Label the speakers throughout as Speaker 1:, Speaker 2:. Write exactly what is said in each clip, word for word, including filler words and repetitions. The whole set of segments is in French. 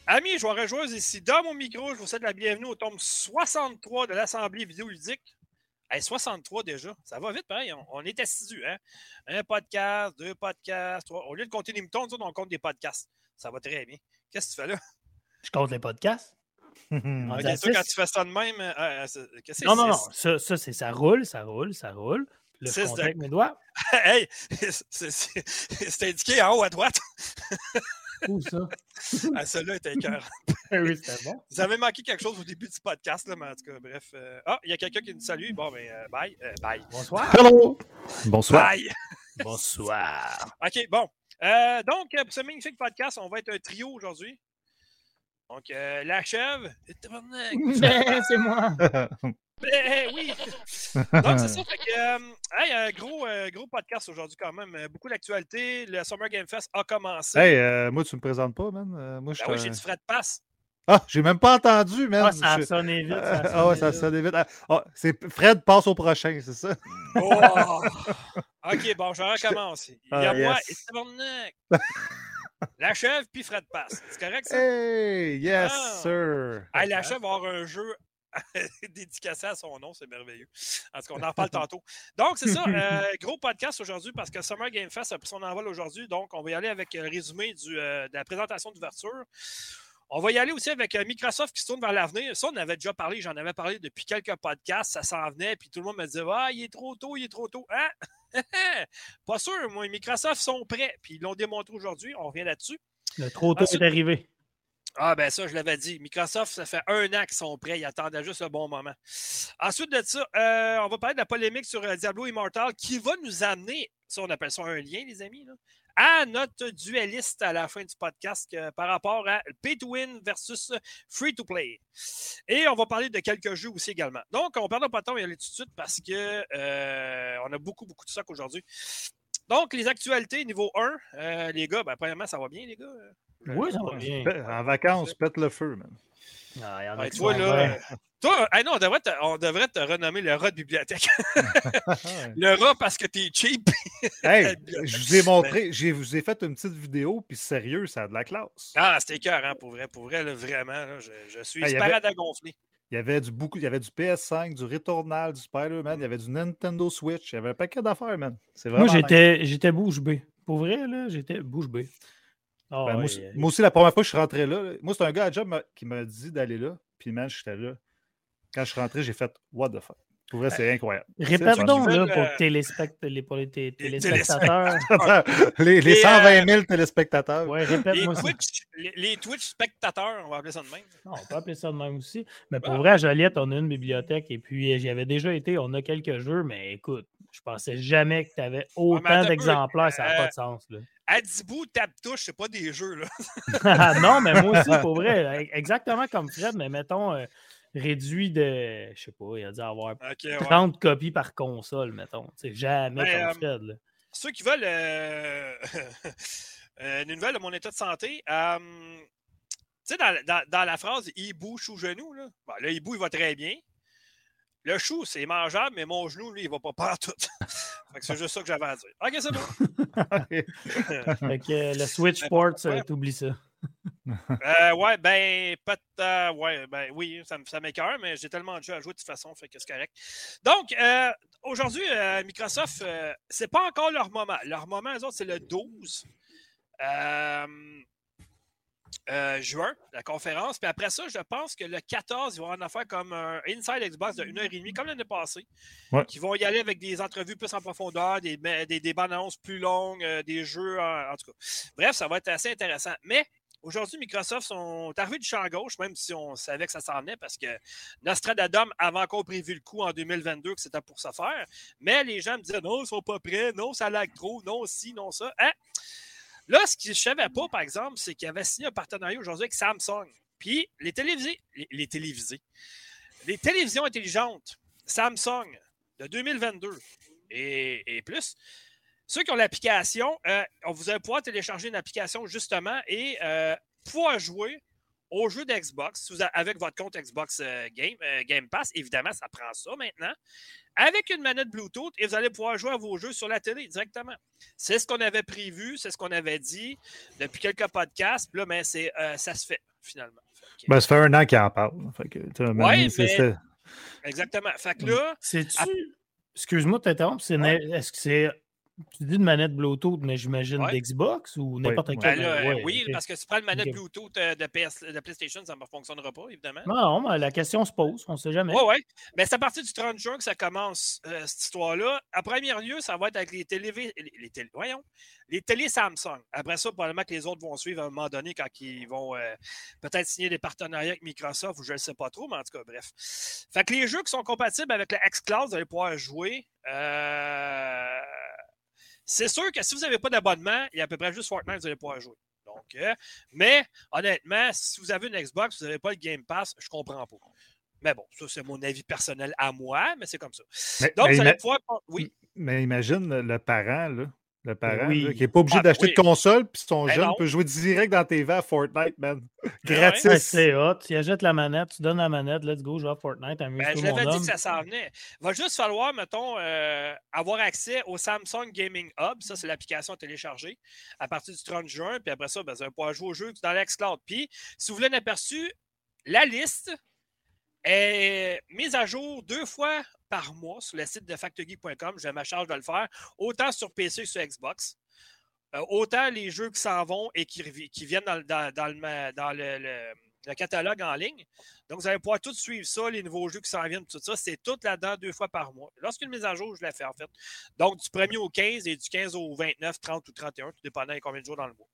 Speaker 1: Amis, joueurs et joueuses, ici dans mon micro, je vous souhaite la bienvenue au tome soixante-trois de l'Assemblée vidéoludique. Hey, soixante-trois déjà, ça va vite pareil, on, on est assidus, hein? Un podcast, deux podcasts, trois. Au lieu de compter des moutons, on compte des podcasts. Ça va très bien. Qu'est-ce que tu fais là?
Speaker 2: Je compte les podcasts.
Speaker 1: Okay, toi, quand tu fais ça de même, euh, euh, qu'est-ce que
Speaker 2: non,
Speaker 1: c'est?
Speaker 2: Non, non, non, ça, ça, c'est, ça roule, ça roule, ça roule. Là, je compte de... avec mes doigts.
Speaker 1: Hey, c'est, c'est, c'est indiqué en haut à droite.
Speaker 2: Où ça?
Speaker 1: Ah, celui-là était écœurant.
Speaker 2: Oui, c'était bon.
Speaker 1: Vous avez manqué quelque chose au début du podcast, là, mais en tout cas, bref. Euh... Ah, il y a quelqu'un qui nous salue. Bon, ben, euh, bye. Euh, bye.
Speaker 2: Bonsoir.
Speaker 3: Hello. Bonsoir.
Speaker 1: Bye.
Speaker 2: Bonsoir.
Speaker 1: OK, bon. Euh, donc, pour ce magnifique podcast, on va être un trio aujourd'hui. Donc, euh, la chèvre.
Speaker 2: Ben, c'est moi.
Speaker 1: Ben oui! Donc, c'est ça. Fait que, euh, hey, un gros, euh, gros podcast aujourd'hui, quand même. Beaucoup d'actualité. Le Summer Game Fest a commencé.
Speaker 3: Hey, euh, moi, tu me présentes pas, man. Euh, moi,
Speaker 1: ben
Speaker 3: je
Speaker 1: oui, j'ai du frais de passe.
Speaker 3: Ah, j'ai même pas entendu, man.
Speaker 2: Ah, ça a
Speaker 3: je...
Speaker 2: sonné vite.
Speaker 3: Ça a ah, ouais, ça a sonné vite. Ah, oh, c'est Fred passe au prochain, c'est ça?
Speaker 1: Oh! OK, bon, je recommence. Il y a
Speaker 3: ah,
Speaker 1: moi
Speaker 3: yes.
Speaker 1: et Tabarnak. La chèvre puis Fred passe. C'est correct, ça?
Speaker 3: Hey, yes,
Speaker 1: ah.
Speaker 3: sir.
Speaker 1: Hey, la chèvre va avoir un jeu dédicacé à son nom, c'est merveilleux. En tout cas, on en parle tantôt. Donc, c'est ça, euh, gros podcast aujourd'hui parce que Summer Game Fest a pris son envol aujourd'hui. Donc, on va y aller avec le résumé du, euh, de la présentation d'ouverture. On va y aller aussi avec Microsoft qui se tourne vers l'avenir. Ça, on avait déjà parlé, j'en avais parlé depuis quelques podcasts, ça s'en venait, puis tout le monde me disait « Ah, il est trop tôt, il est trop tôt. Hein? » Pas sûr, moi, Microsoft sont prêts, puis ils l'ont démontré aujourd'hui, on revient là-dessus.
Speaker 2: Le trop tôt Ensuite, est arrivé.
Speaker 1: Ah, ben ça, je l'avais dit. Microsoft, ça fait un an qu'ils sont prêts. Ils attendaient juste le bon moment. Ensuite de ça, euh, on va parler de la polémique sur euh, Diablo Immortal qui va nous amener, ça, on appelle ça un lien, les amis, là, à notre dueliste à la fin du podcast euh, par rapport à Pay to Win versus Free to Play. Et on va parler de quelques jeux aussi également. Donc, on ne perd pas de temps, on va y aller tout de suite parce que euh, on a beaucoup, beaucoup de stock aujourd'hui. Donc, les actualités niveau un, euh, les gars, ben, premièrement, ça va bien, les gars?
Speaker 2: Oui, ça va bien.
Speaker 3: En vacances, pète le feu, man.
Speaker 2: Ah, y en a
Speaker 1: ouais,
Speaker 2: qui
Speaker 1: toi,
Speaker 2: sont
Speaker 1: là, euh, toi, hey, non, on devrait, te, on devrait te renommer le rat de bibliothèque. Le rat parce que t'es cheap.
Speaker 3: Hey, je vous ai montré, je vous ai fait une petite vidéo, puis sérieux, ça a de la classe.
Speaker 1: Ah, c'était écœurant, pour vrai, pour vrai, là, vraiment, là, je, je suis
Speaker 3: hey,
Speaker 1: parade à gonfler.
Speaker 3: Il y avait du beaucoup, il y avait du P S cinq, du Returnal, du Spider-Man, il y avait du Nintendo Switch, il y avait un paquet d'affaires, man. C'est vraiment
Speaker 2: moi, j'étais, nice. j'étais bouche bée. Pour vrai, là, j'étais bouche bée.
Speaker 3: Oh, ben, moi, ouais. moi aussi, la première fois que je suis rentré là, moi, c'est un gars à job qui m'a dit d'aller là, puis man, j'étais là. Quand je suis rentré, j'ai fait « What the fuck ». Pour vrai, c'est incroyable.
Speaker 2: Répète donc, là, pour, euh... téléspect... les, pour les t- téléspectateurs.
Speaker 3: les, les cent vingt mille euh... téléspectateurs.
Speaker 2: Ouais, répète-moi
Speaker 1: les
Speaker 2: ça.
Speaker 1: Twitch, les, les Twitch spectateurs, on va appeler ça de même.
Speaker 2: Non, on peut appeler ça de même aussi. Mais pour ah. vrai, à Joliette, on a une bibliothèque et puis j'y avais déjà été, on a quelques jeux, mais écoute, je pensais jamais que tu avais autant ah, d'exemplaires, ça n'a euh... pas de sens, là.
Speaker 1: Adibou, tape-touche, c'est pas des jeux, là.
Speaker 2: Non, mais moi aussi, pour vrai, exactement comme Fred, mais mettons... Euh, réduit de, je sais pas, il a dû avoir okay, trente ouais. copies par console, mettons. C'est jamais ben, comme Fred. Là.
Speaker 1: Ceux qui veulent euh, une nouvelle de mon état de santé, euh, tu sais, dans, dans, dans la phrase « hibou, chou, genou », là, ben, le hibou, il va très bien. Le chou, c'est mangeable, mais mon genou, lui, il va pas partout. Fait que c'est juste ça que j'avais à dire. OK, c'est bon.
Speaker 2: Fait que le Switch Sports, ouais. t'oublies ça.
Speaker 1: euh, ouais, ben, peut euh, ouais, ben, oui, ça, ça m'écoeure, mais j'ai tellement de jeux à jouer de toute façon, fait que c'est correct. Donc, euh, aujourd'hui, euh, Microsoft, euh, c'est pas encore leur moment. Leur moment, eux autres, c'est le douze euh, euh, juin, la conférence. Puis après ça, je pense que le quatorze, ils vont en affaire comme un Inside Xbox de une heure trente, comme l'année passée.
Speaker 3: Ouais.
Speaker 1: Qui vont y aller avec des entrevues plus en profondeur, des, des, des bandes annonces plus longues, euh, des jeux, en, en tout cas. Bref, ça va être assez intéressant. Mais aujourd'hui, Microsoft sont arrivés du champ gauche, même si on savait que ça s'en venait, parce que Nostradamus avait encore prévu le coup en deux mille vingt-deux que c'était pour se faire. Mais les gens me disaient non, ils ne sont pas prêts, non, ça lag trop, non, ci, non, ça. Hein? Là, ce que je ne savais pas, par exemple, c'est qu'il avait signé un partenariat aujourd'hui avec Samsung. Puis les télévisés, les, les télévisés, les télévisions intelligentes Samsung de deux mille vingt-deux et, et plus. Ceux qui ont l'application, euh, vous allez pouvoir télécharger une application justement et euh, pouvoir jouer aux jeux d'Xbox avec votre compte Xbox euh, Game, euh, Game Pass. Évidemment, ça prend ça maintenant. Avec une manette Bluetooth et vous allez pouvoir jouer à vos jeux sur la télé directement. C'est ce qu'on avait prévu, c'est ce qu'on avait dit depuis quelques podcasts. Puis là, ben, c'est, euh, ça se fait. finalement.
Speaker 3: Que... Ben, ça fait un an qu'il en parle.
Speaker 1: Oui, mais... Exactement. Fait que là...
Speaker 2: C'est-tu... À... Excuse-moi de t'interrompre. C'est ouais. Est-ce que c'est... Tu dis de manette Bluetooth, mais j'imagine ouais. d'Xbox ou n'importe
Speaker 1: oui.
Speaker 2: quel.
Speaker 1: Ben là,
Speaker 2: ouais,
Speaker 1: oui,
Speaker 2: okay.
Speaker 1: parce que si tu prends le manette okay. Bluetooth de, P S, de PlayStation, ça ne fonctionnera pas, évidemment.
Speaker 2: Non, mais la question se pose, on ne sait jamais.
Speaker 1: Oui, oui. Mais c'est à partir du trente juin que ça commence, euh, cette histoire-là. À premier lieu, ça va être avec les télé, les, les télé, voyons, les télé Samsung. Après ça, probablement que les autres vont suivre à un moment donné quand ils vont euh, peut-être signer des partenariats avec Microsoft ou je ne sais pas trop, mais en tout cas, bref. Fait que les jeux qui sont compatibles avec le xCloud, vous allez pouvoir jouer. Euh... C'est sûr que si vous n'avez pas d'abonnement, il y a à peu près juste Fortnite que vous allez pouvoir jouer. Donc, euh, mais honnêtement, si vous avez une Xbox, vous n'avez pas le Game Pass, je comprends pas. Mais bon, ça, c'est mon avis personnel à moi, mais c'est comme ça.
Speaker 3: Mais,
Speaker 1: Donc,
Speaker 3: mais
Speaker 1: vous allez
Speaker 3: ima-
Speaker 1: pouvoir... Oui.
Speaker 3: Mais imagine le parent, là. Le parent,
Speaker 2: oui.
Speaker 3: là, qui n'est pas obligé
Speaker 1: ah,
Speaker 3: d'acheter
Speaker 1: oui.
Speaker 3: de console, puis son
Speaker 1: ben
Speaker 3: jeune
Speaker 1: non.
Speaker 3: peut jouer direct dans T V à Fortnite, man. Gratis.
Speaker 2: Ouais, c'est hot. Tu achètes la manette, tu donnes la manette, let's go, jouer à Fortnite.
Speaker 1: Ben, je l'avais dit que ça s'en venait. Il va juste falloir, mettons, euh, avoir accès au Samsung Gaming Hub. Ça, c'est l'application à télécharger à partir du trente juin. Puis après ça, ben, vous allez pouvoir jouer au jeu dans l'xCloud. Puis, si vous voulez un aperçu, la liste est mise à jour deux fois par mois sur le site de factogeek point com. J'ai ma charge de le faire, autant sur P C que sur Xbox. Euh, autant les jeux qui s'en vont et qui, qui viennent dans, dans, dans, le, dans le, le, le catalogue en ligne. Donc, vous allez pouvoir tout suivre ça, les nouveaux jeux qui s'en viennent, tout ça. C'est tout là-dedans deux fois par mois. Lorsqu'une mise à jour, je la fais en fait. Donc, du premier au quinze et du quinze au vingt-neuf, trente ou trente et un, tout dépendant de combien de jours dans le mois.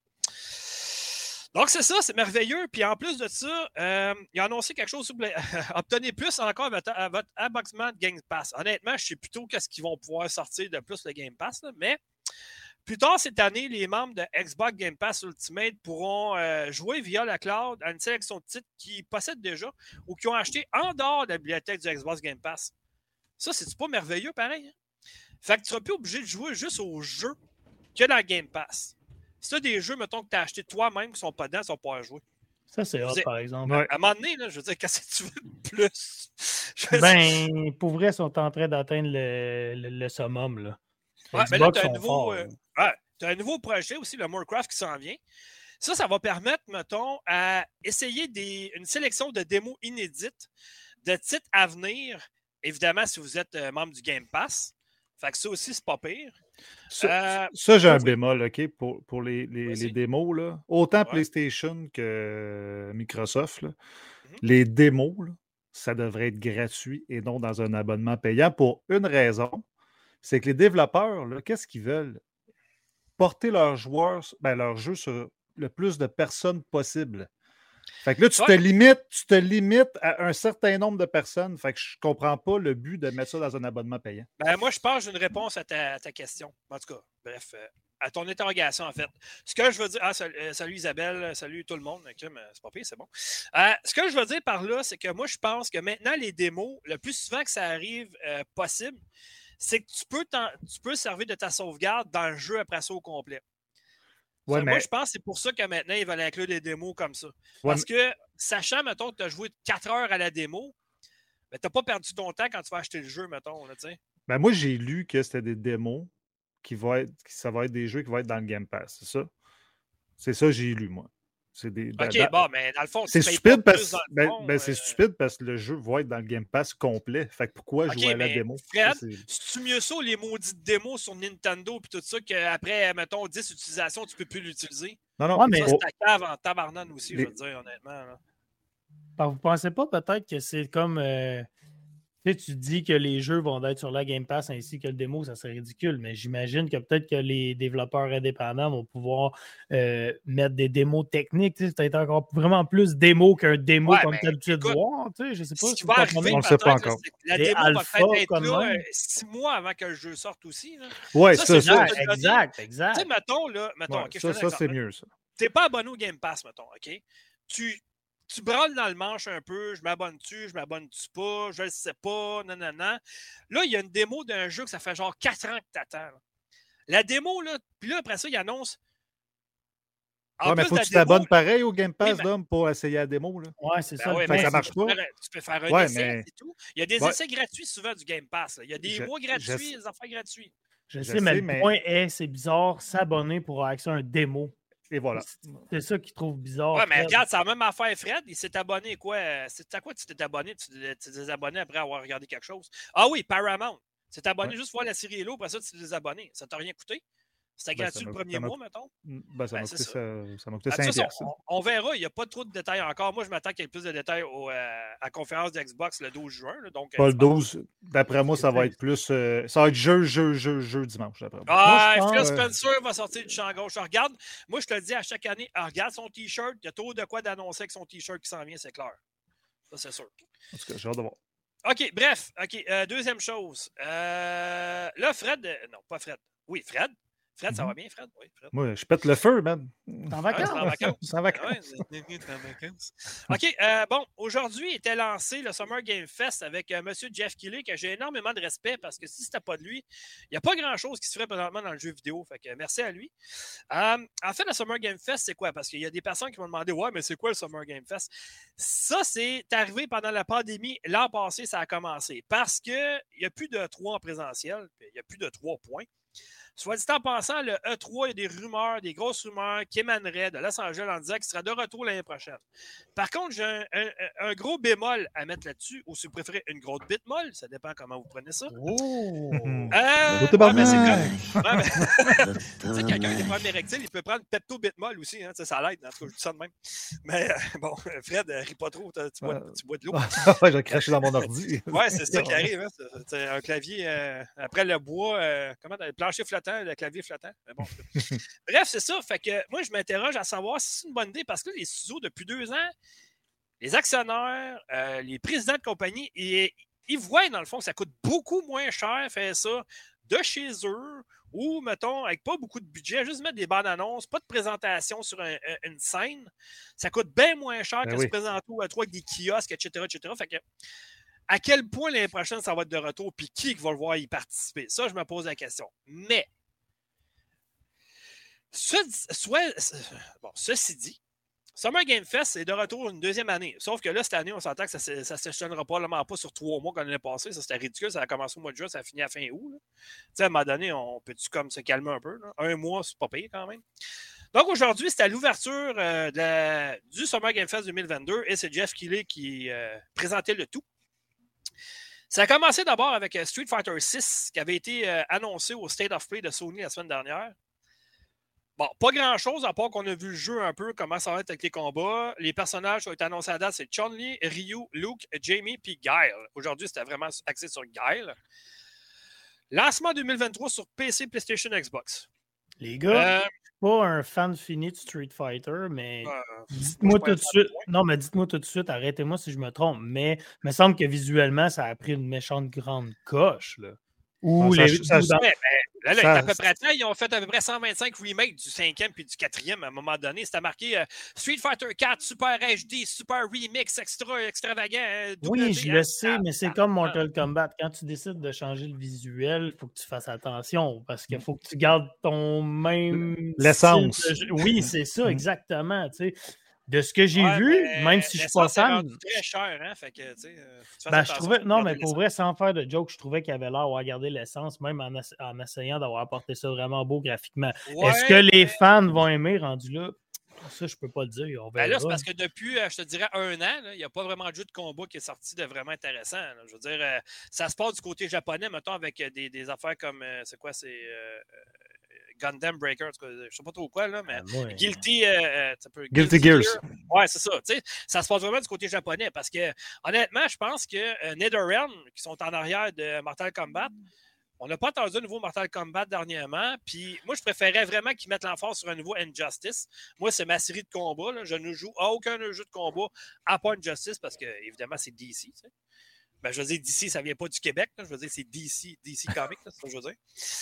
Speaker 1: Donc, c'est ça, c'est merveilleux. Puis, en plus de ça, euh, il a annoncé quelque chose. Obtenez plus encore à votre, à votre abonnement de Game Pass. Honnêtement, je sais plutôt qu'est-ce qu'ils vont pouvoir sortir de plus le Game Pass, là, mais plus tard cette année, les membres de Xbox Game Pass Ultimate pourront euh, jouer via la cloud à une sélection de titres qu'ils possèdent déjà ou qui ont acheté en dehors de la bibliothèque du Xbox Game Pass. Ça, c'est-tu pas merveilleux, pareil? Hein? Fait que tu seras plus obligé de jouer juste aux jeux qu'il y a dans le Game Pass. Si tu as des jeux, mettons, que tu as acheté toi-même qui ne sont pas dedans, tu vas pouvoir jouer.
Speaker 2: Ça, c'est hot, par exemple.
Speaker 3: Ouais.
Speaker 1: À un moment donné, là, je veux dire, qu'est-ce que tu veux de plus? Je
Speaker 2: ben, dire... pour vrai, ils sont en train d'atteindre le, le, le summum, là.
Speaker 1: Ouais, mais là, tu as un, nouveau, euh, ouais, un nouveau projet aussi, le Moorcraft, qui s'en vient. Ça, ça va permettre, mettons, à essayer des, une sélection de démos inédites, de titres à venir, évidemment, si vous êtes euh, membre du Game Pass. Fait que ça aussi, c'est pas pire.
Speaker 3: Ça, euh, ça j'ai un oui. bémol, OK, pour, pour les, les, les démos. Là. Autant ouais. PlayStation que Microsoft, là, mm-hmm. les démos, là, ça devrait être gratuit et non dans un abonnement payant pour une raison. C'est que les développeurs, là, qu'est-ce qu'ils veulent? Porter leurs joueurs, ben, leurs jeux sur le plus de personnes possible. Fait que là, tu ouais. te limites, tu te limites à un certain nombre de personnes. Fait que je comprends pas le but de mettre ça dans un abonnement payant.
Speaker 1: Ben, moi, je pense que j'ai une réponse à ta, à ta question. En tout cas, bref, euh, à ton interrogation, en fait. Ce que je veux dire... Ah, salut, euh, salut Isabelle, salut tout le monde. Okay, mais c'est pas pire, c'est bon. Euh, ce que je veux dire par là, c'est que moi, je pense que maintenant, les démos, le plus souvent que ça arrive euh, possible, c'est que tu peux, tu peux servir de ta sauvegarde dans le jeu après ça au complet. Ouais, ça, mais... Moi, je pense que c'est pour ça que maintenant, ils veulent inclure des démos comme ça. Ouais, Parce que, sachant, mettons, que tu as joué quatre heures à la démo, ben, tu n'as pas perdu ton temps quand tu vas acheter le jeu, mettons. Là,
Speaker 3: ben, moi, j'ai lu que c'était des démos qui vont être, ça va être des jeux qui vont être dans le Game Pass. C'est ça? C'est ça que j'ai lu, moi. C'est des,
Speaker 1: OK,
Speaker 3: dans,
Speaker 1: bon, mais dans le fond,
Speaker 3: c'est stupide parce, ben, fond, ben, euh... c'est stupide parce que le jeu va être dans le Game Pass complet. Fait que pourquoi okay, jouer à la démo?
Speaker 1: Fred, c'est mieux ça, les maudites démos sur Nintendo et tout ça, qu'après, mettons, dix utilisations, tu ne peux plus l'utiliser?
Speaker 3: Non, non,
Speaker 1: ouais, mais ça, c'est ta cave en tabarnane aussi, les... je veux dire, honnêtement. Là.
Speaker 2: Ben, vous ne pensez pas peut-être que c'est comme... Euh... Tu sais, tu dis que les jeux vont être sur la Game Pass ainsi que le démo, ça serait ridicule, mais j'imagine que peut-être que les développeurs indépendants vont pouvoir euh, mettre des démos techniques. Tu sais, c'est peut-être encore vraiment plus démo qu'un démo ouais, comme tu as l'habitude de voir. Tu sais, je sais pas.
Speaker 1: Ce qui va arriver,
Speaker 3: on ne sait pas encore.
Speaker 1: La
Speaker 2: des
Speaker 1: démo
Speaker 2: alpha,
Speaker 1: va peut-être être là euh, six mois avant que le jeu sorte aussi.
Speaker 3: Oui, ça, c'est ça.
Speaker 2: ça. Exact, exact.
Speaker 1: Tu sais, mettons, là, mettons,
Speaker 3: ouais,
Speaker 1: okay,
Speaker 3: ça, ça c'est mieux, ça.
Speaker 1: Tu n'es pas abonné au Game Pass, mettons, OK? Tu... Tu brûles dans le manche un peu, je m'abonne-tu, je m'abonne-tu pas, je le sais pas, nanana. Là, il y a une démo d'un jeu que ça fait genre quatre ans que tu attends. Là. La démo, là, puis là, après ça, il annonce.
Speaker 3: En ouais, mais faut que tu t'abonnes pareil au Game Pass, oui, mais... pour essayer la démo. Là.
Speaker 2: Ouais, c'est
Speaker 1: ben
Speaker 2: ça.
Speaker 1: Ouais,
Speaker 3: fait que ça marche
Speaker 1: tu
Speaker 3: pas.
Speaker 1: Peux faire, tu peux faire un
Speaker 3: ouais,
Speaker 1: essai
Speaker 3: mais...
Speaker 1: et tout. Il y a des
Speaker 3: ouais.
Speaker 1: essais gratuits souvent du Game Pass. Là. Il y a des je, mois gratuits,
Speaker 3: je...
Speaker 1: des affaires gratuits.
Speaker 2: Je, je sais, mais, mais le point est, c'est bizarre, s'abonner pour avoir accès à un démo.
Speaker 3: Et voilà.
Speaker 2: C'est ça qu'ils trouvent bizarre.
Speaker 1: Ouais, mais Fred. Regarde, c'est la même affaire, Fred. Il s'est abonné quoi? C'est à quoi tu t'es abonné? Tu t'es désabonné après avoir regardé quelque chose? Ah oui, Paramount. Tu t'es abonné ouais. juste pour voir la série Hello, après ça, tu t'es désabonné. Ça t'a rien coûté? C'était ben, gratuit le premier mois, mettons?
Speaker 3: Ben, ça m'a coûté, ça. Ça
Speaker 1: coûté
Speaker 3: cinq piastres.
Speaker 1: On, on verra, il n'y a pas trop de détails encore. Moi, je m'attends qu'il y ait plus de détails au, euh, à la conférence d'Xbox le douze juin. Là, donc,
Speaker 3: pas le douze. D'après moi, ça va être plus... Euh, ça va être jeu, jeu, jeu, jeu dimanche, d'après moi.
Speaker 1: Ah,
Speaker 3: moi,
Speaker 1: Phil
Speaker 3: euh...
Speaker 1: Spencer va sortir du champ gauche. Regarde, moi, je te le dis à chaque année, regarde son T-shirt. Il y a trop de quoi d'annoncer que son T-shirt qui s'en vient, c'est clair. Ça, c'est sûr.
Speaker 3: En tout cas, j'ai hâte de voir.
Speaker 1: OK, bref. OK, euh, deuxième chose. Euh, là, Fred... Euh, non, pas Fred. Oui, Fred. Fred, ça va bien, Fred? Oui, Fred.
Speaker 3: Moi, je pète le feu, man.
Speaker 2: T'es en vacances.
Speaker 1: Ah, ouais,
Speaker 3: t'es en vacances.
Speaker 1: Ouais, t'es en vacances. OK, euh, bon, aujourd'hui était lancé le Summer Game Fest avec euh, M. Jeff Keighley, que j'ai énormément de respect parce que si c'était pas de lui, il n'y a pas grand-chose qui se ferait présentement dans le jeu vidéo. Fait que merci à lui. Euh, en fait, le Summer Game Fest, c'est quoi? Parce qu'il y a des personnes qui m'ont demandé, ouais, mais c'est quoi le Summer Game Fest? Ça, c'est arrivé pendant la pandémie. L'an passé, ça a commencé parce qu'il n'y a plus de trois en présentiel, puis il n'y a plus de trois points. Soit dit en passant, le E trois, il y a des rumeurs, des grosses rumeurs qui émaneraient de Los Angeles en disant qu'il sera de retour l'année prochaine. Par contre, j'ai un, un, un gros bémol à mettre là-dessus, ou si vous préférez une grosse bitmolle, ça dépend comment vous prenez ça.
Speaker 2: Oh!
Speaker 1: Euh, ouais, mais c'est comme... ouais, mais... tu sais, quelqu'un qui a des problèmes érectiles, il peut prendre Pepto-Bitmol aussi, hein, ça l'aide, en tout cas, je dis ça de même. Mais euh, bon, Fred, ris pas trop, tu bois, tu bois de l'eau.
Speaker 3: Ouais, j'ai craché dans mon ordi.
Speaker 1: Ouais, c'est ça qui arrive. Hein, c'est un clavier, euh, après le bois, euh, comment, le plancher flottant, le clavier flottant. Mais bon, bref, c'est ça. Fait que moi, je m'interroge à savoir si c'est une bonne idée parce que les ciseaux, depuis deux ans, les actionnaires, euh, les présidents de compagnie, ils, ils voient dans le fond que ça coûte beaucoup moins cher faire ça de chez eux ou, mettons, avec pas beaucoup de budget, juste mettre des bandes annonces, pas de présentation sur un, un, une scène. Ça coûte bien moins cher ben que oui. se présenter à trois avec des kiosques, et cetera, et cetera. Fait que à quel point l'année prochaine ça va être de retour puis qui va le voir y participer? Ça, je me pose la question. Mais Soit, soit, bon, ceci dit, Summer Game Fest est de retour une deuxième année. Sauf que là, cette année, on s'entend que ça ne s'échelonnera probablement pas sur trois mois qu'on l'année passée. Ça, c'était ridicule. Ça a commencé au mois de juin, ça a fini à fin août. Tu sais, à un moment donné, on peut-tu comme se calmer un peu? Là? Un mois, c'est pas payé quand même. Donc aujourd'hui, c'était à l'ouverture euh, de la, du Summer Game Fest deux mille vingt-deux et c'est Jeff Keighley qui euh, présentait le tout. Ça a commencé d'abord avec euh, Street Fighter six qui avait été euh, annoncé au State of Play de Sony la semaine dernière. Bon, pas grand-chose, à part qu'on a vu le jeu un peu, comment ça va être avec les combats. Les personnages qui ont été annoncés à date, c'est Chun-Li, Ryu, Luke, Jamie, puis Guile. Aujourd'hui, c'était vraiment axé sur Guile. Lancement deux mille vingt-trois sur P C, PlayStation, Xbox.
Speaker 2: Les gars, euh, je suis pas un fan fini de Street Fighter, mais euh, dites-moi tout de suite. Non, mais dites-moi tout de suite, arrêtez-moi si je me trompe, mais il me semble que visuellement, ça a pris une méchante grande coche, là. Ou
Speaker 1: ça,
Speaker 2: les.
Speaker 1: Ça, ça, mais, là, là ça, à peu près temps, ils ont fait à peu près cent vingt-cinq remakes du cinquième puis du quatrième à un moment donné. C'était marqué euh, Street Fighter quatre, Super H D, Super Remix, extra, extravagant. Euh,
Speaker 2: oui, je le sais, mais c'est comme Mortal Kombat. Quand tu décides de changer le visuel, il faut que tu fasses attention parce qu'il faut que tu gardes ton même.
Speaker 3: L'essence.
Speaker 2: De... Oui, c'est ça, exactement. Tu sais. De ce que j'ai ouais, vu, mais, même si je suis pas fan.
Speaker 1: C'est très cher, hein? Fait que, tu sais,
Speaker 2: ben, je trouvais, non, mais pour vrai, sans faire de joke, je trouvais qu'il avait l'air d'avoir gardé l'essence, même en, en essayant d'avoir apporté ça vraiment beau graphiquement. Ouais, Est-ce que les fans vont aimer rendu là? Ça, je peux pas le dire. On
Speaker 1: ben là, c'est parce que depuis, je te dirais, un an, il n'y a pas vraiment de jeu de combat qui est sorti de vraiment intéressant. Là. Je veux dire, euh, ça se passe du côté japonais, mettons, avec des, des affaires comme, euh, c'est quoi, c'est... Euh, Gundam Breaker, je ne sais pas trop quoi, là, mais ah, ouais. Guilty, euh, peut,
Speaker 3: Guilty, Guilty Gears. Gear.
Speaker 1: Ouais, c'est ça. Tu sais, ça se passe vraiment du côté japonais parce que, honnêtement, je pense que euh, NetherRealm, qui sont en arrière de Mortal Kombat, on n'a pas entendu un nouveau Mortal Kombat dernièrement. Puis moi, je préférais vraiment qu'ils mettent l'emphase sur un nouveau Injustice. Moi, c'est ma série de combats. Là. Je ne joue à aucun jeu de combat à part Injustice parce que, évidemment, c'est D C. Tu sais. Ben, je veux dire, D C, ça ne vient pas du Québec. Là. Je veux dire, c'est D C, D C Comics, c'est ce que je veux dire.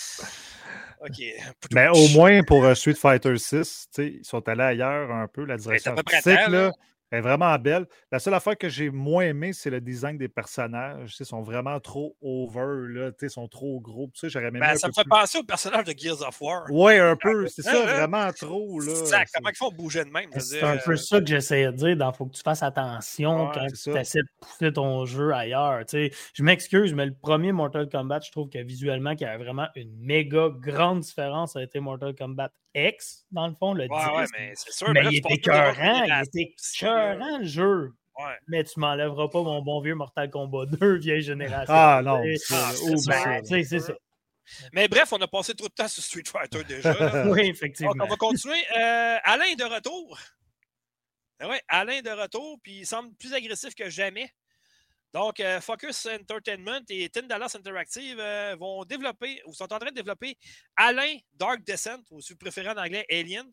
Speaker 1: OK.
Speaker 3: Mais au moins, pour uh, Street Fighter six, ils sont allés ailleurs un peu. La direction artistique, là, est vraiment belle. La seule affaire que j'ai moins aimé, c'est le design des personnages. Ils sont vraiment trop over, là, ils sont trop gros. J'aurais
Speaker 1: ben, ça me fait plus... penser aux personnages de Gears of War.
Speaker 3: Oui, un peu. C'est ça, vraiment trop. Là.
Speaker 1: Ça, comment ils font bouger de même?
Speaker 2: C'est un peu euh... ça que j'essayais de dire. Il faut que tu fasses attention ouais, quand tu essaies de pousser ton jeu ailleurs. T'sais, je m'excuse, mais le premier Mortal Kombat, je trouve que visuellement, qu'il y a vraiment une méga grande différence. Ça a été Mortal Kombat X, dans le fond, le
Speaker 1: Ouais,
Speaker 2: dix.
Speaker 1: ouais, mais c'est sûr.
Speaker 2: Mais
Speaker 1: là,
Speaker 2: il
Speaker 1: tu passes
Speaker 2: était
Speaker 1: tout devant
Speaker 2: écœurant,
Speaker 1: la
Speaker 2: il était
Speaker 1: aussi,
Speaker 2: écœurant, le jeu.
Speaker 1: Ouais.
Speaker 2: Mais tu m'enlèveras pas mon bon vieux Mortal Kombat deux, vieille génération.
Speaker 3: Ah non,
Speaker 2: Et-
Speaker 3: ça,
Speaker 1: Ah,
Speaker 3: là,
Speaker 1: c'est
Speaker 3: oublie
Speaker 1: sûr.
Speaker 3: ça, là.
Speaker 2: Ben, tu sais, c'est ça.
Speaker 1: Mais bref, on a passé trop de temps sur Street Fighter déjà. là.
Speaker 2: Oui,
Speaker 1: Donc,
Speaker 2: effectivement.
Speaker 1: on va continuer. Euh, Alain est de retour. Ah ouais, Alain est de retour, puis il semble plus agressif que jamais. Donc, euh, Focus Entertainment et Tin Dallas Interactive euh, vont développer, ou sont en train de développer Alain Dark Descent, ou si vous préférez en anglais, Alien.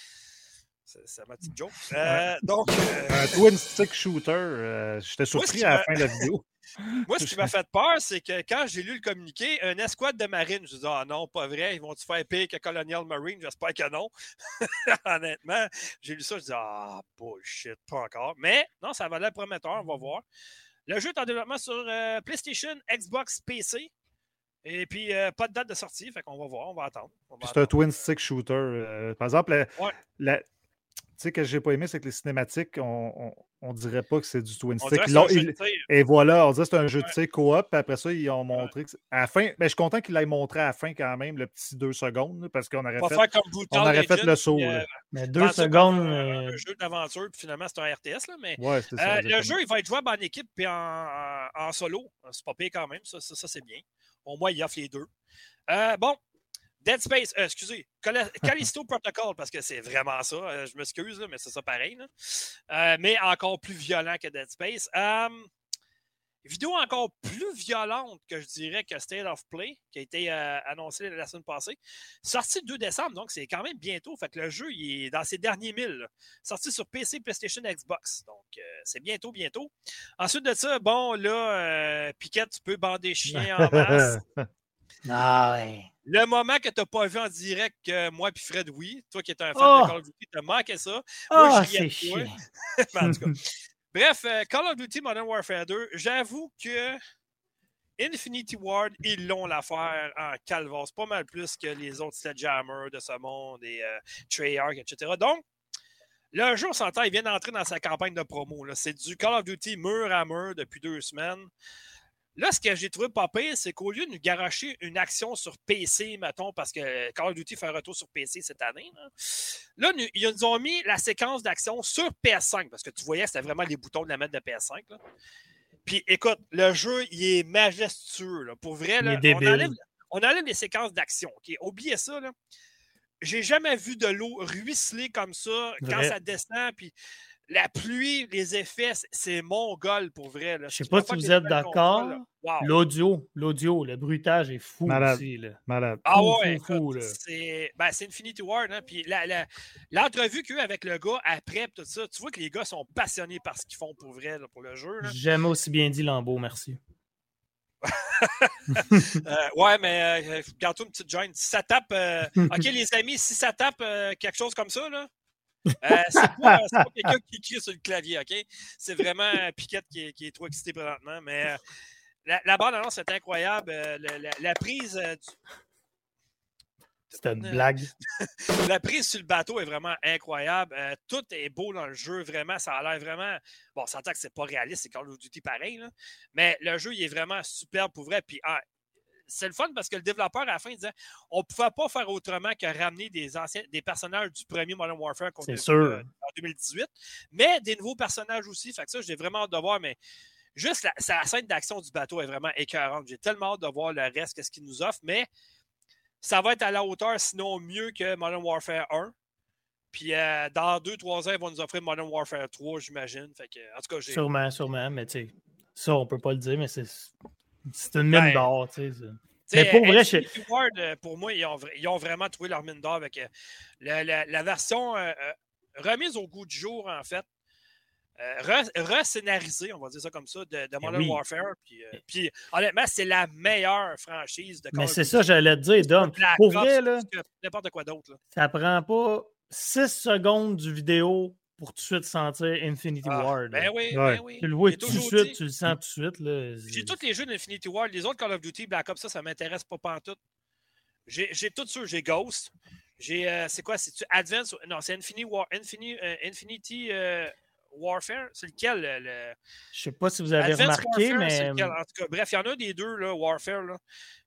Speaker 1: C'est, c'est ma petite joke. Euh, donc, euh,
Speaker 3: Un twin stick shooter. euh, J'étais
Speaker 1: Moi, ce
Speaker 3: surpris
Speaker 1: qui
Speaker 3: à la
Speaker 1: m'a-
Speaker 3: fin de la vidéo.
Speaker 1: moi, ce qui m'a fait peur, c'est que quand j'ai lu le communiqué, un escouade de marine, je me dis, ah non, pas vrai, ils vont-tu faire pire que Colonial Marine? J'espère que non. Honnêtement, j'ai lu ça, je dis, ah, bullshit, pas encore. Mais non, ça va l'air prometteur, on va voir. Le jeu est en développement sur euh, PlayStation, Xbox, P C. Et puis, euh, pas de date de sortie, fait qu'on va voir, on va attendre. On va
Speaker 3: Puis c'est un
Speaker 1: attendre.
Speaker 3: twin stick shooter. euh, par exemple, la-
Speaker 1: Ouais.
Speaker 3: la- tu sais, que j'ai pas aimé, c'est que les cinématiques, on, on, on dirait pas que c'est du twin
Speaker 1: On
Speaker 3: stick.
Speaker 1: dirait que
Speaker 3: Ils
Speaker 1: c'est un
Speaker 3: l'ont-
Speaker 1: jeu
Speaker 3: ils-
Speaker 1: de tir.
Speaker 3: et voilà, on dirait que c'est un jeu de
Speaker 1: Ouais.
Speaker 3: tir coop. Puis après ça, ils ont montré que c'est- à la fin. Ben, je suis content qu'ils l'aient montré à la fin quand même, le petit deux secondes, là, parce qu'on aurait
Speaker 1: Pas
Speaker 3: fait,
Speaker 1: faire comme Brutal
Speaker 3: on aurait fait
Speaker 1: Legend,
Speaker 3: le saut.
Speaker 1: puis, euh,
Speaker 3: là.
Speaker 2: Mais deux
Speaker 1: faire ça
Speaker 2: secondes.
Speaker 1: comme un,
Speaker 2: euh,
Speaker 1: un jeu d'aventure, puis finalement, c'est un R T S. Là, mais
Speaker 3: Ouais, c'est ça.
Speaker 1: euh, le
Speaker 3: exactement.
Speaker 1: jeu, il va être jouable en équipe et en, en, en solo. C'est pas pire quand même, ça, ça, ça, c'est bien. Au moins, il offre les deux. Euh, bon, Dead Space, euh, excusez, Call- Callisto Protocol, parce que c'est vraiment ça. euh, je m'excuse, là, mais c'est ça pareil. Là. Euh, mais encore plus violent que Dead Space. Euh, vidéo encore plus violente que je dirais que State of Play, qui a été euh, annoncé la semaine passée. Sorti le deux décembre, donc c'est quand même bientôt. Fait que le jeu, il est dans ses derniers milles. Là. Sorti sur P C, PlayStation, Xbox. Donc, euh, c'est bientôt, bientôt. Ensuite de ça, bon, là, euh, Piquette, tu peux bander chien en masse.
Speaker 2: Ah ouais.
Speaker 1: Le moment que tu n'as pas vu en direct que moi et Fred, oui. Toi qui es un fan
Speaker 2: Oh!
Speaker 1: de Call of Duty, tu as manqué ça.
Speaker 2: Ah,
Speaker 1: Moi, je riais
Speaker 2: c'est
Speaker 1: de toi.
Speaker 2: chiant.
Speaker 1: Mais en tout cas. Bref, euh, Call of Duty Modern Warfare deux, j'avoue que Infinity Ward, ils l'ont l'affaire en calvasse, pas mal plus que les autres Sledgehammer de ce monde et euh, Treyarch, et cetera. Donc, le jeu, on s'entend, il vient d'entrer dans sa campagne de promo. Là. C'est du Call of Duty mur à mur depuis deux semaines. Là, ce que j'ai trouvé pas pire, c'est qu'au lieu de nous garocher une action sur P C, mettons, parce que Call of Duty fait un retour sur P C cette année, là, là nous, ils nous ont mis la séquence d'action sur P S cinq, parce que tu voyais, c'était vraiment les boutons de la mettre de P S cinq. Là. Puis, écoute, le jeu, il est majestueux. Là. Pour vrai, là,
Speaker 2: Il est
Speaker 1: on,
Speaker 2: débile.
Speaker 1: enlève, on enlève les séquences d'action. Okay? Oubliez ça. Là. J'ai jamais vu de l'eau ruisseler comme ça quand
Speaker 2: Vrai.
Speaker 1: ça descend. Puis, la pluie, les effets, c'est, c'est mongol pour vrai. Là.
Speaker 2: Je sais
Speaker 1: Tu
Speaker 2: pas
Speaker 1: vois
Speaker 2: si
Speaker 1: que
Speaker 2: vous
Speaker 1: les
Speaker 2: êtes
Speaker 1: nouvelles
Speaker 2: d'accord.
Speaker 1: consoles, là, wow.
Speaker 2: L'audio, l'audio, le bruitage est fou
Speaker 3: Malade.
Speaker 2: aussi. Là.
Speaker 3: Malade.
Speaker 1: Ah
Speaker 2: Fou,
Speaker 1: ouais,
Speaker 2: fou, fou,
Speaker 1: écoute,
Speaker 2: là.
Speaker 1: c'est, ben, c'est Infinity Ward. Hein, puis la, la, l'entrevue qu'il y a eu avec le gars après, tout ça, tu vois que les gars sont passionnés par ce qu'ils font pour vrai, là, pour le jeu. Là.
Speaker 2: Jamais aussi bien dit Lambeau, merci.
Speaker 1: Euh, ouais, mais euh, garde-toi une petite jointe. Si ça tape, euh, OK, les amis, si ça tape euh, quelque chose comme ça, là, euh, c'est pas, c'est pas quelqu'un qui écrit sur le clavier, OK? C'est vraiment euh, Piquette qui est, qui est trop excité présentement. Mais euh, la, la bande-annonce est incroyable. Euh, la, la, la prise euh, du...
Speaker 2: C'était une blague.
Speaker 1: La prise sur le bateau est vraiment incroyable. Euh, tout est beau dans le jeu, vraiment. Ça a l'air vraiment... Bon, on s'entend que c'est pas réaliste, c'est Call of Duty pareil, là. Mais le jeu, il est vraiment superbe pour vrai. Puis, ah, c'est le fun parce que le développeur, à la fin, il disait on ne pouvait pas faire autrement que ramener des anciens, des personnages du premier Modern Warfare qu'on a vu
Speaker 2: sûr.
Speaker 1: euh, en deux mille dix-huit, mais des nouveaux personnages aussi. Fait que ça, j'ai vraiment hâte de voir, mais juste la, la scène d'action du bateau est vraiment écœurante. J'ai tellement hâte de voir le reste, qu'est-ce qu'il nous offre, mais ça va être à la hauteur, sinon mieux que Modern Warfare un. Puis euh, dans deux trois ans, ils vont nous offrir Modern Warfare trois, j'imagine. Fait que, en tout cas, j'ai...
Speaker 2: Sûrement, sûrement, mais tu sais, ça, on peut pas le dire, mais c'est, c'est une mine
Speaker 1: Ben,
Speaker 2: d'or, tu sais. ça.
Speaker 1: T'sais,
Speaker 2: Mais pour vrai, je...
Speaker 1: Infinity Ward, pour moi, ils ont, ils ont vraiment trouvé leur mine d'or avec euh, la, la, la version euh, euh, remise au goût du jour, en fait. Euh, re, rescénarisée, on va dire ça comme ça, de, de Modern
Speaker 2: oui.
Speaker 1: Warfare. Puis, euh, puis, honnêtement, c'est la meilleure franchise de Call
Speaker 2: Mais
Speaker 1: of
Speaker 2: c'est
Speaker 1: Duty.
Speaker 2: ça, j'allais te dire, Dom.
Speaker 1: Black
Speaker 2: Pour
Speaker 1: Ops,
Speaker 2: vrai, là,
Speaker 1: que n'importe quoi d'autre. Là.
Speaker 2: ça prend pas six secondes du vidéo pour tout de suite sentir Infinity
Speaker 1: Ah,
Speaker 2: Ward.
Speaker 1: ben oui,
Speaker 3: Ouais.
Speaker 1: ben oui.
Speaker 2: Tu le vois
Speaker 1: J'ai
Speaker 2: tout de
Speaker 1: toujours
Speaker 2: suite,
Speaker 1: dit-
Speaker 2: tu le sens tout de suite. Là.
Speaker 1: J'ai tous les jeux d'Infinity Ward. Les autres Call of Duty, Black Ops, ça, ça m'intéresse pas pantoute. J'ai, j'ai tout ça. J'ai Ghost. J'ai, euh, c'est quoi? C'est-tu Advance? Non, c'est Infinity, War, Infinity, euh, Infinity euh, Warfare. C'est lequel? Le, le...
Speaker 2: Je sais pas si vous avez
Speaker 1: Advanced
Speaker 2: remarqué,
Speaker 1: Warfare, c'est
Speaker 2: mais
Speaker 1: lequel? En tout cas, bref, il y en a des deux, là, Warfare. Là.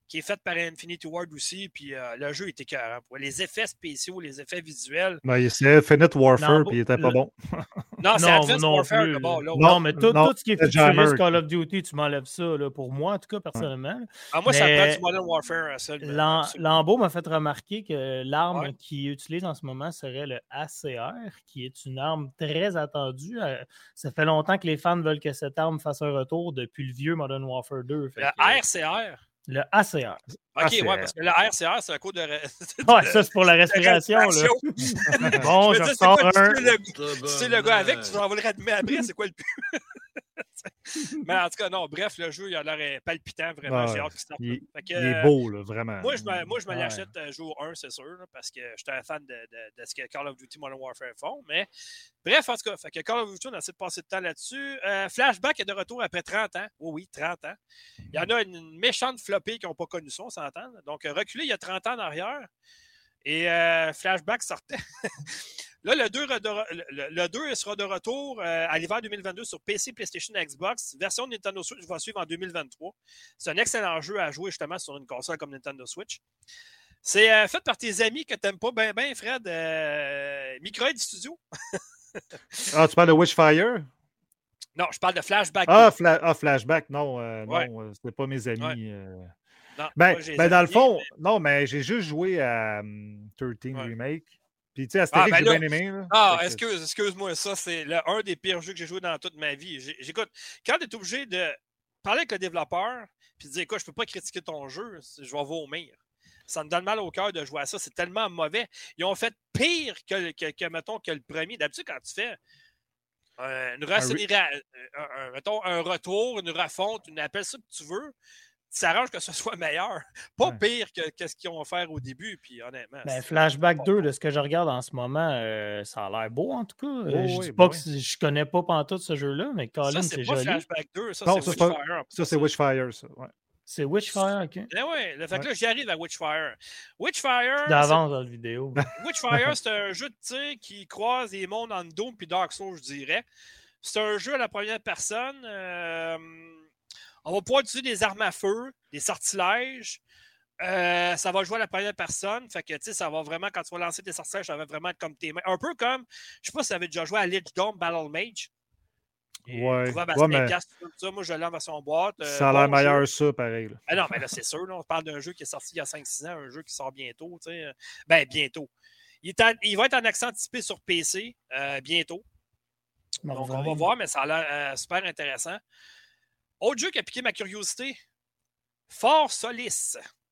Speaker 1: qui est faite par Infinity Ward aussi. Puis euh, le jeu était écœurant. Les effets spéciaux, les effets visuels.
Speaker 3: Ben, c'est Infinite Warfare, puis il était pas
Speaker 2: le...
Speaker 3: bon.
Speaker 1: Non, c'est
Speaker 2: non,
Speaker 1: Advanced
Speaker 2: non
Speaker 1: Warfare
Speaker 2: plus.
Speaker 1: d'abord. Là,
Speaker 2: non, mais tout,
Speaker 3: non,
Speaker 2: tout ce qui est futuriste Call of Duty, tu m'enlèves ça, là, pour moi, en tout cas, personnellement.
Speaker 1: Ah, moi,
Speaker 2: mais
Speaker 1: ça me prend du Modern Warfare.
Speaker 2: Lambeau m'a fait remarquer que l'arme
Speaker 1: ouais.
Speaker 2: qu'il utilise en ce moment serait le A C R, qui est une arme très attendue. Ça fait longtemps que les fans veulent que cette arme fasse un retour depuis le vieux Modern Warfare deux.
Speaker 1: Fait le que... R C R?
Speaker 2: Le A C R.
Speaker 1: OK, A C R. Ouais, parce que le R C R, c'est un cours de...
Speaker 2: ouais, ça, c'est pour la respiration. Là. bon, je, je ressors un.
Speaker 1: Tu sais, le gars avec, tu vas le ramener après, c'est quoi le but? Mais en tout cas, non, bref, le jeu, il a l'air palpitant, vraiment.
Speaker 3: Ouais,
Speaker 1: j'ai hâte qu'il sorte.
Speaker 3: Il,
Speaker 1: que,
Speaker 3: il est beau, là, vraiment.
Speaker 1: Moi, je me, moi, je me
Speaker 2: ouais.
Speaker 1: l'achète jour un, c'est sûr, là, parce que j'étais un fan de, de, de ce que Call of Duty Modern Warfare font. Mais bref, en tout cas, fait que Call of Duty, on a essayé de passer de temps là-dessus. Euh, Flashback est de retour après trente ans. Oui, oui, trente ans. Il y en a une méchante flopée qui n'ont pas connu ça, on s'entend. Donc, reculé il y a trente ans en arrière. Et euh, Flashback sortait. Là, le deux, le, le deux sera de retour euh, à l'hiver deux mille vingt-deux sur P C, PlayStation et Xbox. Version Nintendo Switch va suivre en deux mille vingt-trois. C'est un excellent jeu à jouer justement sur une console comme Nintendo Switch. C'est euh, fait par tes amis que tu n'aimes pas bien, bien, Fred. Euh, Microid Studio.
Speaker 3: Ah, tu parles de Witchfire?
Speaker 1: Non, je parle de Flashback.
Speaker 3: Ah, fla- ah Flashback, non, euh,
Speaker 1: ouais.
Speaker 3: non, c'était pas mes amis.
Speaker 1: Ouais.
Speaker 3: Euh...
Speaker 1: Non,
Speaker 3: ben, ben dans le fond,
Speaker 1: mais...
Speaker 3: non, mais j'ai juste joué à um, treize ouais. Remake. Puis, tu sais,
Speaker 1: ah,
Speaker 3: Astérix,
Speaker 1: ben
Speaker 3: j'ai
Speaker 1: là...
Speaker 3: bien aimé. Là.
Speaker 1: Ah, excuse, excuse-moi, ça, c'est le, un des pires jeux que j'ai joué dans toute ma vie. J'écoute, quand tu es obligé de parler avec le développeur, puis de dire, écoute, je peux pas critiquer ton jeu, je vais vomir. Ça me donne mal au cœur de jouer à ça. C'est tellement mauvais. Ils ont fait pire que, que, que mettons, que le premier. D'habitude, quand tu fais euh, une recette, un, un, mettons, un retour, une refonte, une appel, ça que tu veux, tu t'arranges que ce soit meilleur. Pas ouais. pire que, que ce qu'ils ont offert au début, puis honnêtement.
Speaker 2: Ben, Flashback deux, de ce que je regarde en ce moment, euh, ça a l'air beau en tout cas. Oh, je
Speaker 3: oui,
Speaker 2: dis pas
Speaker 3: oui.
Speaker 2: que je connais pas pantoute ce jeu-là, mais Colin, c'est joli.
Speaker 1: Ça, c'est pas Flashback deux, ça,
Speaker 3: non,
Speaker 1: c'est Witchfire. Pas...
Speaker 3: Ça, c'est Witchfire, ça. Ouais.
Speaker 2: C'est Witchfire, OK.
Speaker 1: Ben oui, le fait que là, j'y arrive à Witchfire. Witchfire.
Speaker 2: D'avance dans la vidéo.
Speaker 1: Witchfire, c'est un jeu de tir qui croise les mondes en Doom puis Dark Souls, je dirais. C'est un jeu à la première personne. Euh... On va pouvoir utiliser des armes à feu, des sortilèges. Euh, ça va jouer à la première personne. Fait que, tu sais, ça va vraiment, quand tu vas lancer tes sortilèges, ça va vraiment être comme tes mains. Un peu comme, je sais pas si tu avais déjà joué à Lich Dome Battle Mage.
Speaker 3: Et ouais.
Speaker 1: ouais mais... ça. Moi, je l'ai en version boîte. Euh,
Speaker 3: ça a l'air bon meilleur, jeu. Ça, pareil. Là.
Speaker 1: Ah non, mais là, c'est sûr. Là, on parle d'un jeu qui est sorti il y a cinq six ans, un jeu qui sort bientôt. Tu sais. Ben, bientôt. Il, est en... il va être en accès anticipé sur P C euh, bientôt. Donc, on va voir, mais ça a l'air euh, super intéressant. Autre jeu qui a piqué ma curiosité, For Solis.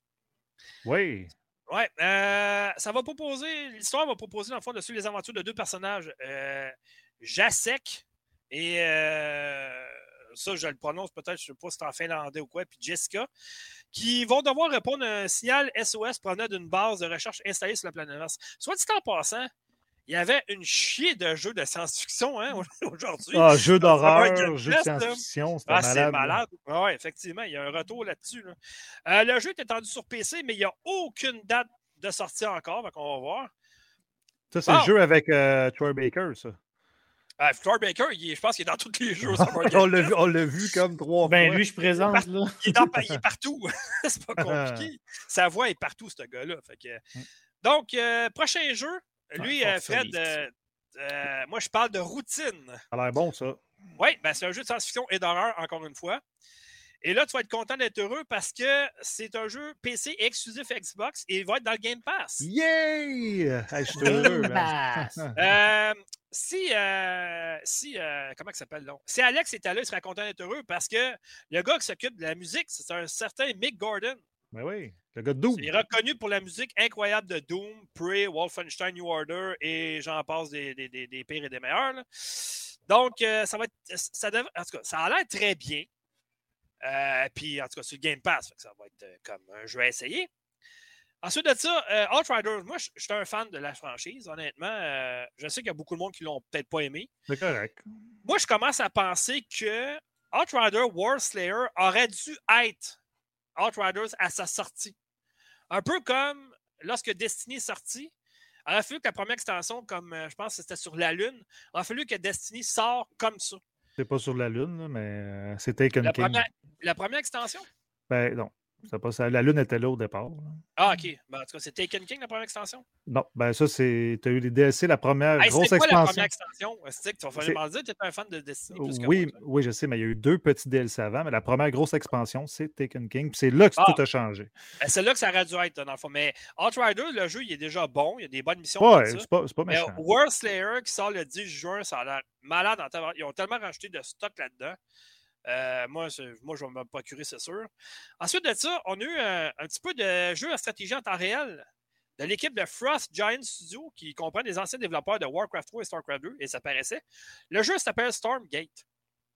Speaker 3: Oui.
Speaker 1: Ouais. Euh, ça va proposer, l'histoire va proposer, dans le fond, de suivre les aventures de deux personnages, euh, Jacek et euh, ça, je le prononce peut-être, je ne sais pas si c'est en finlandais ou quoi, puis Jessica, qui vont devoir répondre à un signal S O S provenant d'une base de recherche installée sur la planète Mars. Soit dit en passant, il y avait une chier de jeux de science-fiction hein, aujourd'hui.
Speaker 3: Ah, jeu d'horreur, jeu de science-fiction, c'était
Speaker 1: ah,
Speaker 3: malade.
Speaker 1: c'est malade. Ah, oui, effectivement, il y a un retour là-dessus. Là. Euh, le jeu est étendu sur P C, mais il n'y a aucune date de sortie encore, donc on va voir.
Speaker 3: Ça, c'est bon. Le jeu avec euh, Troy Baker, ça.
Speaker 1: Euh, Troy Baker, il, je pense qu'il est dans tous les jeux.
Speaker 3: on, l'a vu, on l'a vu comme trois
Speaker 2: ben,
Speaker 3: fois.
Speaker 2: Ben lui, je présente.
Speaker 1: Il est,
Speaker 2: là.
Speaker 1: il est, dans, il est partout. C'est pas compliqué. Sa voix est partout, ce gars-là. Fait que... Donc, euh, prochain jeu. Lui, ah, Fred, euh, euh, moi, je parle de Routine.
Speaker 3: Ça a l'air bon, ça.
Speaker 1: Oui, ben, c'est un jeu de science-fiction et d'horreur, encore une fois. Et là, tu vas être content d'être heureux parce que c'est un jeu P C exclusif Xbox et il va être dans le Game Pass.
Speaker 3: Yay! Hey, je suis heureux.
Speaker 1: euh, si, euh, si euh, comment il s'appelle, là? Si Alex était là, il serait content d'être heureux parce que le gars qui s'occupe de la musique, c'est un certain Mick Gordon.
Speaker 3: Ben oui, le gars de Doom.
Speaker 1: Il est reconnu pour la musique incroyable de Doom, Prey, Wolfenstein New Order et j'en passe des, des, des, des pires et des meilleurs. Là. Donc, euh, ça va être. Ça devrait, en tout cas, ça a l'air très bien. Euh, puis, en tout cas, sur le Game Pass, ça va être euh, comme un jeu à essayer. Ensuite de ça, euh, Outriders, moi, je suis un fan de la franchise, honnêtement. Euh, je sais qu'il y a beaucoup de monde qui l'ont peut-être pas aimé.
Speaker 3: C'est correct.
Speaker 1: Moi, je commence à penser que Outrider War Slayer aurait dû être Outriders à sa sortie. Un peu comme lorsque Destiny est sorti, il aurait fallu que la première extension, comme euh, je pense que c'était sur la Lune, il aurait fallu que Destiny sorte comme ça.
Speaker 3: C'est pas sur la Lune, là, mais c'est Taken
Speaker 1: la
Speaker 3: King.
Speaker 1: Première, la première extension?
Speaker 3: Ben non. Pas ça. La Lune était là au départ. Là.
Speaker 1: Ah, OK. Ben, en tout cas, c'est Taken King, la première extension?
Speaker 3: Non, ben ça, c'est. Tu as eu les D L C, la première
Speaker 1: hey,
Speaker 3: grosse
Speaker 1: c'est quoi
Speaker 3: expansion.
Speaker 1: la première extension? C'est que tu vas vraiment dire que tu es un fan de Destiny plus que
Speaker 3: oui,
Speaker 1: moi,
Speaker 3: oui, je sais, mais il y a eu deux petits D L C avant, mais la première grosse expansion, c'est Taken King. Puis c'est là que ah. tout a changé.
Speaker 1: Ben, c'est là que ça aurait dû être, dans le fond. Mais Outrider, le jeu, il est déjà bon. Il y a des bonnes missions.
Speaker 3: Ouais, c'est pas, pas méchant.
Speaker 1: Mais World Slayer, qui sort le dix juin, ça a l'air malade. En Ils ont tellement rajouté de stock là-dedans. Euh, moi, moi, je vais me procurer, c'est sûr. Ensuite de ça, on a eu un, un petit peu de jeu à stratégie en temps réel de l'équipe de Frost Giant Studio, qui comprend des anciens développeurs de Warcraft trois et StarCraft deux, et ça paraissait. Le jeu s'appelle Stormgate.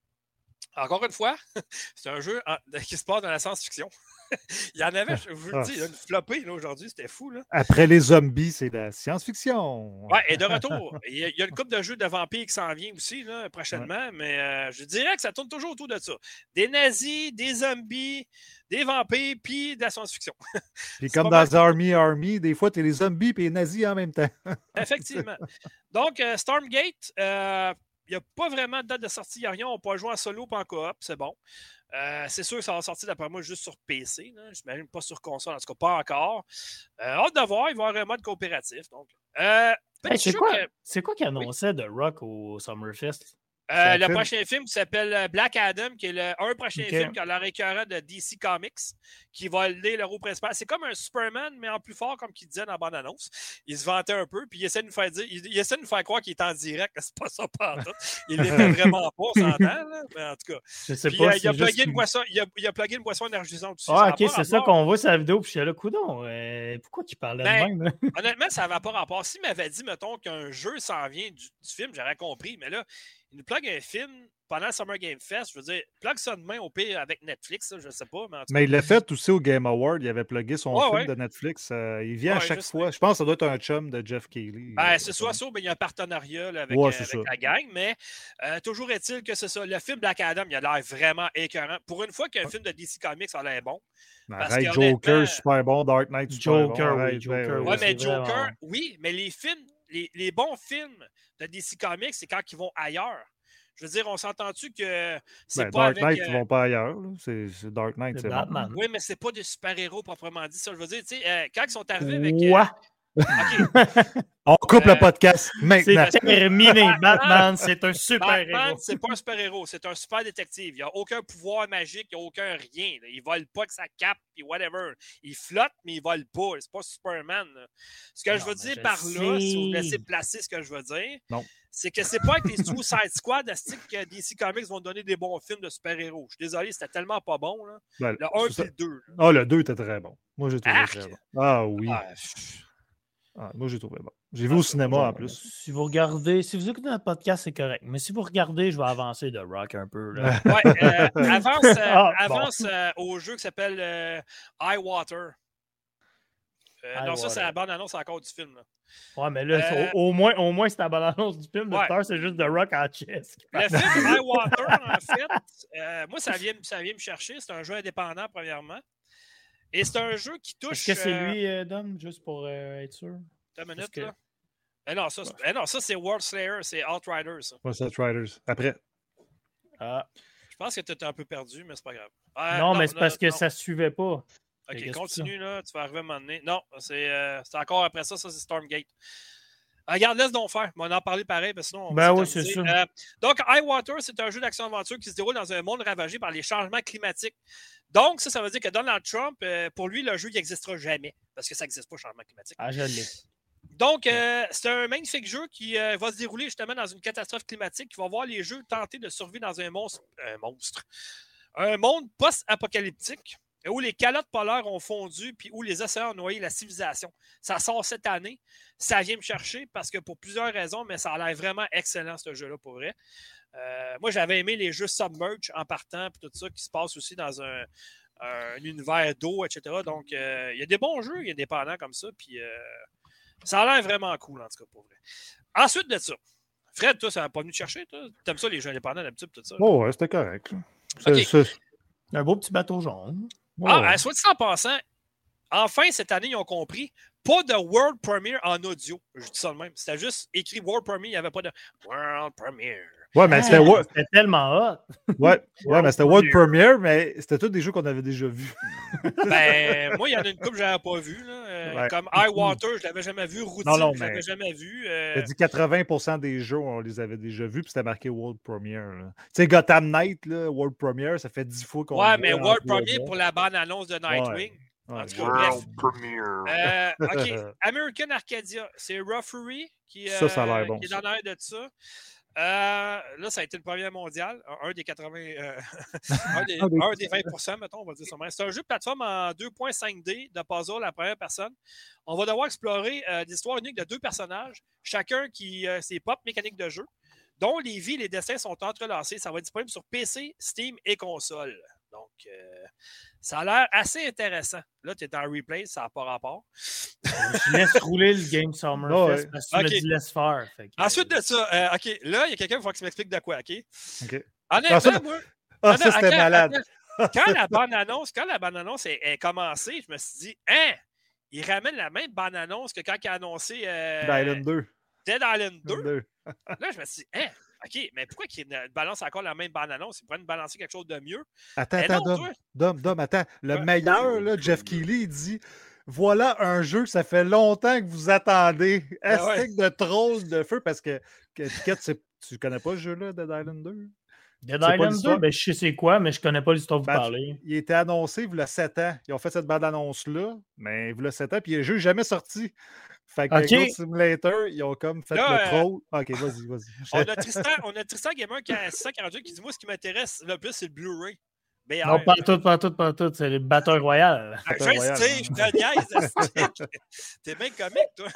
Speaker 1: Encore une fois, c'est un jeu en, qui se passe dans la science-fiction. Il y en avait, je vous le dis, il y a une flopée là, aujourd'hui, c'était fou. Là.
Speaker 3: Après les zombies, c'est de la science-fiction.
Speaker 1: Ouais, et de retour, il y a, il y a une couple de jeux de vampires qui s'en vient aussi là, prochainement, ouais. mais euh, je dirais que ça tourne toujours autour de ça. Des nazis, des zombies, des vampires, puis de la science-fiction.
Speaker 3: Puis comme dans Army Army, des fois, tu es les zombies et les nazis en même temps.
Speaker 1: Effectivement. Donc, euh, Stormgate, euh, il n'y a pas vraiment de date de sortie, il n'y a rien. On peut jouer en solo pas en coop, c'est bon. Euh, c'est sûr que ça va sortir d'après moi juste sur P C. J'imagine pas sur console, en tout cas pas encore. Euh, hâte de voir, il va y avoir un mode coopératif. Donc. Euh,
Speaker 2: hey, c'est, quoi, que... c'est quoi qui annonçait oui. de Rock au Summerfest?
Speaker 1: Euh, le film. prochain film qui s'appelle Black Adam, qui est le, un prochain okay. film qui a l'air écœurant de D C Comics, qui va aider le rôle principal. C'est comme un Superman, mais en plus fort, comme il disait dans la bande-annonce. Il se vantait un peu, puis il essaie de nous faire dire, il, il essaie de nous faire croire qu'il est en direct, c'est pas ça partout. Il l'était vraiment pas, on s'entend, là, mais en tout cas.
Speaker 2: Je sais
Speaker 1: puis,
Speaker 2: pas.
Speaker 1: Euh, il, a plugué une boisson, il, a, il a plugué une boisson énergisante aussi.
Speaker 2: Ah, ok, c'est ça qu'on voit sur la vidéo, puis je suis là, coudonc, euh, pourquoi tu parlais de même? Là?
Speaker 1: Honnêtement, ça n'avait pas rapport. S'il m'avait dit, mettons, qu'un jeu s'en vient du, du film, j'aurais compris, mais là, il nous plug un film pendant le Summer Game Fest. Je veux dire, plug ça demain au pire avec Netflix, je ne sais pas. Mais, en tout
Speaker 3: mais il l'a fait aussi au Game Award. Il avait plugué son
Speaker 1: ouais,
Speaker 3: film
Speaker 1: ouais.
Speaker 3: de Netflix. Euh, il vient
Speaker 1: ouais,
Speaker 3: à chaque fois. Sais. Je pense que ça doit être un chum de Jeff Keighley.
Speaker 1: Ben, c'est soit ça, mais il y a un partenariat là, avec,
Speaker 3: ouais,
Speaker 1: euh, avec la gang. Mais euh, toujours est-il que c'est ça. Le film Black Adam, il a l'air vraiment écœurant. Pour une fois qu'un ouais. film de D C Comics a l'air bon.
Speaker 3: Arrête, Joker, super bon. Dark Knight, super
Speaker 2: Joker,
Speaker 3: bon.
Speaker 2: Oui, Joker,
Speaker 1: ouais,
Speaker 2: oui,
Speaker 1: mais Joker,
Speaker 2: vraiment...
Speaker 1: oui, mais les films, les, les bons films de D C Comics, c'est quand ils vont ailleurs. Je veux dire, on s'entend-tu que c'est
Speaker 3: ben,
Speaker 1: pas
Speaker 3: Dark
Speaker 1: avec...
Speaker 3: Knight,
Speaker 1: euh...
Speaker 3: ils vont pas ailleurs. C'est, c'est Dark Knight, c'est, c'est
Speaker 2: Batman.
Speaker 3: bon.
Speaker 1: Oui, mais c'est pas des super-héros proprement dit. Ça, je veux dire, tu sais, euh, quand ils sont arrivés avec...
Speaker 2: Ouais.
Speaker 1: Euh... Okay.
Speaker 3: On coupe euh... le podcast maintenant.
Speaker 2: C'est terminé. Batman, c'est un super-héros.
Speaker 1: Batman, c'est pas un super-héros. C'est un super détective. Il n'y a aucun pouvoir magique. Il n'y a aucun rien. Là. Il vole pas que sa cape puis whatever. Il flotte, mais il vole pas. C'est pas Superman. Là. Ce que non, je veux dire je par sais. là, si vous me laissez placer ce que je veux dire,
Speaker 3: non.
Speaker 1: c'est que c'est pas avec les Suicide Squad que D C Comics vont donner des bons films de super-héros. Je suis désolé, c'était tellement pas bon. Là. Ben, le un et le deux.
Speaker 3: Ah, oh, le deux était très bon. Moi, j'ai trouvé Arc. très bon. Ah oui. Ah, ah, moi, j'ai trouvé bon. J'ai vu ah, au cinéma bon, en plus.
Speaker 2: Si vous regardez, si vous écoutez notre podcast, c'est correct. Mais si vous regardez, je vais avancer de Rock un peu. Là.
Speaker 1: Ouais, euh, avance euh, ah, avance bon. euh, au jeu qui s'appelle euh, Highwater. Euh, non, ça, c'est la bande-annonce encore du film. Là.
Speaker 2: Ouais, mais là, euh, au, au, moins, au moins, c'est la bande-annonce du film. Ouais. De c'est juste The Rock en chess.
Speaker 1: Le film Highwater, en fait, euh, moi, ça vient, ça vient me chercher. C'est un jeu indépendant, premièrement. Et c'est un jeu qui touche...
Speaker 2: Est-ce que c'est lui, euh, Dom, juste pour euh, être sûr?
Speaker 1: Une minute, que... là. Eh non, ça, eh non, ça, c'est World Slayer, c'est Outriders. Ça.
Speaker 3: Ouais, c'est Outriders. Après.
Speaker 2: Ah.
Speaker 1: Je pense que tu étais un peu perdu, mais c'est pas grave. Ah,
Speaker 2: non, non, mais c'est non, parce non. que ça ne suivait pas.
Speaker 1: OK, continue, là. Tu vas arriver à un moment donné. Non, c'est, euh, c'est encore après ça, ça, c'est Stormgate. Regarde, laisse donc faire. On va en parler pareil, parce que sinon... On
Speaker 2: ben oui, c'est ça.
Speaker 1: Euh, donc, Highwater, c'est un jeu d'action-aventure qui se déroule dans un monde ravagé par les changements climatiques. Donc, ça, ça veut dire que Donald Trump, euh, pour lui, le jeu, il n'existera jamais. Parce que ça n'existe pas, le changement climatique.
Speaker 2: Ah, je l'ai.
Speaker 1: Donc, euh, c'est un magnifique jeu qui euh, va se dérouler justement dans une catastrophe climatique qui va voir les jeux tenter de survivre dans un monstre. Un monstre. Un monde post-apocalyptique où les calottes polaires ont fondu puis où les océans ont noyé la civilisation. Ça sort cette année. Ça vient me chercher parce que pour plusieurs raisons, mais ça a l'air vraiment excellent, ce jeu-là, pour vrai. Euh, moi, j'avais aimé les jeux Submerge en partant puis tout ça qui se passe aussi dans un, un univers d'eau, et cetera. Donc, il euh, y a des bons jeux, il y a des indépendants comme ça, puis... Euh, ça a l'air vraiment cool, en tout cas, pour vrai. Ensuite de ça, Fred, toi, ça n'a pas venu te chercher, toi? T'aimes ça, les jeux indépendants d'habitude, tout ça?
Speaker 3: Oh, ouais, c'était correct. C'est,
Speaker 1: okay.
Speaker 3: c'est...
Speaker 2: Un beau petit bateau jaune.
Speaker 1: Ah, ouais. Soit dit en passant, enfin, cette année, ils ont compris pas de World Premiere en audio. Je dis ça de même. C'était juste écrit World Premiere, il n'y avait pas de World Premiere.
Speaker 3: Ouais, mais
Speaker 2: Ah,
Speaker 3: c'était, wa-
Speaker 2: c'était tellement hot.
Speaker 3: ouais, ouais, mais c'était World Premiere, mais c'était tous des jeux qu'on avait déjà vus.
Speaker 1: Ben, moi, il y en a une couple que je n'avais pas vue. Là. Euh,
Speaker 3: Ouais.
Speaker 1: Comme Highwater, je ne l'avais jamais vu. Routine,
Speaker 3: Non, non,
Speaker 1: je ne l'avais
Speaker 3: mais-
Speaker 1: jamais vu. Euh,
Speaker 3: T'as dit quatre-vingts pour cent des jeux, on les avait déjà vus, puis c'était marqué World Premiere. là. Tu sais, Gotham Knight, là, World Premiere, ça fait dix fois qu'on
Speaker 1: Ouais,
Speaker 3: le
Speaker 1: mais
Speaker 3: voit en
Speaker 1: World
Speaker 3: trois
Speaker 1: Premiere
Speaker 3: mois.
Speaker 1: pour la bande-annonce de Nightwing.
Speaker 3: Ouais,
Speaker 1: En tout cas,
Speaker 3: ouais.
Speaker 1: bref.
Speaker 4: World Premiere.
Speaker 1: Euh, OK. American Arcadia, c'est Referee qui, euh,
Speaker 3: Ça, ça a l'air bon,
Speaker 1: qui est
Speaker 3: ça.
Speaker 1: dans l'air de ça. Euh, là, ça a été le premier mondial. Un des quatre-vingts. Euh, un, des, un des vingt pour cent, mettons, on va dire ça. C'est un jeu de plateforme en deux point cinq D de puzzle à la première personne. On va devoir explorer euh, l'histoire unique de deux personnages, chacun qui a euh, ses propres mécaniques de jeu, dont les vies et les dessins sont entrelacés. Ça va être disponible sur P C, Steam et console. Donc, euh, ça a l'air assez intéressant. Là, tu es dans replay, ça n'a pas rapport.
Speaker 2: Je laisse rouler le Game Summer
Speaker 3: Ouais.
Speaker 2: Fest parce que tu
Speaker 1: Ok.
Speaker 2: m'as dit laisse faire. Fait que,
Speaker 1: Ensuite de ça, euh, OK, là, il y a quelqu'un qui va que tu m'expliques de quoi, OK?
Speaker 3: OK.
Speaker 1: Honnêtement,
Speaker 3: Ah, ça-
Speaker 1: moi,
Speaker 3: Ah, ça,
Speaker 1: attends,
Speaker 3: c'était
Speaker 1: attends,
Speaker 3: malade.
Speaker 1: attends. Quand la bande-annonce, quand la bande-annonce est, est commencée, je me suis dit, hein, il ramène la même bande-annonce que quand il a annoncé euh,
Speaker 3: Island deux.
Speaker 1: Dead Island deux.
Speaker 3: deux.
Speaker 1: Là, je me suis dit, hein, OK, mais pourquoi il balance encore la même bande-annonce? Il pourrait nous balancer quelque chose de mieux.
Speaker 3: Attends,
Speaker 1: Mais
Speaker 3: attends,
Speaker 1: non,
Speaker 3: Dom.
Speaker 1: toi.
Speaker 3: Dom, Dom, attends. Le
Speaker 1: Ouais.
Speaker 3: meilleur, là, Jeff Keighley, il dit voilà un jeu que ça fait longtemps que vous attendez.
Speaker 1: Ah ouais.
Speaker 3: Est-ce de troll de feu? Parce que, que Piquette, c'est- tu connais pas ce jeu-là, Dead Island deux?
Speaker 2: Dead
Speaker 3: C'est pas
Speaker 2: Island
Speaker 3: l'histoire?
Speaker 2: deux, ben, je sais c'est quoi, mais je connais pas l'histoire que vous
Speaker 3: Ben,
Speaker 2: parlez.
Speaker 3: Il était annoncé il y a sept ans. Ils ont fait cette bande-annonce-là, mais il y a sept ans, puis le jeu n'est jamais sorti. Fait que
Speaker 2: Ok.
Speaker 3: Goat Simulator, ils ont comme fait
Speaker 1: Là,
Speaker 3: le
Speaker 1: euh,
Speaker 3: troll. Ok, vas-y, vas-y.
Speaker 1: On a Tristan, on a Tristan Gamer qui a six cent quarante-deux qui dit, moi, ce qui m'intéresse le plus, c'est le Blu-ray. B R.
Speaker 2: Non, pas tout, pas tout, pas tout. C'est le Battle Royale.
Speaker 1: Ah,
Speaker 3: Battle
Speaker 1: je
Speaker 3: Royale,
Speaker 1: sais,
Speaker 3: hein.
Speaker 1: je te niaise. esti. T'es bien comique, toi.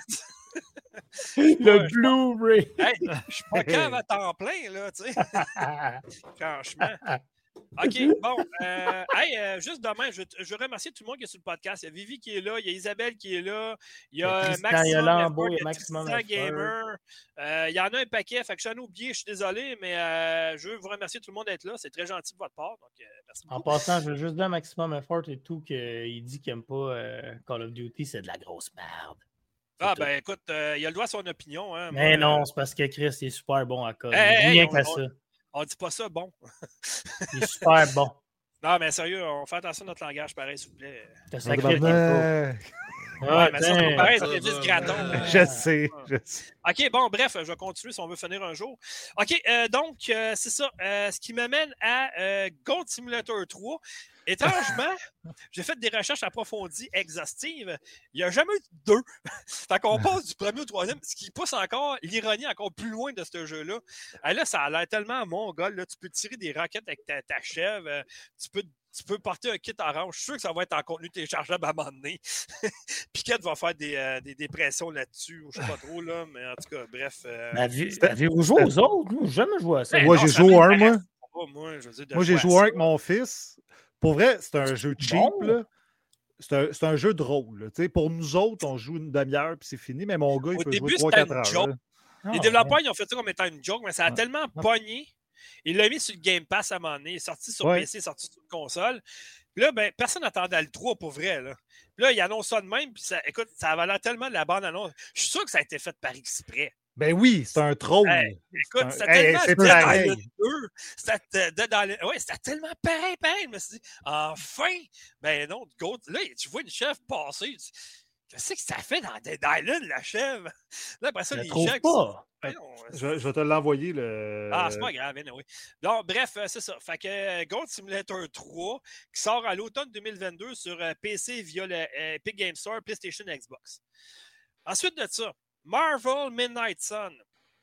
Speaker 2: Le
Speaker 1: Ouais, je
Speaker 2: Blu-ray.
Speaker 1: Hey, je suis pas cave à temps plein, là, tu sais. Franchement. OK, bon. Euh, hey, euh, juste demain, je, je veux remercier tout le monde qui est sur le podcast. Il y a Vivi qui est là, il y a Isabelle qui est là, il y a,
Speaker 2: Il y a Tristan,
Speaker 1: Maximum,
Speaker 2: il y a Lambeau,
Speaker 1: Leffert,
Speaker 2: il y a
Speaker 1: il y a
Speaker 2: Maximum
Speaker 1: Tristan
Speaker 2: Leffert.
Speaker 1: Gamer. Euh, il y en a un paquet, fait que j'en ai oublié, je suis désolé, mais euh, je veux vous remercier tout le monde d'être là. C'est très gentil de votre part. Donc, euh, merci
Speaker 2: En
Speaker 1: beaucoup.
Speaker 2: passant, je veux juste dire à Maximum Effort et tout qu'il dit qu'il n'aime pas euh, Call of Duty, c'est de la grosse merde. C'est
Speaker 1: Ah,
Speaker 2: tout.
Speaker 1: ben écoute, euh, il a le droit à son opinion. Hein,
Speaker 2: Mais
Speaker 1: Moi,
Speaker 2: non,
Speaker 1: euh,
Speaker 2: c'est parce que Chris il est super bon à Call.
Speaker 1: Hey, hey,
Speaker 2: Rien
Speaker 1: hey,
Speaker 2: qu'à
Speaker 1: on-
Speaker 2: ça.
Speaker 1: on dit pas ça, bon.
Speaker 2: Il est super bon.
Speaker 1: Non, mais sérieux, on fait attention à notre langage, pareil, s'il vous plaît.
Speaker 2: T'as sacré le
Speaker 3: Tabarnak.
Speaker 1: Ouais, mais ça, c'est pas pareil,
Speaker 4: ça,
Speaker 1: c'est
Speaker 4: ça,
Speaker 1: dix gratons.
Speaker 4: ouais.
Speaker 3: Je sais, je sais.
Speaker 1: OK, bon, bref, je vais continuer si on veut finir un jour. OK, euh, donc, euh, c'est ça. Euh, ce qui m'amène à euh, Goat Simulator trois. Étrangement, j'ai fait des recherches approfondies, exhaustives. Il n'y a jamais eu de deux. Fait qu'on passe du premier au troisième, ce qui pousse encore l'ironie encore plus loin de ce jeu-là. Ah, là, ça a l'air tellement mongol. Là. Tu peux tirer des roquettes avec ta, ta chèvre. euh, Tu peux Tu peux porter un kit orange. Je suis sûr que ça va être en contenu téléchargeable à un moment donné. Piquette va faire des, euh, des, des pressions là-dessus, ou je sais pas trop, là, mais en tout cas, bref. Euh...
Speaker 2: Avez- Avez-vous joué aux autres? Moi, j'ai jamais joué à ça.
Speaker 1: Ben
Speaker 3: Moi,
Speaker 1: non,
Speaker 3: j'ai
Speaker 1: ça
Speaker 3: joué un,
Speaker 1: m'intéresse
Speaker 3: moi.
Speaker 1: pas, moi, je veux dire, de
Speaker 3: Moi, j'ai
Speaker 1: à
Speaker 3: joué
Speaker 1: ça.
Speaker 3: un avec mon fils. Pour vrai, c'est un jeu cheap.
Speaker 2: bon.
Speaker 3: là. C'est un, c'est un jeu drôle. là. Tu sais, pour nous autres, on joue une demi-heure puis c'est fini, mais mon gars, il
Speaker 1: Au
Speaker 3: peut
Speaker 1: début,
Speaker 3: jouer trois
Speaker 1: c'était
Speaker 3: quatre
Speaker 1: une
Speaker 3: heures.
Speaker 1: joke.
Speaker 3: là.
Speaker 2: Ah,
Speaker 1: Les
Speaker 2: ouais.
Speaker 1: développeurs, ils ont fait ça comme étant une joke, mais ça a
Speaker 3: Ouais.
Speaker 1: tellement pogné. Il l'a mis sur le Game Pass à un moment donné. Il est sorti sur
Speaker 3: Ouais.
Speaker 1: P C, il est sorti sur console. Puis là, ben, personne n'attendait le trois pour vrai. Là. Puis là, il annonce ça de même. Puis ça, écoute, ça avait l'air tellement de la bande-annonce. Je suis sûr que ça a été fait par exprès.
Speaker 3: Ben oui, c'est un troll.
Speaker 1: Hey, Écoute,
Speaker 3: un-
Speaker 1: c'était
Speaker 3: hey,
Speaker 1: tellement
Speaker 3: c'est
Speaker 1: Dead
Speaker 3: pareil.
Speaker 1: Island deux. C'était Dead Island- ouais, c'était tellement pareil, pareil. Je me suis dit, enfin! Ben non, Goat, là, tu vois une chèvre passer. tu- Qu'est-ce que ça fait dans Dead Island, la chèvre? Là, après ça,
Speaker 2: Je la
Speaker 1: les
Speaker 2: trouve
Speaker 1: chèvres.
Speaker 2: pas.
Speaker 1: Ben non,
Speaker 3: Je, vais- je vais te l'envoyer. Le...
Speaker 1: Ah, c'est pas grave, oui. Donc, bref, euh, c'est ça. Fait que euh, Goat Simulator trois, qui sort à l'automne deux mille vingt-deux sur euh, P C via le euh, Epic Game Store, PlayStation, Xbox. Ensuite de ça, Marvel Midnight Sun.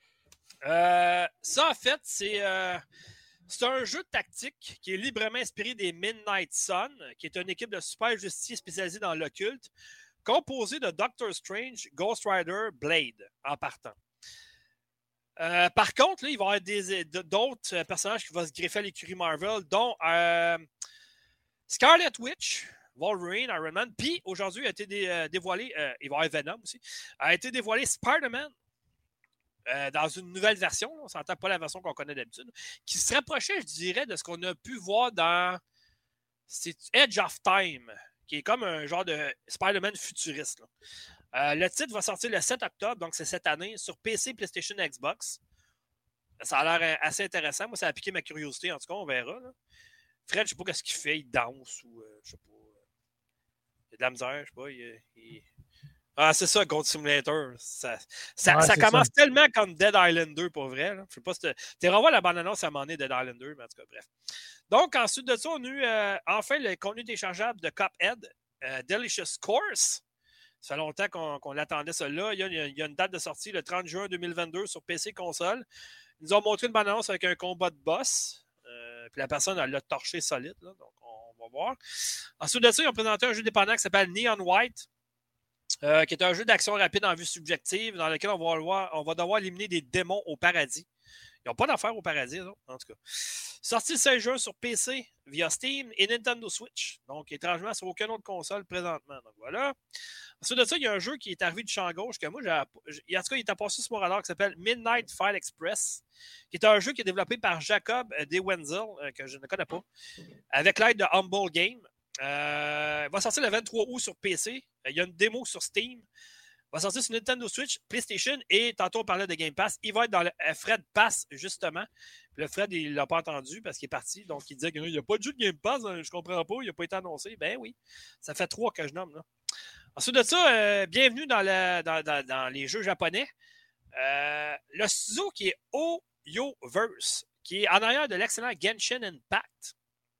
Speaker 1: Euh, ça, en fait, c'est euh, c'est un jeu tactique qui est librement inspiré des Midnight Sun, qui est une équipe de super justiciers spécialisés dans l'occulte, composée de Doctor Strange, Ghost Rider, Blade, en partant. Euh, par contre, là, il va y avoir des, d'autres euh, personnages qui vont se greffer à l'écurie Marvel, dont euh, Scarlet Witch, Wolverine, Iron Man, puis aujourd'hui a été dé, euh, dévoilé, euh, il va y avoir Venom aussi, a été dévoilé Spider-Man euh, dans une nouvelle version, on ne s'entend pas la version qu'on connaît d'habitude, qui se rapprochait, je dirais, de ce qu'on a pu voir dans c'est Edge of Time, qui est comme un genre de Spider-Man futuriste. Là. Euh, le titre va sortir le sept octobre, donc c'est cette année, sur P C, PlayStation, Xbox. Ça a l'air assez intéressant. Moi, ça a piqué ma curiosité. En tout cas, on verra. Là. Fred, je sais pas ce qu'il fait. Il danse ou euh, je sais pas. Il y a de la misère, je sais pas. Il, il... Ah, c'est ça, Gold Simulator. Ça, ça,
Speaker 2: ouais,
Speaker 1: ça commence
Speaker 2: ça.
Speaker 1: tellement comme Dead Island deux, pour vrai. Là. Je sais pas si tu revois la bande-annonce à un moment donné, Dead Island deux, mais en tout cas, bref. Donc, ensuite de ça, on a eu euh, enfin le contenu téléchargeable de Cuphead, euh, Delicious Course. Ça fait longtemps qu'on, qu'on attendait cela. Il y, a, il y a une date de sortie le trente juin deux mille vingt-deux sur P C console. Ils nous ont montré une bande-annonce avec un combat de boss. Euh, puis la personne, elle l'a torché solide. Là, donc, on va voir. Ensuite de ça, ils ont présenté un jeu dépendant qui s'appelle Neon White. Euh, qui est un jeu d'action rapide en vue subjective dans lequel on va, voir, on va devoir éliminer des démons au paradis. Ils n'ont pas d'affaires au paradis, là, en tout cas. Sorti le seize juin sur P C via Steam et Nintendo Switch. Donc, étrangement, sur aucune autre console présentement. Donc, voilà. Ensuite de ça, il y a un jeu qui est arrivé du champ gauche que moi, j'ai, en tout cas, il est appassé sur mon radar qui s'appelle Midnight Fight Express, qui est un jeu qui est développé par Jacob De Wenzel, euh, que je ne connais pas, avec l'aide de Humble Game. Euh, il va sortir le vingt-trois août sur P C. Il y a une démo sur Steam. Il va sortir sur Nintendo Switch, PlayStation et tantôt on parlait de Game Pass. Il va être dans le Fred Pass, justement. Puis le Fred, il ne l'a pas entendu parce qu'il est parti. Donc, il disait qu'il n'y a pas de jeu de Game Pass. Hein, je ne comprends pas. Il n'a pas été annoncé. Ben oui. Ça fait trois que je nomme. Là. Ensuite de ça, euh, bienvenue dans, le, dans, dans, dans les jeux japonais. Euh, le studio qui est Oyoverse, qui est en arrière de l'excellent Genshin Impact,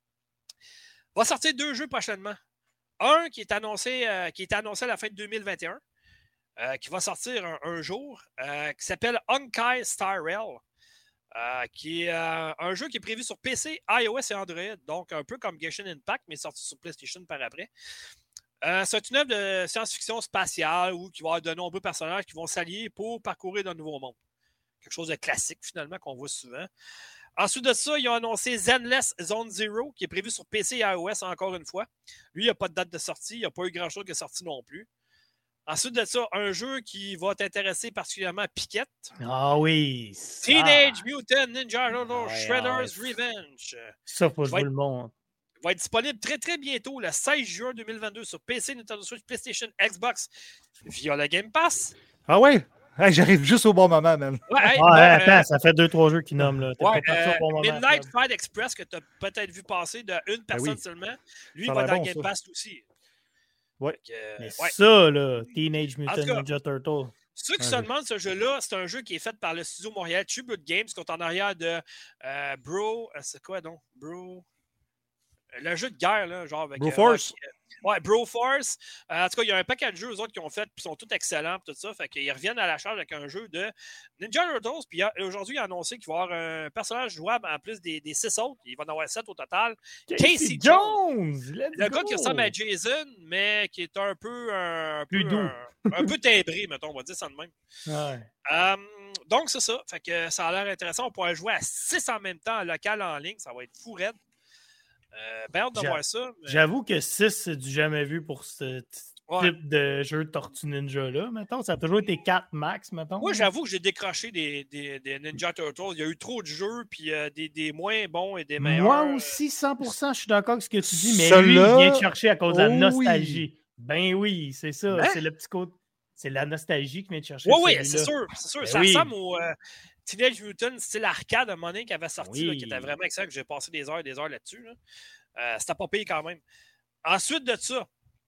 Speaker 1: va sortir deux jeux prochainement. Un qui est annoncé, euh, qui est annoncé à la fin de deux mille vingt et un, euh, qui va sortir un, un jour, euh, qui s'appelle Honkai Star Rail, euh, qui est euh, un jeu qui est prévu sur P C, iOS et Android, donc un peu comme Genshin Impact, mais sorti sur PlayStation par après. Euh, c'est une œuvre de science-fiction spatiale où il va y avoir de nombreux personnages qui vont s'allier pour parcourir d'un nouveau monde. Quelque chose de classique, finalement, qu'on voit souvent. Ensuite de ça, ils ont annoncé Zenless Zone Zero, qui est prévu sur P C et iOS encore une fois. Lui, il n'y a pas de date de sortie. Il n'y a pas eu grand-chose qui est sorti non plus. Ensuite de ça, un jeu qui va t'intéresser particulièrement, Piquette.
Speaker 2: Ah oui! Ça.
Speaker 1: Teenage Mutant Ninja Turtles ah, Shredder's ah, Revenge.
Speaker 2: Ça, faut que je vous le montre.
Speaker 1: Il va être disponible très, très bientôt, le seize juin deux mille vingt-deux, sur P C, Nintendo Switch, PlayStation, Xbox, via le Game Pass.
Speaker 3: Ah ouais? Hey, j'arrive juste au bon moment, man.
Speaker 2: Ouais, hey, ah, bon, attends, euh, ça fait deux trois jeux qui nomment. Là.
Speaker 1: Ouais, euh, au bon Midnight moment, Fight Express, que tu as peut-être vu passer de une personne ben oui. seulement, lui, ça il va dans bon, le Game ça. Pass aussi.
Speaker 3: Ouais.
Speaker 2: Donc, euh, Mais ouais. ça, là, Teenage Mutant
Speaker 1: cas,
Speaker 2: Ninja Turtle.
Speaker 1: Ceux qui ouais. se demandent ce jeu-là, c'est un jeu qui est fait par le studio Montréal Tribute Games, qui est en arrière de euh, Bro. Euh, c'est quoi donc? Bro. Le jeu de guerre, là, genre avec.
Speaker 3: Broforce.
Speaker 1: Euh, ouais, Broforce. Euh, en tout cas, il y a un paquet de jeux, eux autres, qui ont fait, puis sont tous excellents, tout ça. Fait qu'ils reviennent à la charge avec un jeu de Ninja Turtles. Puis aujourd'hui, il a annoncé qu'il va y avoir un personnage jouable en plus des, des six autres. Il va en avoir sept au total.
Speaker 2: Casey, Casey Jones! Jones.
Speaker 1: Le go. Gars qui ressemble à Jason, mais qui est un peu. Un, un
Speaker 2: plus
Speaker 1: peu,
Speaker 2: doux.
Speaker 1: Un, un peu timbré, mettons, on va dire ça de même.
Speaker 2: Ouais.
Speaker 1: Um, donc, c'est ça. Fait que ça a l'air intéressant. On pourrait jouer à six en même temps, local en ligne. Ça va être fou raide. Euh, ben hâte de voir ça. Mais...
Speaker 2: J'avoue que six, c'est du jamais vu pour ce type ouais. de jeu Tortue Ninja-là, mettons. Ça a toujours été quatre max, mettons.
Speaker 1: Moi, j'avoue que j'ai décroché des, des, des Ninja Turtles. Il y a eu trop de jeux, puis euh, des, des moins bons et des meilleurs.
Speaker 2: Moi aussi, cent pour cent, je suis d'accord avec ce que tu dis, mais Celui-là... lui, il vient de chercher à cause oh, de la nostalgie. Oui. Ben oui, c'est ça. Hein? C'est le petit côté... C'est la nostalgie qui vient de chercher.
Speaker 1: Oui, oui, c'est sûr. C'est sûr.
Speaker 2: Ben
Speaker 1: ça
Speaker 2: oui.
Speaker 1: ressemble au... Euh... Teenage Mutant, style arcade à Money qui avait sorti,
Speaker 2: oui.
Speaker 1: là, qui était vraiment excellent, que j'ai passé des heures et des heures là-dessus. Là. Euh, c'était pas pire quand même. Ensuite de ça,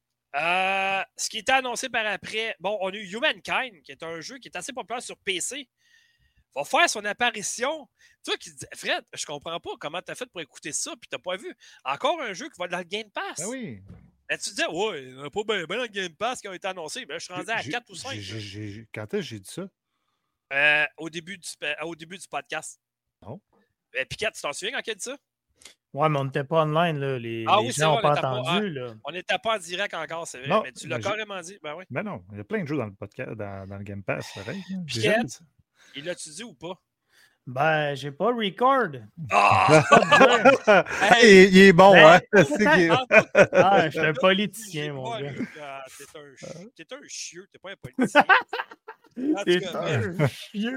Speaker 1: euh, ce qui était annoncé par après, bon, on a eu Humankind, qui est un jeu qui est assez populaire sur P C, va faire son apparition. Toi qui dis, Fred, je comprends pas comment tu as fait pour écouter ça, puis tu n'as pas vu. Encore un jeu qui va dans le Game Pass.
Speaker 3: Ben oui.
Speaker 1: Et tu disais, ouais, il n'y en a pas bien ben dans le Game Pass qui a été annoncé. Ben, je suis rendu à quatre ou cinq.
Speaker 3: J'ai, j'ai, quand est-ce que j'ai dit ça?
Speaker 1: Euh, au, début du, au début du podcast.
Speaker 3: Non.
Speaker 1: Euh, Piquette, tu t'en souviens quand il a dit ça?
Speaker 2: Ouais, mais on n'était pas online, là. Les,
Speaker 1: ah,
Speaker 2: les
Speaker 1: oui,
Speaker 2: gens n'ont pas
Speaker 1: on
Speaker 2: entendu,
Speaker 1: pas,
Speaker 2: là.
Speaker 1: On n'était pas en direct encore, c'est vrai.
Speaker 3: Non,
Speaker 1: mais tu l'as
Speaker 3: mais
Speaker 1: carrément dit. Ben oui.
Speaker 3: Ben non, il y a plein de jeux dans le podcast, dans, dans le Game Pass, pareil.
Speaker 1: Piquette, il l'a-tu dit ou pas?
Speaker 2: Ben, j'ai pas record.
Speaker 1: Ah!
Speaker 3: hey, il est bon,
Speaker 2: ben,
Speaker 3: hein?
Speaker 2: C'est ah, je suis un politicien, mon gars.
Speaker 1: Ah, t'es un, t'es un chieux, t'es pas un politicien.
Speaker 2: T'es un chieux.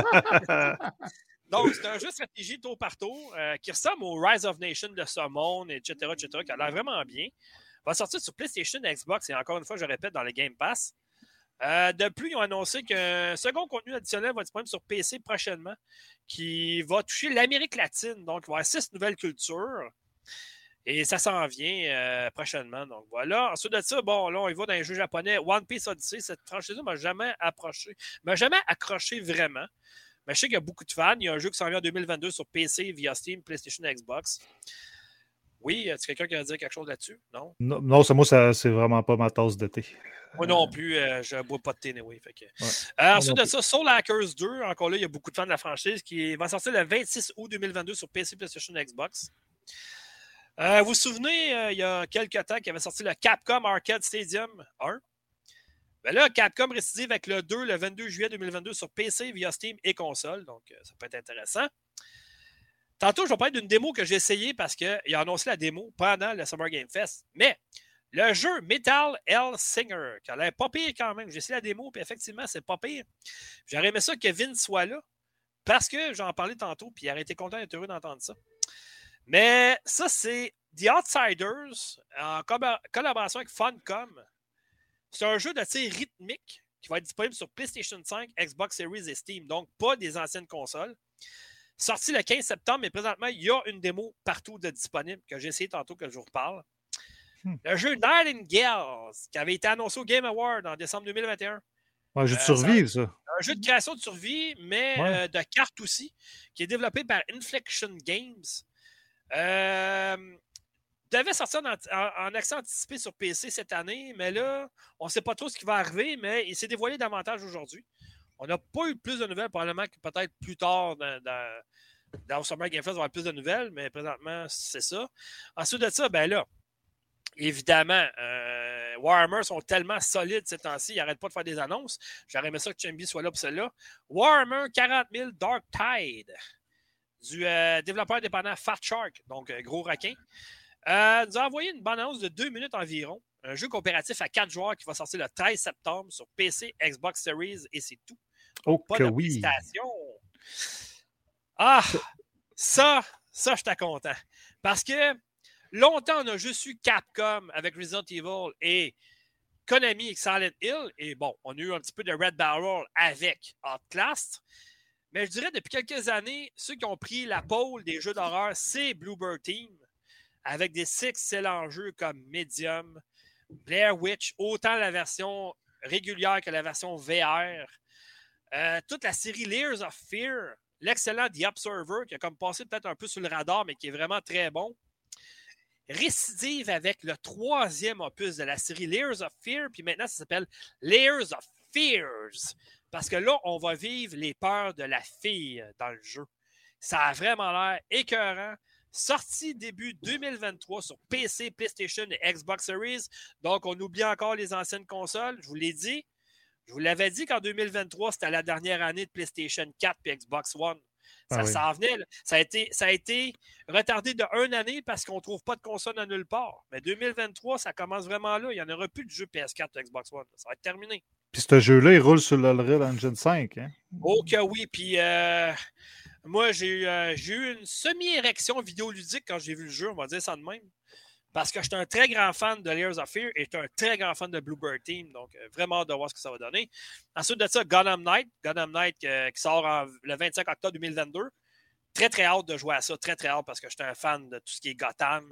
Speaker 1: Donc, c'est un jeu de stratégie tour par tour euh, qui ressemble au Rise of Nation de Summon, et cetera, et cetera, qui a l'air vraiment bien. Il va sortir sur PlayStation, Xbox et encore une fois, je répète, dans le Game Pass. Euh, de plus, ils ont annoncé qu'un second contenu additionnel va être disponible sur P C prochainement, qui va toucher l'Amérique latine. Donc, il va y avoir six nouvelles cultures. Et ça s'en vient euh, prochainement. Donc, voilà. Ensuite de ça, bon, là, on y va dans les jeux japonais. One Piece Odyssey, cette franchise-là m'a jamais approché, m'a jamais accroché vraiment. Mais je sais qu'il y a beaucoup de fans. Il y a un jeu qui s'en vient en deux mille vingt-deux sur P C, via Steam, PlayStation et Xbox. Oui, y a-t-il quelqu'un qui a dit quelque chose là-dessus? Non?
Speaker 3: Non, non ça, moi, ça, c'est vraiment pas ma tasse de thé.
Speaker 1: Moi non plus, euh, je ne bois pas de thé, oui. Fait que... ouais. euh, ensuite de ça, Soul Hackers deux, encore là, il y a beaucoup de fans de la franchise qui va sortir le vingt-six août deux mille vingt-deux sur P C, PlayStation et Xbox. Euh, vous vous souvenez, euh, il y a quelques temps, qu'il avait sorti le Capcom Arcade Stadium un. Ben là, Capcom récidive avec le deux le vingt-deux juillet deux mille vingt-deux sur P C, via Steam et console. Donc, euh, ça peut être intéressant. Tantôt, je vais parler d'une démo que j'ai essayée parce qu'il a annoncé la démo pendant le Summer Game Fest. Mais le jeu Metal Hellsinger, qui a l'air pas pire quand même. J'ai essayé la démo, puis effectivement, c'est pas pire. J'aurais aimé ça que Vince soit là parce que j'en parlais tantôt, puis il aurait été content d'être heureux d'entendre ça. Mais ça, c'est The Outsiders en collaboration avec Funcom. C'est un jeu de tir rythmique qui va être disponible sur PlayStation cinq, Xbox Series et Steam. Donc, pas des anciennes consoles. Sorti le quinze septembre, mais présentement, il y a une démo partout de disponible que j'ai essayé tantôt que je vous reparle. Hmm. Le jeu Nightingale, qui avait été annoncé au Game Award en décembre deux mille vingt et un.
Speaker 3: Un jeu de survie, euh, ça.
Speaker 1: Un jeu de création de survie, mais ouais. euh, de cartes aussi, qui est développé par Inflection Games. Euh, devait sortir en, en, en accès anticipé sur P C cette année, mais là, on ne sait pas trop ce qui va arriver, mais il s'est dévoilé davantage aujourd'hui. On n'a pas eu plus de nouvelles, probablement que peut-être plus tard dans, dans, dans Summer Game Fest, on va avoir plus de nouvelles, mais présentement, c'est ça. Ensuite de ça, ben là, évidemment, euh, Warhammer sont tellement solides ces temps-ci, ils n'arrêtent pas de faire des annonces. J'aurais aimé ça que Chambi soit là pour celle-là. Warhammer quarante mille Dark Tide, du euh, développeur indépendant Fat Shark, donc euh, gros requin, euh, nous a envoyé une bande-annonce de deux minutes environ. Un jeu coopératif à quatre joueurs qui va sortir le treize septembre sur P C, Xbox Series et c'est tout.
Speaker 3: Oh,
Speaker 1: pas
Speaker 3: que
Speaker 1: de
Speaker 3: oui.
Speaker 1: PlayStation. Ah, ça, ça, je suis content. Parce que longtemps, on a juste eu Capcom avec Resident Evil et Konami avec Silent Hill. Et bon, on a eu un petit peu de Red Barrel avec Outlast. Mais je dirais, depuis quelques années, ceux qui ont pris la pole des jeux d'horreur, c'est Bluebird Team, avec des excellents jeux comme Medium, Blair Witch, autant la version régulière que la version V R. Euh, toute la série Layers of Fear, l'excellent The Observer, qui a comme passé peut-être un peu sur le radar, mais qui est vraiment très bon. Récidive avec le troisième opus de la série Layers of Fear, puis maintenant ça s'appelle Layers of Fears. Parce que là, on va vivre les peurs de la fille dans le jeu. Ça a vraiment l'air écœurant. Sorti début deux mille vingt-trois sur P C, PlayStation et Xbox Series. Donc, on oublie encore les anciennes consoles. Je vous l'ai dit. Je vous l'avais dit qu'en deux mille vingt-trois, c'était la dernière année de PlayStation quatre et Xbox One. Ça ah oui. s'en venait. Là. Ça a été, ça a été retardé de une année parce qu'on ne trouve pas de console à nulle part. Mais deux mille vingt-trois, ça commence vraiment là. Il n'y en aura plus de jeu P S quatre et Xbox One. Ça va être terminé.
Speaker 3: Puis ce jeu-là, il roule sur l'Unreal Engine cinq. Hein?
Speaker 1: Oh que oui. Puis euh, moi, j'ai, euh, j'ai eu une semi-érection vidéoludique quand j'ai vu le jeu. On va dire ça de même. Parce que je suis un très grand fan de Layers of Fear et je suis un très grand fan de Bluebird Team. Donc, euh, vraiment hâte de voir ce que ça va donner. Ensuite de ça, Gotham Knight. Gotham Knight euh, qui sort en, le vingt-cinq octobre deux mille vingt-deux. Très, très hâte de jouer à ça. Très, très hâte parce que je suis un fan de tout ce qui est Gotham.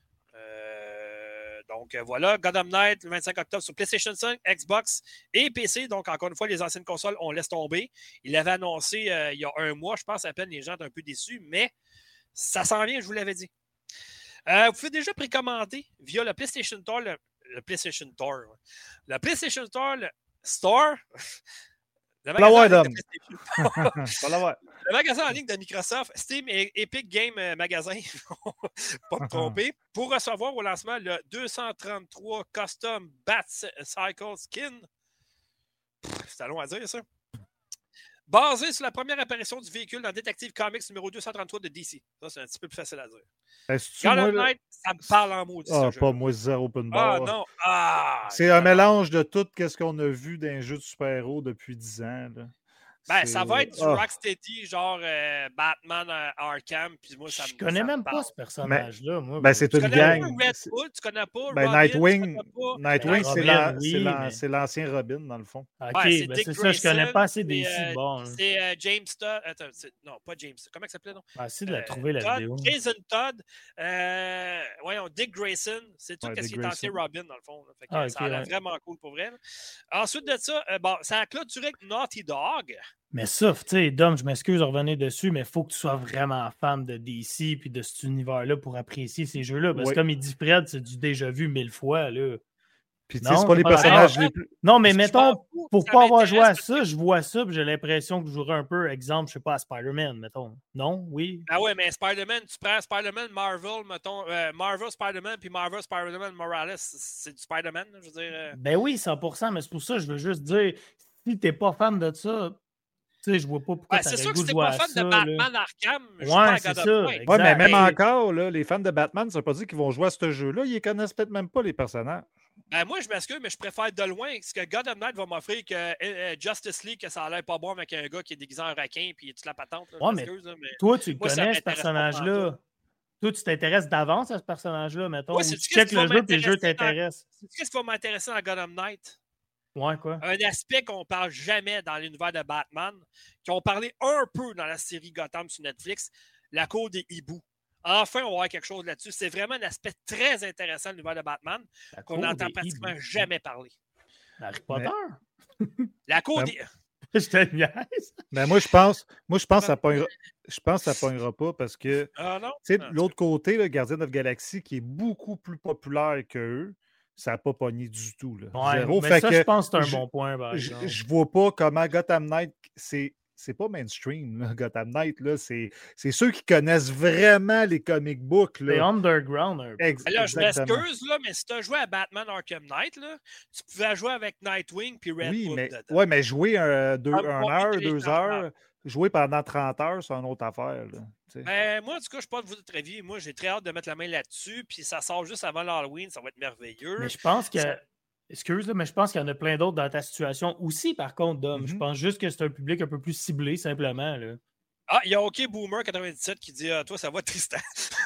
Speaker 1: Euh, donc, euh, voilà. Gotham Knight, le vingt-cinq octobre sur PlayStation cinq, Xbox et P C. Donc, encore une fois, les anciennes consoles, on laisse tomber. Il l'avait annoncé euh, il y a un mois. Je pense à peine les gens étaient un peu déçus. Mais ça s'en vient, je vous l'avais dit. Euh, vous pouvez déjà précommander via le PlayStation Store, le, le PlayStation Store, ouais. le PlayStation Store, le Store, le magasin,
Speaker 3: ouais,
Speaker 1: en ligne de
Speaker 3: ouais.
Speaker 1: le magasin en ligne de Microsoft, Steam et Epic Game Magasin, pas me tromper, pour recevoir au lancement le deux cent trente-trois Custom Bat Cycle Skin. C'est long à dire, ça. Basé sur la première apparition du véhicule dans Detective Comics numéro deux cent trente-trois de D C. Ça, c'est un petit peu plus facile à dire. Gotham Knight, ça me parle en maudit.
Speaker 3: Ah, pas moi, zéro open bar.
Speaker 1: Ah, non. Ah,
Speaker 3: c'est un mélange de tout ce qu'on a vu dans les jeux de super-héros depuis dix ans. Là.
Speaker 1: Ben, ça va être du
Speaker 3: oh.
Speaker 1: Rocksteady, genre euh, Batman euh, Arkham. Puis moi, ça
Speaker 2: Je
Speaker 1: me
Speaker 2: connais
Speaker 1: ça
Speaker 2: même
Speaker 1: me
Speaker 2: pas
Speaker 1: parle.
Speaker 2: ce personnage-là, moi.
Speaker 3: Ben, c'est
Speaker 1: Tu
Speaker 3: une
Speaker 1: connais
Speaker 3: gang.
Speaker 1: pas Red Hood, tu connais pas
Speaker 3: Ben,
Speaker 1: Robin,
Speaker 3: Nightwing,
Speaker 1: tu connais pas...
Speaker 3: Nightwing,
Speaker 2: Ben,
Speaker 3: c'est
Speaker 2: Robin,
Speaker 3: la-
Speaker 2: oui,
Speaker 3: c'est la-
Speaker 2: mais-
Speaker 3: c'est l'ancien Robin, dans le fond.
Speaker 2: OK,
Speaker 1: Ouais, c'est
Speaker 2: ben
Speaker 1: Dick
Speaker 2: c'est ça, je connais
Speaker 1: Grayson,
Speaker 2: pas assez
Speaker 1: c'est,
Speaker 2: des
Speaker 1: euh,
Speaker 2: de bon. hein.
Speaker 1: C'est euh, James Todd. Attends, c'est- non, pas James. Comment il s'appelait, non?
Speaker 2: Ah, essaye de la
Speaker 1: Euh,
Speaker 2: trouver, la
Speaker 1: Todd,
Speaker 2: vidéo.
Speaker 1: Jason Todd. Euh, voyons, Dick Grayson. C'est tout
Speaker 3: Ouais,
Speaker 1: ce
Speaker 3: Dick
Speaker 1: qui est ancien
Speaker 3: Grayson.
Speaker 1: Robin, dans le fond. là. Fait que,
Speaker 2: Ah,
Speaker 1: ça a
Speaker 2: ok,
Speaker 1: l'air
Speaker 2: ouais.
Speaker 1: vraiment cool pour vrai. là. Ensuite de ça, euh, bon, ça a clôturé avec Naughty Dog.
Speaker 2: Mais ça, tu sais, Dom, je m'excuse de revenir dessus, mais il faut que tu sois vraiment fan de D C puis de cet univers-là pour apprécier ces jeux-là. Parce
Speaker 3: Oui.
Speaker 2: que comme il dit Fred, c'est du déjà vu mille fois. Là.
Speaker 3: Puis, tu sais,
Speaker 2: Non,
Speaker 3: c'est pas
Speaker 2: t'es
Speaker 3: les
Speaker 2: pas
Speaker 3: personnages
Speaker 1: d'accord.
Speaker 3: les plus.
Speaker 2: Non, mais
Speaker 1: Je
Speaker 2: mettons,
Speaker 1: m'en fous,
Speaker 2: pour
Speaker 1: ça
Speaker 2: pas avoir
Speaker 1: m'intéresse
Speaker 2: joué à
Speaker 1: parce
Speaker 2: ça, je vois ça puis j'ai l'impression que je jouerais un peu, exemple, je sais pas, à Spider-Man, mettons. Non? Oui?
Speaker 1: Ah ouais, mais Spider-Man, tu prends Spider-Man, Marvel, mettons, euh, Marvel, Spider-Man, puis Marvel, Spider-Man, Morales, c'est du Spider-Man, là, je veux dire. euh.
Speaker 2: Ben oui, cent pour cent, mais c'est pour ça que je veux juste dire, si t'es pas fan de ça, tu sais, je vois pas pourquoi
Speaker 1: Ouais, c'est
Speaker 2: t'aurais
Speaker 1: sûr
Speaker 2: le
Speaker 1: que
Speaker 2: goût
Speaker 1: si
Speaker 2: de
Speaker 1: t'es
Speaker 2: jouer
Speaker 1: pas
Speaker 2: à
Speaker 1: fan
Speaker 2: ça.
Speaker 1: de
Speaker 2: là.
Speaker 1: Batman Arkham, je joue
Speaker 2: Ouais,
Speaker 1: pas à
Speaker 2: c'est
Speaker 1: God of
Speaker 2: ça,
Speaker 1: War.
Speaker 2: exact.
Speaker 3: Ouais, mais même
Speaker 2: Ben,
Speaker 3: encore, là, les fans de Batman, ça veut pas dire qu'ils vont jouer à ce jeu-là. Ils connaissent peut-être même pas les personnages.
Speaker 1: Ben, moi, je m'excuse, mais je préfère de loin ce que God of Night va m'offrir que euh, euh, Justice League, que ça a l'air pas bon avec un gars qui est déguisé en requin puis toute la patente. Là,
Speaker 2: Ouais,
Speaker 1: je
Speaker 2: mais
Speaker 1: m'excuse, là, mais...
Speaker 2: toi, tu le
Speaker 1: Moi, ça
Speaker 2: connais, ce
Speaker 1: m'intéresse pas
Speaker 2: personnage-là.
Speaker 1: pantoute.
Speaker 2: Toi, tu t'intéresses d'avance à ce personnage-là, mettons.
Speaker 1: Moi,
Speaker 2: ou
Speaker 1: c'est-tu
Speaker 2: tu
Speaker 1: qu'est-ce
Speaker 2: checkes
Speaker 1: qui va
Speaker 2: le jeu puis le jeu
Speaker 1: m'intéresser dans-
Speaker 2: t'intéresse.
Speaker 1: C'est qu'est-ce qui va m'intéresser dans God of Night?
Speaker 2: Ouais, quoi?
Speaker 1: Un aspect qu'on parle jamais dans l'univers de Batman, qu'on parlait un peu dans la série Gotham sur Netflix, la cour des hiboux. Enfin, on va avoir quelque chose là-dessus. C'est vraiment un aspect très intéressant de l'univers de Batman
Speaker 2: La
Speaker 1: qu'on
Speaker 2: cour
Speaker 1: n'entend
Speaker 2: des
Speaker 1: pratiquement
Speaker 2: hiboux.
Speaker 1: jamais parler.
Speaker 2: Harry Potter?
Speaker 1: La cour
Speaker 3: Ben,
Speaker 1: des...
Speaker 2: Je te niaise.
Speaker 3: Mais moi, je pense, moi, je pense que ça pognera, je pense que ça pognera pas parce que,
Speaker 1: Ah non?
Speaker 3: tu sais,
Speaker 1: Ah,
Speaker 3: de l'autre côté, le Guardian of Galaxy, qui est beaucoup plus populaire qu'eux, ça n'a pas pogné du tout. Là.
Speaker 2: Ouais,
Speaker 3: Zéro.
Speaker 2: mais
Speaker 3: Fait
Speaker 2: ça,
Speaker 3: que
Speaker 2: je pense que c'est un
Speaker 3: je-
Speaker 2: bon point, par
Speaker 3: je,
Speaker 2: exemple.
Speaker 3: je vois pas comment Gotham Knight, c'est. C'est pas mainstream, là, Gotham Knight. Là, c'est, c'est ceux qui connaissent vraiment les comic books.
Speaker 2: C'est
Speaker 3: Là.
Speaker 2: underground un peu.
Speaker 3: Ex-
Speaker 1: Là, je
Speaker 3: exactement.
Speaker 1: m'excuse, là, mais si tu as joué à Batman Arkham Knight, là, tu pouvais jouer avec Nightwing puis Red
Speaker 3: Oui,
Speaker 1: Hood
Speaker 3: mais,
Speaker 1: dedans.
Speaker 3: ouais, mais jouer un, deux,
Speaker 1: Comme
Speaker 3: un
Speaker 1: combien
Speaker 3: heure,
Speaker 1: de
Speaker 3: deux
Speaker 1: téléchargements?
Speaker 3: heures, jouer pendant trente heures, c'est une autre affaire. Là, tu sais.
Speaker 1: Ben, moi, en tout cas, je ne suis pas de votre avis. Moi, j'ai très hâte de mettre la main là-dessus. Puis ça sort juste avant l'Halloween. Ça va être merveilleux.
Speaker 2: Mais je pense que.
Speaker 1: Ça-
Speaker 2: Excuse, là, mais je pense qu'il y en a plein d'autres dans ta situation aussi, par contre, Dom. Je
Speaker 3: Mhm.
Speaker 2: pense juste que c'est un public un peu plus ciblé, simplement. Là.
Speaker 1: Ah, il y a OK Boomer quatre-vingt-dix-sept qui dit ah, toi, ça va, Tristan.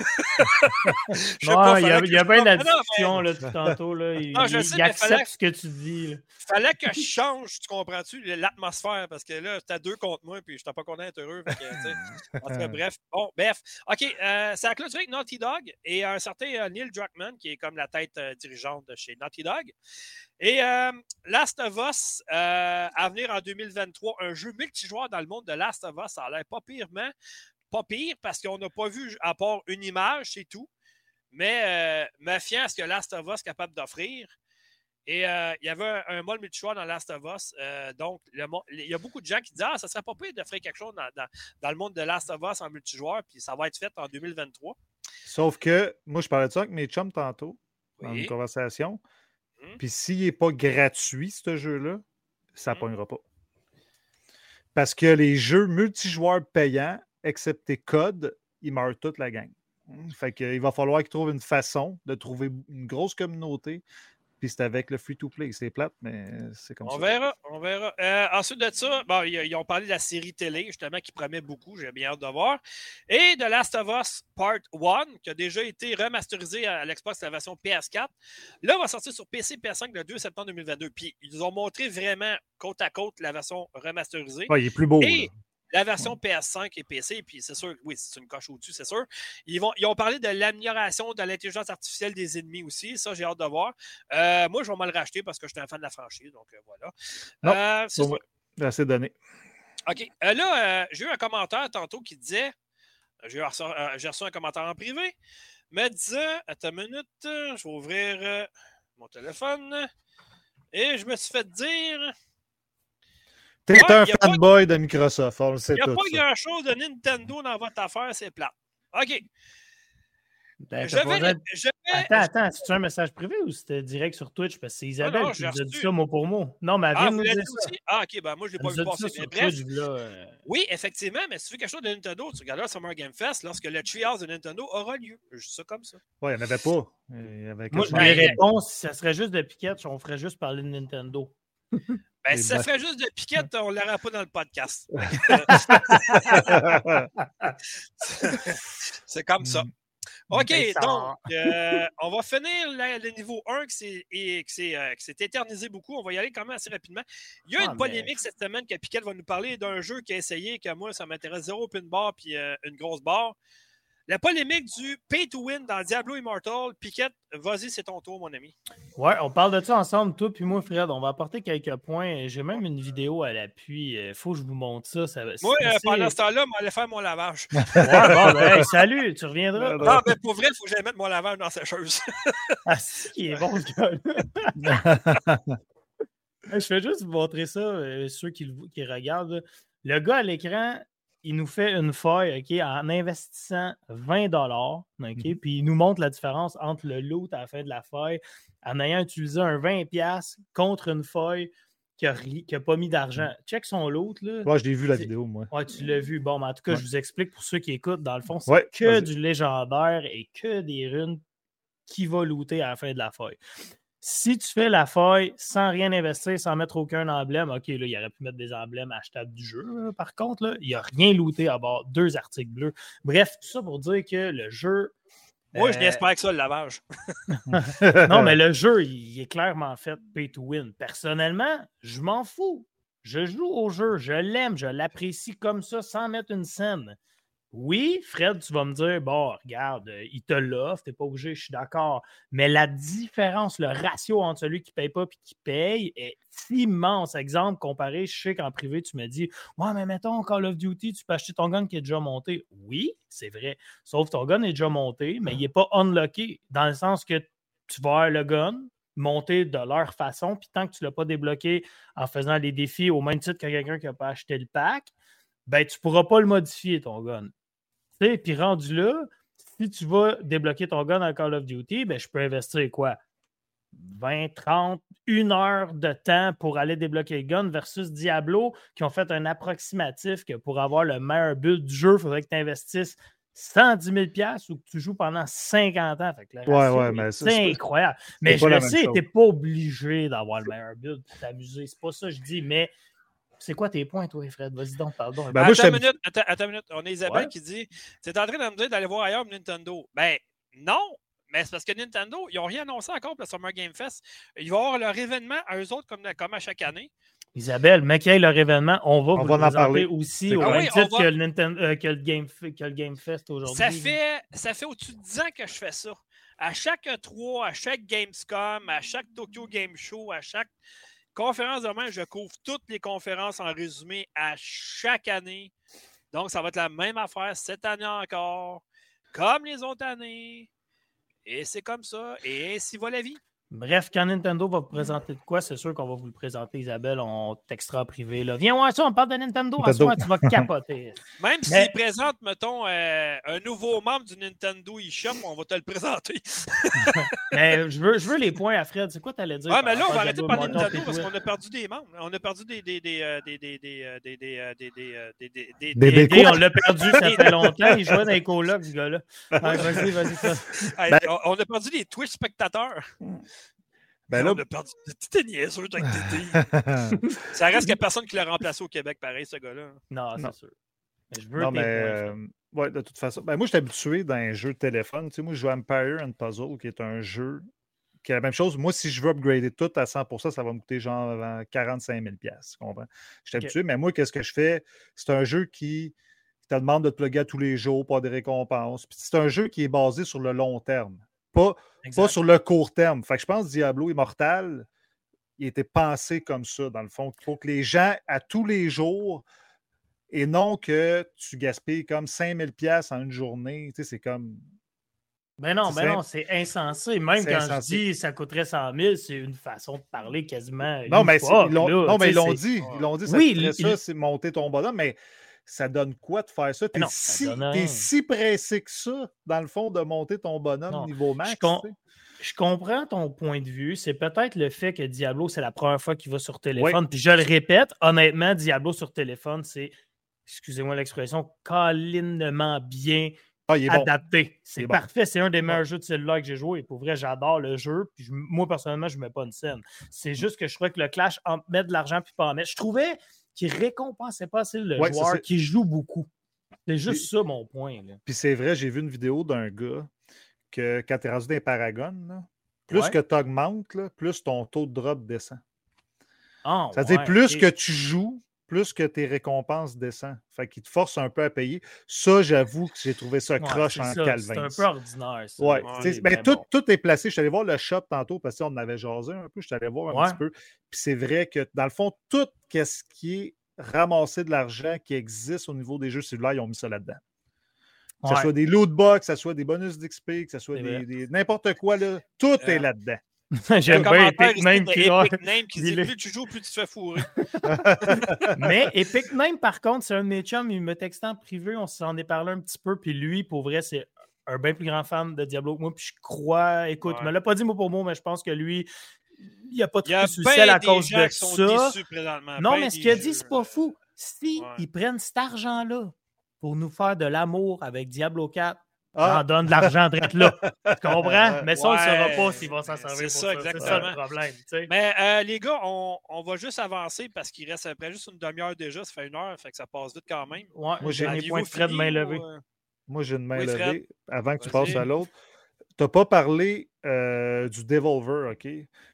Speaker 1: Je sais
Speaker 2: Non,
Speaker 1: pas,
Speaker 2: il y a,
Speaker 1: fallait
Speaker 2: il
Speaker 1: que
Speaker 2: y a
Speaker 1: je
Speaker 2: bien de la
Speaker 1: parle. Non, non,
Speaker 2: discussion là, depuis tantôt. Là. Il,
Speaker 1: Non, je
Speaker 2: il-
Speaker 1: sais,
Speaker 2: il
Speaker 1: mais
Speaker 2: accepte
Speaker 1: fallait-
Speaker 2: ce que tu dis. là.
Speaker 1: Fallait que je change, tu comprends-tu, l'atmosphère, parce que là, t'as deux contre moi, puis je t'ai pas content d'être heureux. Fait que, tu sais, en tout cas, bref. Bon, bref. OK, euh, ça a clôturé avec Naughty Dog et un certain euh, Neil Druckmann, qui est comme la tête euh, dirigeante de chez Naughty Dog. Et euh, Last of Us, euh, à venir en deux mille vingt-trois, un jeu multijoueur dans le monde de Last of Us, ça a l'air pas pirement, pas pire, parce qu'on n'a pas vu, à part une image, c'est tout. Mais euh, me fiant à ce que Last of Us est capable d'offrir. Et euh, il y avait un, un mode multijoueur dans Last of Us. Euh, donc, le, il y a beaucoup de gens qui disent Ah, ça serait pas pire de faire quelque chose dans, dans, dans le monde de Last of Us en multijoueur, puis ça va être fait en deux mille vingt-trois.
Speaker 3: Sauf que, moi, je parlais de ça avec mes chums tantôt, dans
Speaker 1: Oui.
Speaker 3: une conversation.
Speaker 1: Hum.
Speaker 3: Puis s'il n'est pas gratuit, ce jeu-là, ça ne
Speaker 1: Hum.
Speaker 3: pognera pas. Parce que les jeux multijoueurs payants, excepté Code, ils meurent toute la gang. Fait qu'il va falloir qu'ils trouvent une façon de trouver une grosse communauté. Puis c'est avec le free-to-play. C'est plate, mais c'est comme
Speaker 1: On
Speaker 3: ça.
Speaker 1: verra, on verra. Euh, ensuite de ça, bon, ils, ils ont parlé de la série télé, justement, qui promet beaucoup. J'ai bien hâte de voir. Et de Last of Us Part un, qui a déjà été remasterisé à l'Xbox, la version P S quatre. Là, va sortir sur P C et P S cinq le deux septembre deux mille vingt-deux. Puis, ils nous ont montré vraiment côte à côte la version remasterisée.
Speaker 3: Ouais, il est plus beau.
Speaker 1: Et
Speaker 3: là.
Speaker 1: la version P S cinq et P C, puis c'est sûr, oui, c'est une coche au-dessus, c'est sûr. Ils, vont, ils ont parlé de l'amélioration de l'intelligence artificielle des ennemis aussi. Ça, j'ai hâte de voir. Euh, moi, je vais me le racheter parce que je suis un fan de la franchise, donc euh, voilà.
Speaker 3: Non,
Speaker 1: Euh, c'est
Speaker 3: bon,
Speaker 1: ça.
Speaker 3: assez donné.
Speaker 1: OK. Euh, là, euh, j'ai eu un commentaire tantôt qui disait, j'ai reçu, euh, j'ai reçu un commentaire en privé, me disant, attends une minute, je vais ouvrir euh, mon téléphone, et je me suis fait dire...
Speaker 3: T'es
Speaker 1: Ouais,
Speaker 3: un
Speaker 1: y a pas-
Speaker 3: fanboy de Microsoft, on le sait
Speaker 1: Il n'y a
Speaker 3: tout.
Speaker 1: pas
Speaker 3: ça.
Speaker 1: grand-chose de Nintendo dans votre affaire, c'est plate. OK.
Speaker 2: Ben,
Speaker 1: Je
Speaker 2: t'as pas
Speaker 1: vais...
Speaker 2: besoin-
Speaker 1: Je vais...
Speaker 2: Attends, attends, c'est-tu un message privé ou c'était direct sur Twitch? Parce que c'est Isabelle
Speaker 1: non,
Speaker 2: qui
Speaker 1: j'ai
Speaker 2: nous a dit
Speaker 1: reçu.
Speaker 2: ça mot pour mot. Non, mais elle
Speaker 1: Ah,
Speaker 2: vient
Speaker 1: vous
Speaker 2: de nous
Speaker 1: l'avez
Speaker 2: dire
Speaker 1: dit
Speaker 2: ça.
Speaker 1: aussi? Ah, OK, ben moi, je ne l'ai
Speaker 2: Elle
Speaker 1: pas
Speaker 2: nous
Speaker 1: vu
Speaker 2: a dit
Speaker 1: passer.
Speaker 2: ça
Speaker 1: Mais
Speaker 2: sur
Speaker 1: bref,
Speaker 2: Twitch, là. euh,
Speaker 1: oui, effectivement, mais si tu veux quelque chose de Nintendo, tu regarderas Summer Game Fest lorsque le Treehouse de Nintendo aura lieu. Juste ça comme ça.
Speaker 3: Ouais, il n'y en avait pas. Il y avait
Speaker 2: Moi,
Speaker 3: que
Speaker 2: je
Speaker 3: ça.
Speaker 2: lui réponds, si ça serait juste de piquette, on ferait juste parler de Nintendo.
Speaker 1: Ben, si ça ben... ferait juste de piquette, on ne l'aurait pas dans le podcast. C'est comme ça. OK, donc, euh, on va finir la, le niveau un qui s'est, et, qui, s'est, euh, qui s'est éternisé beaucoup. On va y aller quand même assez rapidement. Il y a ah, une polémique mais... cette semaine que Piquette va nous parler d'un jeu qu'il a essayé, que moi, ça m'intéresse zéro pin bar puis euh, une grosse barre. La polémique du pay to win dans Diablo Immortal. Piquette, vas-y, c'est ton tour, mon ami.
Speaker 2: Ouais, on parle de ça ensemble, toi puis moi, Fred. On va apporter quelques points. J'ai même une vidéo à l'appui. Il faut que je vous montre ça. ça
Speaker 1: moi, euh, pendant ce temps-là, je vais aller faire mon lavage.
Speaker 2: Ouais, bon, ben, hey, salut, tu reviendras.
Speaker 1: Non, mais pour vrai, il faut que j'aille mettre mon lavage dans sa sécheuse.
Speaker 2: Ah, c'est qui est bon, ce gars-là. Je fais juste vous montrer ça, euh, ceux qui, qui regardent. Là. Le gars à l'écran, il nous fait une feuille, OK, en investissant vingt dollars, OK, mm-hmm. Puis il nous montre la différence entre le loot à la fin de la feuille en ayant utilisé un vingt dollars contre une feuille qui n'a pas mis d'argent. Mm-hmm. Check son loot, là.
Speaker 3: Ouais, je l'ai vu, la vidéo, moi.
Speaker 2: Ouais, tu l'as vu. Bon, mais en tout cas, ouais. Je vous explique pour ceux qui écoutent. Dans le fond, c'est
Speaker 3: ouais,
Speaker 2: que vas-y. Du légendaire et que des runes qui va looter à la fin de la feuille. Si tu fais la feuille sans rien investir, sans mettre aucun emblème, OK, là, il aurait pu mettre des emblèmes achetables du jeu. Là, par contre, là, il n'y a rien looté à bord, deux articles bleus. Bref, tout ça pour dire que le jeu...
Speaker 1: Moi, euh... je n'espère que ça, le lavage.
Speaker 2: Non, mais le jeu, il est clairement fait pay to win. Personnellement, je m'en fous. Je joue au jeu, je l'aime, je l'apprécie comme ça, sans mettre une scène. Oui, Fred, tu vas me dire, bon, regarde, il te l'offre, t'es pas obligé, je suis d'accord. Mais la différence, le ratio entre celui qui ne paye pas et qui paye est immense. Exemple, comparé, je sais qu'en privé, tu me dis, ouais, mais mettons, Call of Duty, tu peux acheter ton gun qui est déjà monté. Oui, c'est vrai. Sauf que ton gun est déjà monté, mais il n'est pas unlocké, dans le sens que tu vas avoir le gun monté de leur façon, puis tant que tu ne l'as pas débloqué en faisant les défis au même titre que quelqu'un qui n'a pas acheté le pack, ben tu ne pourras pas le modifier, ton gun. Puis rendu là, si tu vas débloquer ton gun dans Call of Duty, ben, je peux investir quoi? vingt, trente, une heure de temps pour aller débloquer le gun versus Diablo qui ont fait un approximatif que pour avoir le meilleur build du jeu, il faudrait que tu investisses cent dix mille dollars ou que tu joues pendant cinquante ans. Fait que le
Speaker 3: ouais, ouais, mais
Speaker 2: c'est, c'est incroyable. Mais je le sais, tu n'es pas obligé d'avoir le meilleur build pour t'amuser. C'est pas ça que je dis, mais c'est quoi tes points, toi, Fred? Vas-y donc, pardon.
Speaker 1: Ben, attends, une minute, attends, attends une minute. On a Isabelle ouais. qui dit c'est en train de me dire d'aller voir ailleurs Nintendo. Ben, non, mais c'est parce que Nintendo, ils n'ont rien annoncé encore pour le Summer Game Fest. Ils vont avoir leur événement à eux autres comme, comme à chaque année.
Speaker 2: Isabelle, mais qu'il y ait leur événement, on va
Speaker 3: on
Speaker 2: vous
Speaker 3: va
Speaker 2: le présenter
Speaker 3: parler.
Speaker 2: aussi au
Speaker 1: ah
Speaker 2: même
Speaker 1: oui,
Speaker 2: titre
Speaker 1: va...
Speaker 2: que, le Nintendo, euh, que, le Game, que le Game Fest aujourd'hui.
Speaker 1: Ça fait, ça fait au-dessus de dix ans que je fais ça. À chaque E trois, à chaque Gamescom, à chaque Tokyo Game Show, à chaque conférence de main, je couvre toutes les conférences en résumé à chaque année. Donc, ça va être la même affaire cette année encore, comme les autres années. Et c'est comme ça. Et ainsi va la vie.
Speaker 2: Bref, quand Nintendo va vous présenter de quoi, c'est sûr qu'on va vous le présenter, Isabelle. On textera privé. Là. Viens voir ça, on parle de Nintendo. Nintendo. À soir, tu vas capoter.
Speaker 1: Même Mais... s'ils présentent, mettons, euh, un nouveau membre du Nintendo eShop, on va te le présenter.
Speaker 2: Mais je veux, je veux les points à Fred. C'est quoi tu allais dire?
Speaker 1: Ah, mais là, on va arrêter de parler de Nintendo parce qu'on a perdu des membres. On a perdu des des des des des des des des des des des
Speaker 2: des des on l'a perdu, ça fait longtemps. Il jouait dans les colocs, ce gars-là. Vas-y, vas-y, ça.
Speaker 1: Ben... On a perdu des Twitch spectateurs.
Speaker 3: Ben là,
Speaker 1: on a perdu de T T niaiseux avec T T. Ça reste qu'il n'y a personne qui l'a remplacé au Québec, pareil, ce gars-là.
Speaker 2: Non, c'est non. sûr.
Speaker 3: Mais je veux non, mais euh, ouais, de toute façon. Ben, moi, je suis habitué dans un jeu de téléphone. Tu sais, moi, je joue à Empire and Puzzle, qui est un jeu qui est la même chose. Moi, si je veux upgrader tout à cent pour cent, ça va me coûter genre quarante-cinq mille dollars. Tu comprends? Je suis habitué, okay. Mais moi, qu'est-ce que je fais? C'est un jeu qui, qui te demande de te plugger à tous les jours pour avoir des récompenses. Puis c'est un jeu qui est basé sur le long terme. Pas, pas sur le court terme. Fait que je pense que Diablo Immortal, il était pensé comme ça, dans le fond. Il faut que les gens, à tous les jours, et non que tu gaspilles comme cinq mille dollars en une journée. Tu sais, c'est comme...
Speaker 2: Ben non, ben non, c'est insensé. Même c'est quand insensé. Je dis ça coûterait cent mille, c'est une façon de parler quasiment.
Speaker 3: Non, mais,
Speaker 2: fois,
Speaker 3: ils, l'ont,
Speaker 2: là,
Speaker 3: non, mais ils l'ont
Speaker 2: c'est...
Speaker 3: dit. Ils l'ont dit, ça
Speaker 2: oui,
Speaker 3: coûterait
Speaker 2: il,
Speaker 3: ça,
Speaker 2: il...
Speaker 3: c'est monter ton bonhomme, mais... Ça donne quoi de faire ça? T'es, non, si, ça t'es si pressé que ça, dans le fond, de monter ton bonhomme non, niveau max.
Speaker 2: Je, com- je comprends ton point de vue. C'est peut-être le fait que Diablo, c'est la première fois qu'il va sur téléphone. Oui. Puis je le répète, honnêtement, Diablo sur téléphone, c'est, excusez-moi l'expression, câlinement bien
Speaker 3: ah, il est
Speaker 2: adapté.
Speaker 3: Bon.
Speaker 2: C'est
Speaker 3: il
Speaker 2: parfait. Bon. C'est un des meilleurs
Speaker 3: ouais.
Speaker 2: jeux de cellulaire que j'ai joué. Pour vrai, j'adore le jeu. Puis je, moi, personnellement, je ne mets pas une scène. C'est juste que je trouvais que le Clash, entre mettre de l'argent puis pas en mettre, je trouvais qu'il récompensait pas assez le ouais, joueur qui joue beaucoup. C'est juste puis, ça mon point. Là.
Speaker 3: Puis c'est vrai, j'ai vu une vidéo d'un gars que quand tu es rendu dans les Paragon, là, plus ouais. que tu augmentes, là, plus ton taux de drop descend.
Speaker 2: Oh,
Speaker 3: C'est-à-dire,
Speaker 2: ouais,
Speaker 3: plus
Speaker 2: okay.
Speaker 3: que tu joues, plus que tes récompenses descendent. Fait qu'il te force un peu à payer. Ça, j'avoue que j'ai trouvé ça croche
Speaker 2: ouais,
Speaker 3: en
Speaker 2: ça.
Speaker 3: calvin.
Speaker 2: C'est un peu ordinaire, ça.
Speaker 3: Ouais.
Speaker 2: ouais
Speaker 3: ben, tout, bon. tout est placé. Je suis allé voir le shop tantôt parce qu'on en avait jasé un peu. Je suis allé voir un
Speaker 2: ouais.
Speaker 3: petit peu. Puis c'est vrai que, dans le fond, tout ce qui est ramassé de l'argent qui existe au niveau des jeux cellulaires, ils ont mis ça là-dedans. Que ouais. ce soit des loot box, que ce soit des bonus d'X P, que ce soit des, des, n'importe quoi, là, tout euh... est là-dedans.
Speaker 2: J'aime bien Epic Name
Speaker 1: qui, Epic Name qui dit plus tu joues, plus tu te fais fourrer.
Speaker 2: Mais Epic Name, par contre, c'est un de mes chums, il me textait en privé, on s'en est parlé un petit peu, puis lui, pour vrai, c'est un bien plus grand fan de Diablo que moi, puis je crois, écoute, ouais. il me l'a pas dit mot pour mot, mais je pense que lui, il n'y a pas trop de succès à cause de ça. Non, mais ce qu'il a dit, c'est pas fou. Si ouais. ils prennent cet argent-là pour nous faire de l'amour avec Diablo quatre, ah. on donne de l'argent direct là. Tu comprends? Mais ça, ouais, on ne saura pas s'ils vont s'en servir pour ça.
Speaker 1: ça.
Speaker 2: C'est ça le problème. T'sais.
Speaker 1: Mais euh, les gars, on, on va juste avancer parce qu'il reste après juste une demi-heure déjà. Ça fait une heure, fait que ça passe vite quand même.
Speaker 2: Ouais, moi, j'ai un point de Fred main levée.
Speaker 3: Ou... Moi, j'ai une main oui, levée. Avant que tu passes à l'autre. Tu n'as pas parlé euh, du Devolver, OK?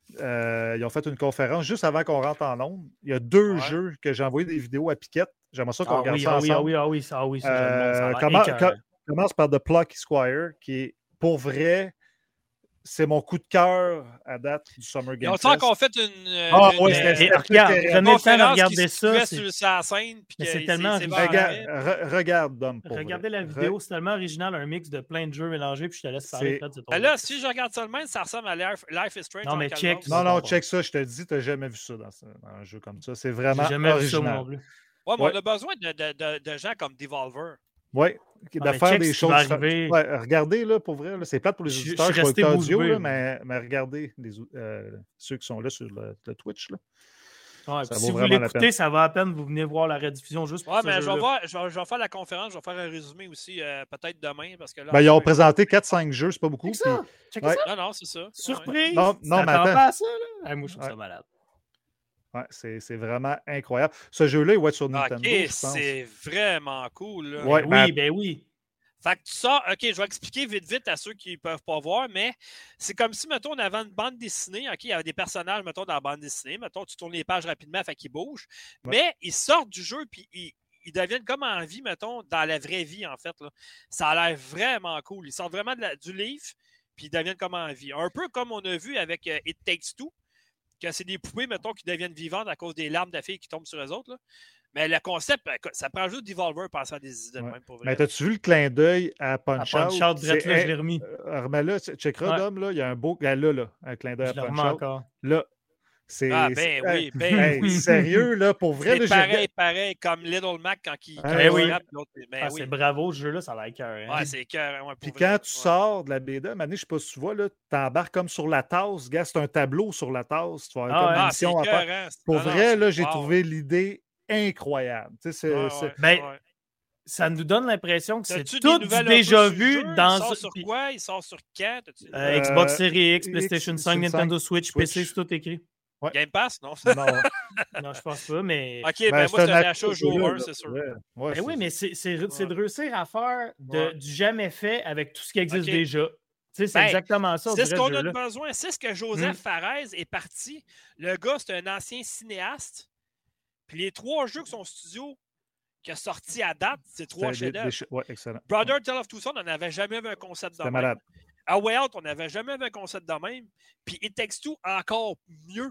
Speaker 3: Euh, ils ont fait une conférence juste avant qu'on rentre en ondes. Il y a deux ouais. jeux que j'ai envoyé des vidéos à Piquette. J'aimerais ça qu'on
Speaker 2: ah,
Speaker 3: regarde
Speaker 2: oui,
Speaker 3: ça
Speaker 2: ah,
Speaker 3: ensemble.
Speaker 2: Oui, ah oui, ah oui, ça,
Speaker 3: euh, comment, com- commence par The Plucky Squire, qui est, pour vrai, c'est mon coup de cœur à date du Summer Game Fest.
Speaker 1: Ils ont encore fait une... Euh,
Speaker 3: ah
Speaker 1: une,
Speaker 3: oui,
Speaker 1: c'était...
Speaker 3: c'était...
Speaker 2: Regarde, prenez le temps de regarder ça.
Speaker 1: C'est sur la scène.
Speaker 2: Mais c'est tellement...
Speaker 1: C'est, c'est
Speaker 3: regarde, re- regarde, Dom, pour
Speaker 2: Regardez
Speaker 3: vrai.
Speaker 2: la vidéo, c'est tellement original, un mix de plein de jeux mélangés, puis je te laisse parler.
Speaker 1: C'est... Fred, là, si je regarde ça de même, ça ressemble à Life, Life is Strange.
Speaker 2: Non, mais check.
Speaker 3: Non, non, check ça, je te dis, tu n'as jamais vu ça dans, dans un jeu comme ça. C'est vraiment
Speaker 2: J'ai jamais
Speaker 3: original.
Speaker 2: vu ça non plus.
Speaker 1: Ouais, mais ouais. on a besoin de, de, de, de gens comme Devolver.
Speaker 3: Oui, de
Speaker 2: ah,
Speaker 3: faire des choses. Ouais, regardez, là, pour vrai, là, c'est plate pour les auditeurs, je suis audio, là, mais, mais regardez les, euh, ceux qui sont là sur le, le Twitch. Là.
Speaker 2: Ouais, ça si vous l'écoutez, ça va à peine, vous venez voir la rediffusion juste pour
Speaker 1: ouais,
Speaker 2: ce
Speaker 1: mais je vais, voir, je, vais, je vais faire la conférence, je vais faire un résumé aussi, euh, peut-être demain. Parce que là,
Speaker 3: ben, ils ont présenté quatre cinq jeux, c'est pas beaucoup.
Speaker 2: C'est ça.
Speaker 3: Puis...
Speaker 1: Ouais. ça. Non, non, c'est ça.
Speaker 2: Surprise!
Speaker 3: Non, non mais attends.
Speaker 2: Pas à ça, là? Hey, moi, je trouve ouais. ça malade.
Speaker 3: Ouais, c'est, c'est vraiment incroyable. Ce jeu-là, il va être sur Nintendo,
Speaker 1: okay,
Speaker 3: je pense.
Speaker 1: C'est vraiment cool. Là.
Speaker 3: Ouais,
Speaker 2: ben,
Speaker 3: ben,
Speaker 2: oui, ben oui.
Speaker 1: Fait que tu sors, OK, je vais expliquer vite, vite à ceux qui ne peuvent pas voir, mais c'est comme si, mettons, on avait une bande dessinée, OK, il y avait des personnages, mettons, dans la bande dessinée, mettons, tu tournes les pages rapidement, fait qu'ils bougent, ouais. mais ils sortent du jeu, puis ils, ils deviennent comme en vie, mettons, dans la vraie vie, en fait. Là. Ça a l'air vraiment cool. Ils sortent vraiment de la, du livre, puis ils deviennent comme en vie. Un peu comme on a vu avec uh, It Takes Two, que c'est des poupées, mettons, qui deviennent vivantes à cause des larmes de filles qui tombent sur eux autres. Là. Mais le concept, ça prend juste Devolver penser à des idées de
Speaker 3: ouais.
Speaker 1: même. Pour vrai.
Speaker 3: Mais t'as-tu vu le clin d'œil à Punch-Out?
Speaker 2: À Punch-Out, là, je l'ai remis.
Speaker 3: Euh, remets-là, checkera, ouais. Dom, là, il y a un beau... Là, là, un clin d'œil
Speaker 2: je
Speaker 3: à Punch-Out.
Speaker 2: encore.
Speaker 3: Là, c'est...
Speaker 1: Ah, ben
Speaker 3: c'est,
Speaker 1: oui, ben
Speaker 3: hey,
Speaker 1: oui.
Speaker 3: Sérieux, là, pour vrai...
Speaker 1: C'est
Speaker 3: là,
Speaker 1: pareil,
Speaker 3: j'ai...
Speaker 1: pareil, comme Little Mac quand il...
Speaker 3: Ah, ben oui.
Speaker 1: Rappe, l'autre, ben
Speaker 2: ah,
Speaker 1: oui.
Speaker 2: C'est bravo, ce jeu-là, ça a l'air cœur.
Speaker 1: Hein. Ouais, c'est cœur. Ouais,
Speaker 3: puis quand tu ouais. sors de la B D, maintenant, je sais pas si tu vois, là, t'embarques comme sur la tasse. Gars, c'est un tableau sur la tasse. Tu vas avoir
Speaker 1: ah,
Speaker 3: comme
Speaker 1: ouais.
Speaker 3: une mission
Speaker 1: ah,
Speaker 3: à faire.
Speaker 1: Hein.
Speaker 3: Pour
Speaker 1: non,
Speaker 3: vrai,
Speaker 1: non,
Speaker 3: là, j'ai
Speaker 1: wow.
Speaker 3: trouvé l'idée incroyable. Tu sais, c'est,
Speaker 1: ouais,
Speaker 3: c'est...
Speaker 1: Ouais,
Speaker 2: ben,
Speaker 1: ouais.
Speaker 2: Ça nous donne l'impression que
Speaker 1: T'as-tu
Speaker 2: c'est tout du déjà vu dans...
Speaker 1: Il sort sur quoi? Il sort sur quand?
Speaker 2: Euh, Xbox Series X, PlayStation X, cinq, Nintendo Switch, Switch, P C, c'est tout écrit.
Speaker 1: Ouais. Game Pass, non?
Speaker 3: non,
Speaker 2: non, je pense pas, mais...
Speaker 1: OK, ben, ben moi, c'est un achat jour un, c'est sûr.
Speaker 3: Ouais, ouais,
Speaker 2: ben
Speaker 3: c'est
Speaker 2: oui, mais c'est, c'est, c'est de réussir à faire de,
Speaker 1: ouais.
Speaker 2: du jamais fait avec tout ce qui existe
Speaker 1: okay.
Speaker 2: déjà. Tu sais, c'est
Speaker 1: ben,
Speaker 2: exactement ça.
Speaker 1: C'est ce qu'on
Speaker 2: a
Speaker 1: de besoin. C'est ce que Joseph mm. Fares est parti. Le gars, c'est un ancien cinéaste. Puis les trois jeux que son studio qui a sorti à date, c'est trois chefs-d'œuvre.
Speaker 3: Ch- ouais, excellent.
Speaker 1: Brother Tale of Two Sons, on n'avait jamais vu un concept de
Speaker 3: C'était
Speaker 1: même.
Speaker 3: Malade.
Speaker 1: A Way Out, on n'avait jamais vu un concept de même. Puis It Takes Two, encore mieux.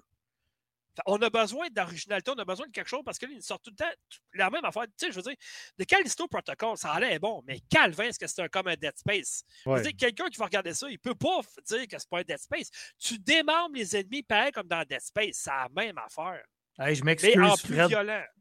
Speaker 1: On a besoin d'originalité, on a besoin de quelque chose parce que là, ils sortent tout le temps la même affaire. Tu sais, je veux dire, de Callisto Protocol, ça allait bon, mais Calvin, est-ce que c'est un, comme un Dead Space? Ouais. Je veux dire, quelqu'un qui va regarder ça, il ne peut pas dire que c'est pas un Dead Space. Tu démembres les ennemis pareil comme dans Dead Space, c'est la même affaire.
Speaker 2: Hey, je m'excuse,
Speaker 1: mais en plus
Speaker 2: Fred.
Speaker 1: violent.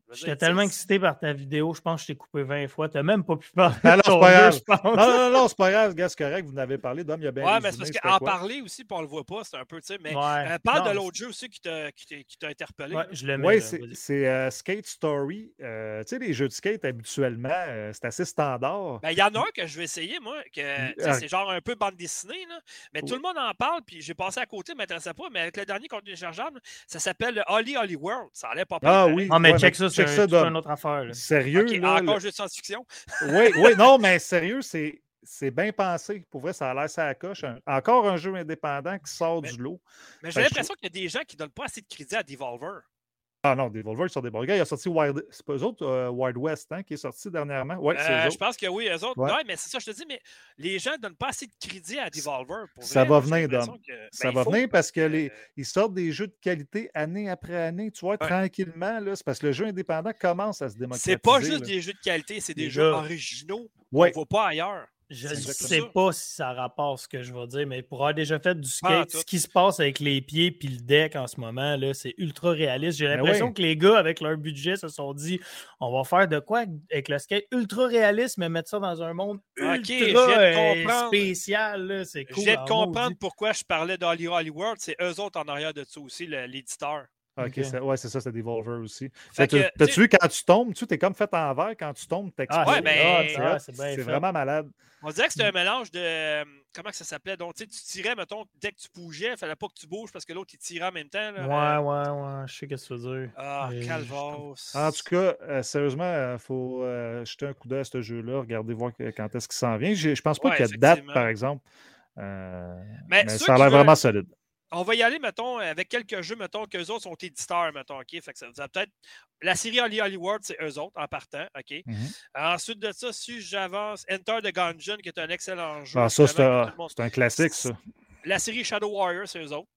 Speaker 2: J'étais tellement excité par ta vidéo, je pense que je t'ai coupé vingt fois. Tu n'as même pas pu parler.
Speaker 3: Non, non, c'est pas grave. Non, non, non, c'est pas grave, gars, c'est correct. Vous n'avez parlé, Dom, il y a bien
Speaker 1: Ouais, mais c'est parce qu'en parler aussi, puis on le voit pas, c'est un peu, tu sais. Mais
Speaker 2: ouais.
Speaker 1: euh, parle
Speaker 2: non,
Speaker 1: de l'autre jeu aussi qui t'a, qui t'a, qui t'a interpellé.
Speaker 2: Ouais, je le mets.
Speaker 3: Oui, c'est, c'est uh, Skate Story. Euh, tu sais, les jeux de skate, habituellement, euh, c'est assez standard.
Speaker 1: Ben, il y en a un que je vais essayer, moi, que euh, c'est genre un peu bande dessinée, là. Mais tout le monde en parle, puis j'ai passé à côté, ne m'intéressait pas. Mais avec le dernier contenu téléchargeable, ça s'appelle Holly Holly World. Ça allait pas
Speaker 3: Ah
Speaker 1: pareil.
Speaker 3: oui.
Speaker 2: Ah, mais
Speaker 3: ouais,
Speaker 2: check
Speaker 3: mais
Speaker 2: ça, c'est,
Speaker 3: check
Speaker 2: un,
Speaker 3: ça,
Speaker 2: c'est une autre affaire. Là.
Speaker 3: Sérieux,
Speaker 1: okay,
Speaker 3: là.
Speaker 1: Encore
Speaker 3: le...
Speaker 1: jeu de science-fiction.
Speaker 3: oui, oui, non, mais sérieux, c'est. C'est bien pensé. Pour vrai, ça a l'air ça à la coche. Un, encore un jeu indépendant qui sort
Speaker 1: mais,
Speaker 3: du lot.
Speaker 1: Mais j'ai l'impression trouve... qu'il y a des gens qui ne donnent pas assez de crédit à Devolver.
Speaker 3: Ah non, Devolver, ils sont des bons gars. Il a sorti Wild... C'est pas eux autres, euh, Wild West, hein, qui est sorti dernièrement. Oui, c'est eux autres.
Speaker 1: Je pense que oui, eux autres.
Speaker 3: Ouais.
Speaker 1: Ouais, mais c'est ça, je te dis, mais les gens ne donnent pas assez de crédit à Devolver. Pour
Speaker 3: ça
Speaker 1: vrai.
Speaker 3: va venir, Dom. Que... Ça ben, va faut... venir parce qu'ils euh... les... sortent des jeux de qualité année après année. Tu vois, ouais. tranquillement, là, c'est parce que le jeu indépendant commence à se démocratiser.
Speaker 1: C'est pas juste
Speaker 3: là.
Speaker 1: des jeux de qualité, c'est des les jeux gars. originaux
Speaker 3: ouais.
Speaker 1: qu'on ne voit pas ailleurs.
Speaker 2: Je ne sais pas si ça rapporte ce que je vais dire, mais pour avoir déjà fait du skate, ce qui se passe avec les pieds et le deck en ce moment, là, c'est ultra réaliste. J'ai l'impression oui. que les gars, avec leur budget, se sont dit on va faire de quoi avec le skate ultra réaliste, mais mettre ça dans un monde okay, ultra euh, spécial. Là, c'est cool.
Speaker 1: Je viens de comprendre maudit. Pourquoi je parlais d'Holly Holly World. C'est eux autres en arrière de ça aussi, le, l'éditeur.
Speaker 3: OK, okay. C'est, ouais, c'est ça, c'est Devolver aussi. Fait que, t'as-tu vu quand tu tombes, tu es comme fait en verre, quand tu tombes, t'exploses.
Speaker 1: Ah, ouais, ben,
Speaker 3: ah, c'est, c'est vraiment malade.
Speaker 1: On dirait que c'était un mélange de. Comment que ça s'appelait? Donc, tu sais, tu tirais, mettons, dès que tu bougeais, il fallait pas que tu bouges parce que l'autre, il tirait en même temps. Là.
Speaker 2: Ouais, ouais, ouais. Je sais ce que tu veux dire.
Speaker 1: Ah, euh, calvos.
Speaker 3: En tout cas, euh, sérieusement, il euh, faut euh, jeter un coup d'œil à ce jeu-là, regarder voir quand est-ce qu'il s'en vient. Je ne pense pas ouais, qu'il y a de date, par exemple. Euh, mais, mais ça a l'air vraiment solide.
Speaker 1: On va y aller, mettons, avec quelques jeux, mettons, qu'eux autres sont éditeurs, mettons, OK? Fait que ça vous a peut-être... La série Holly Holly World, c'est eux autres, en partant, OK? Mm-hmm. Ensuite de ça, si j'avance, Enter the Gungeon, qui est un excellent jeu.
Speaker 3: Ah, ça, c'est un, monde... c'est un classique, ça.
Speaker 1: La série Shadow Warrior, c'est eux autres.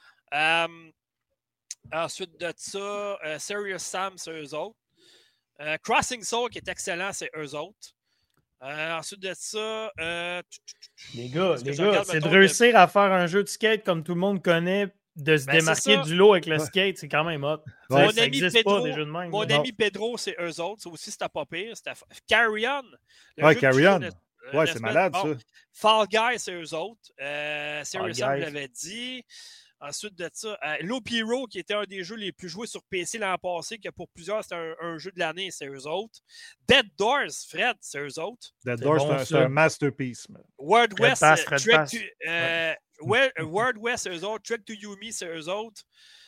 Speaker 1: Um, ensuite de ça, uh, Serious Sam, c'est eux autres. Uh, Crossing Soul, qui est excellent, c'est eux autres. Euh, ensuite de ça, euh...
Speaker 2: les gars, les gars c'est de réussir de... à faire un jeu de skate comme tout le monde connaît, de se ben, démarquer du lot avec le ouais. skate, c'est quand même hot.
Speaker 1: Ouais, mon
Speaker 2: ça
Speaker 1: ami Pedro, pas, des jeux de même, mon là. ami Pedro, c'est eux autres. Ça aussi, c'était pas pire. C'était Carry On.
Speaker 3: Ouais, Carry On. Ouais, c'est malade, bon. ça.
Speaker 1: Fall Guy, c'est eux autres. Euh, Serious Sam, je l'avais dit. Ensuite de ça, euh, Loop Hero, qui était un des jeux les plus joués sur P C l'an passé, que pour plusieurs, c'était un, un jeu de l'année, c'est eux autres. Dead Doors, Fred, c'est eux autres.
Speaker 3: Dead Doors, bon, c'est, un, c'est un masterpiece.
Speaker 1: World West, euh, Trek to, euh, ouais. World West, c'est eux autres. Trek to Yumi, c'est eux autres.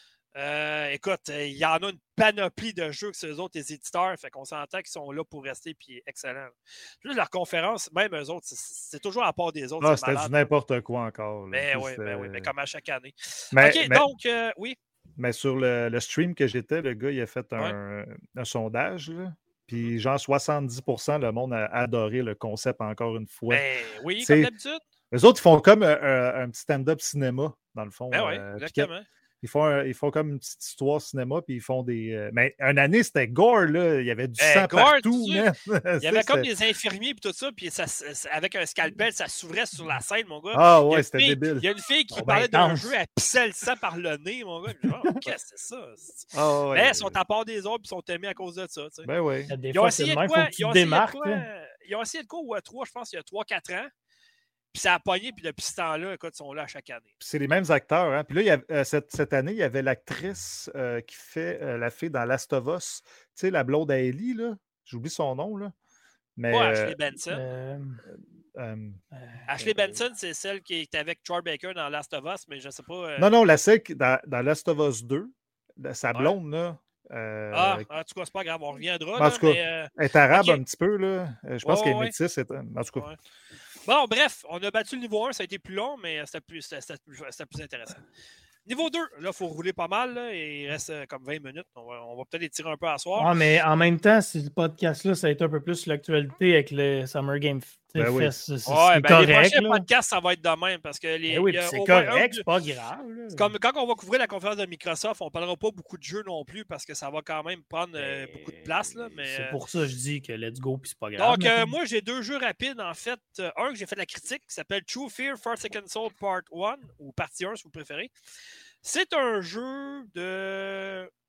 Speaker 1: Euh, écoute, il y en a une panoplie de jeux que c'est eux autres, les éditeurs. Fait qu'on s'entend qu'ils sont là pour rester, puis excellent. Juste leur conférence, même eux autres, c'est, c'est toujours à part des autres.
Speaker 3: Ah, c'était malade, du n'importe quoi encore. Là.
Speaker 1: Mais oui, mais oui, mais comme à chaque année.
Speaker 3: Mais,
Speaker 1: OK,
Speaker 3: mais,
Speaker 1: donc, euh, oui.
Speaker 3: Mais sur le, le stream que j'étais, le gars, il a fait un, ouais. un sondage, là. Puis genre soixante-dix pour cent le monde a adoré le concept encore une fois.
Speaker 1: Ben oui, T'sais, comme d'habitude.
Speaker 3: Les autres, ils font comme un, un petit stand-up cinéma, dans le fond.
Speaker 1: Ben oui,
Speaker 3: euh,
Speaker 1: exactement.
Speaker 3: Ils font, un, ils font comme une petite histoire cinéma, puis ils font des... Euh, mais une année, c'était gore, là. Il y avait du
Speaker 1: euh,
Speaker 3: sang
Speaker 1: gore,
Speaker 3: partout, man.
Speaker 1: Il y avait comme des infirmiers, puis tout ça, puis ça, ça, avec un scalpel, ça s'ouvrait sur la scène, mon gars.
Speaker 3: Ah ouais, c'était
Speaker 1: fille,
Speaker 3: débile.
Speaker 1: Il y a une fille qui oh, parlait ben, d'un jeu, elle pissait le sang par le nez, mon gars. Genre, oh, qu'est-ce que c'est ça?
Speaker 3: Oh, ouais,
Speaker 1: mais elles sont à part des autres, puis sont aimées à cause de ça, tu sais.
Speaker 3: Ben oui.
Speaker 1: Ils ont essayé de quoi? Ils ont essayé de quoi? Ils ont essayé de quoi au E trois, je pense, il y a trois quatre ans. Puis ça a pogné, puis depuis ce temps-là, écoute, ils sont là à chaque année.
Speaker 3: Puis c'est les mêmes acteurs. Hein? Puis là, il y a, euh, cette, cette année, il y avait l'actrice euh, qui fait euh, la fille dans Last of Us. Tu sais, la blonde à Ellie, là. J'oublie son nom, là. Mais,
Speaker 1: ouais, Ashley Benson.
Speaker 2: Euh,
Speaker 1: euh, Ashley Benson, c'est celle qui est avec Troy Baker dans Last of Us, mais je sais pas. Euh...
Speaker 3: Non, non, la celle qui, dans, dans Last of Us deux, sa blonde, ouais. là.
Speaker 1: Euh, ah, en tout cas, c'est pas grave, on reviendra.
Speaker 3: En tout cas,
Speaker 1: là, mais, euh...
Speaker 3: elle est arabe
Speaker 1: okay.
Speaker 3: un petit peu, là. Je pense
Speaker 1: ouais,
Speaker 3: qu'elle est
Speaker 1: ouais.
Speaker 3: métisse. En tout cas.
Speaker 1: Ouais. Bon, bref, on a battu le niveau un, ça a été plus long, mais c'était plus, c'était, c'était plus, c'était plus intéressant. Niveau deux, là, il faut rouler pas mal, là, et il reste comme vingt minutes. On va, on va peut-être étirer un peu à soir.
Speaker 2: Ah, mais en même temps, si le podcast-là, ça a été un peu plus l'actualité avec le Summer Game
Speaker 3: ben oui.
Speaker 2: Fest. C'est, c'est
Speaker 1: ouais, ben
Speaker 2: correct,
Speaker 1: les prochains
Speaker 2: là.
Speaker 1: podcasts, ça va être de même. Parce que les,
Speaker 2: ben oui,
Speaker 1: y a,
Speaker 2: c'est
Speaker 1: au
Speaker 2: correct,
Speaker 1: un,
Speaker 2: c'est pas grave. Là.
Speaker 1: C'est comme quand on va couvrir la conférence de Microsoft, on parlera pas beaucoup de jeux non plus parce que ça va quand même prendre euh, beaucoup de place. Là, mais,
Speaker 2: c'est pour ça que je dis que let's go, puis c'est pas grave.
Speaker 1: Donc, euh, moi, j'ai deux jeux rapides, en fait. Euh, un que j'ai fait de la critique qui s'appelle True Fear Forsaken Soul Part un ou Partie un, si vous préférez. C'est un jeu de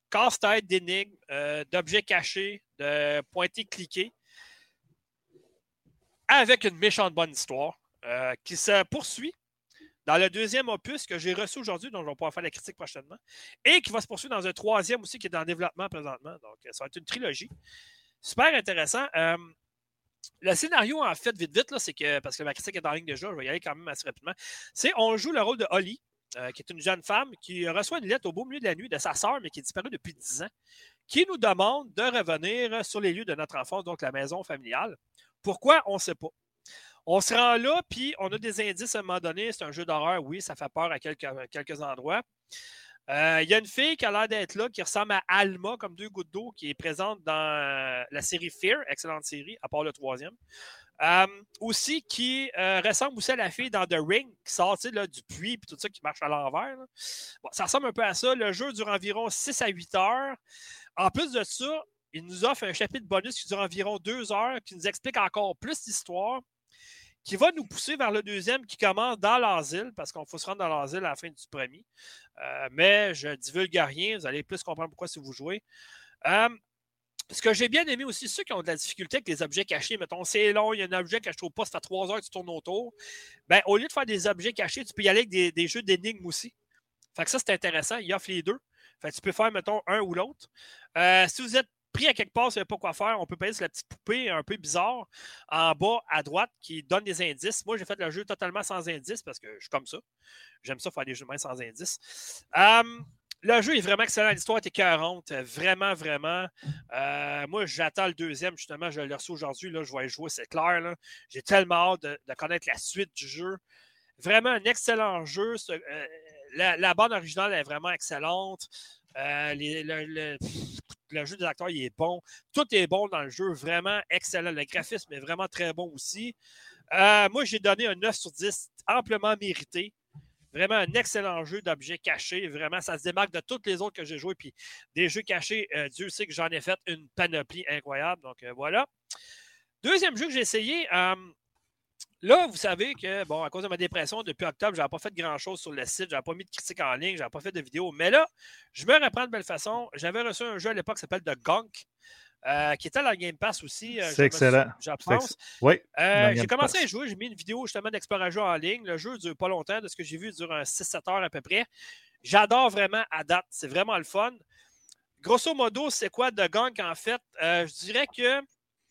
Speaker 1: casse-tête, d'énigmes, euh, d'objets cachés, de pointer-cliquer, avec une méchante bonne histoire euh, qui se poursuit dans le deuxième opus que j'ai reçu aujourd'hui, dont je vais pouvoir faire la critique prochainement, et qui va se poursuivre dans un troisième aussi qui est en développement présentement. Donc, ça va être une trilogie. Super intéressant. Euh, le scénario, en fait, vite, vite, là, c'est que, parce que ma critique est en ligne déjà, je vais y aller quand même assez rapidement, c'est on joue le rôle de Holly, euh, qui est une jeune femme qui reçoit une lettre au beau milieu de la nuit de sa sœur, mais qui est disparue depuis dix ans, qui nous demande de revenir sur les lieux de notre enfance, donc la maison familiale. Pourquoi? On ne sait pas. On se rend là, puis on a des indices à un moment donné. C'est un jeu d'horreur, oui, ça fait peur à quelques, quelques endroits. Il euh, y a une fille qui a l'air d'être là, qui ressemble à Alma, comme deux gouttes d'eau, qui est présente dans la série Fear, excellente série, à part le troisième. Euh, aussi, qui euh, ressemble aussi à la fille dans The Ring, qui sort là, du puits, puis tout ça, qui marche à l'envers. Bon, ça ressemble un peu à ça. Le jeu dure environ six à huit heures. En plus de ça, il nous offre un chapitre bonus qui dure environ deux heures, qui nous explique encore plus l'histoire, qui va nous pousser vers le deuxième qui commence dans l'asile, parce qu'on faut se rendre dans l'asile à la fin du premier. Euh, mais je divulgue rien, vous allez plus comprendre pourquoi si vous jouez. Euh, ce que j'ai bien aimé aussi, ceux qui ont de la difficulté avec les objets cachés, mettons, c'est long, il y a un objet que je trouve pas, ça fait trois heures que tu tournes autour. Ben, au lieu de faire des objets cachés, tu peux y aller avec des, des jeux d'énigmes aussi. Fait que ça, c'est intéressant, il offre les deux. Fait que tu peux faire, mettons, un ou l'autre. Euh, si vous êtes pris à quelque part, vous ne savez pas quoi faire, on peut payer sur la petite poupée un peu bizarre en bas à droite qui donne des indices. Moi, j'ai fait le jeu totalement sans indices parce que je suis comme ça. J'aime ça faire des jeux de main sans indices. Um, le jeu est vraiment excellent. L'histoire est écœurante. Vraiment, vraiment. Euh, moi, j'attends le deuxième. Justement, je l'ai reçu aujourd'hui. Là, je vais y jouer, c'est clair. Là. J'ai tellement hâte de, de connaître la suite du jeu. Vraiment un excellent jeu. Euh, la, la bande originale est vraiment excellente. Euh, les, le, le, le jeu des acteurs, il est bon. Tout est bon dans le jeu. Vraiment excellent. Le graphisme est vraiment très bon aussi. Euh, moi, j'ai donné un neuf sur dix, amplement mérité. Vraiment un excellent jeu d'objets cachés. Vraiment, ça se démarque de tous les autres que j'ai joués. Puis des jeux cachés, euh, Dieu sait que j'en ai fait une panoplie incroyable. Donc, euh, voilà. Deuxième jeu que j'ai essayé, euh, là, vous savez que, bon, à cause de ma dépression, depuis octobre, je n'avais pas fait grand-chose sur le site. Je n'avais pas mis de critiques en ligne. Je n'avais pas fait de vidéo. Mais là, je me reprends de belle façon. J'avais reçu un jeu à l'époque qui s'appelle The Gunk. Euh, qui était dans le Game Pass aussi. Euh,
Speaker 3: c'est excellent.
Speaker 1: Je pense.
Speaker 3: Oui.
Speaker 1: Euh, j'ai commencé Pass. à jouer. J'ai mis une vidéo justement d'exploration en ligne. Le jeu ne dure pas longtemps. De ce que j'ai vu, il dure un six sept heures à peu près. J'adore vraiment à date. C'est vraiment le fun. Grosso modo, c'est quoi The Gunk en fait? Euh, je dirais que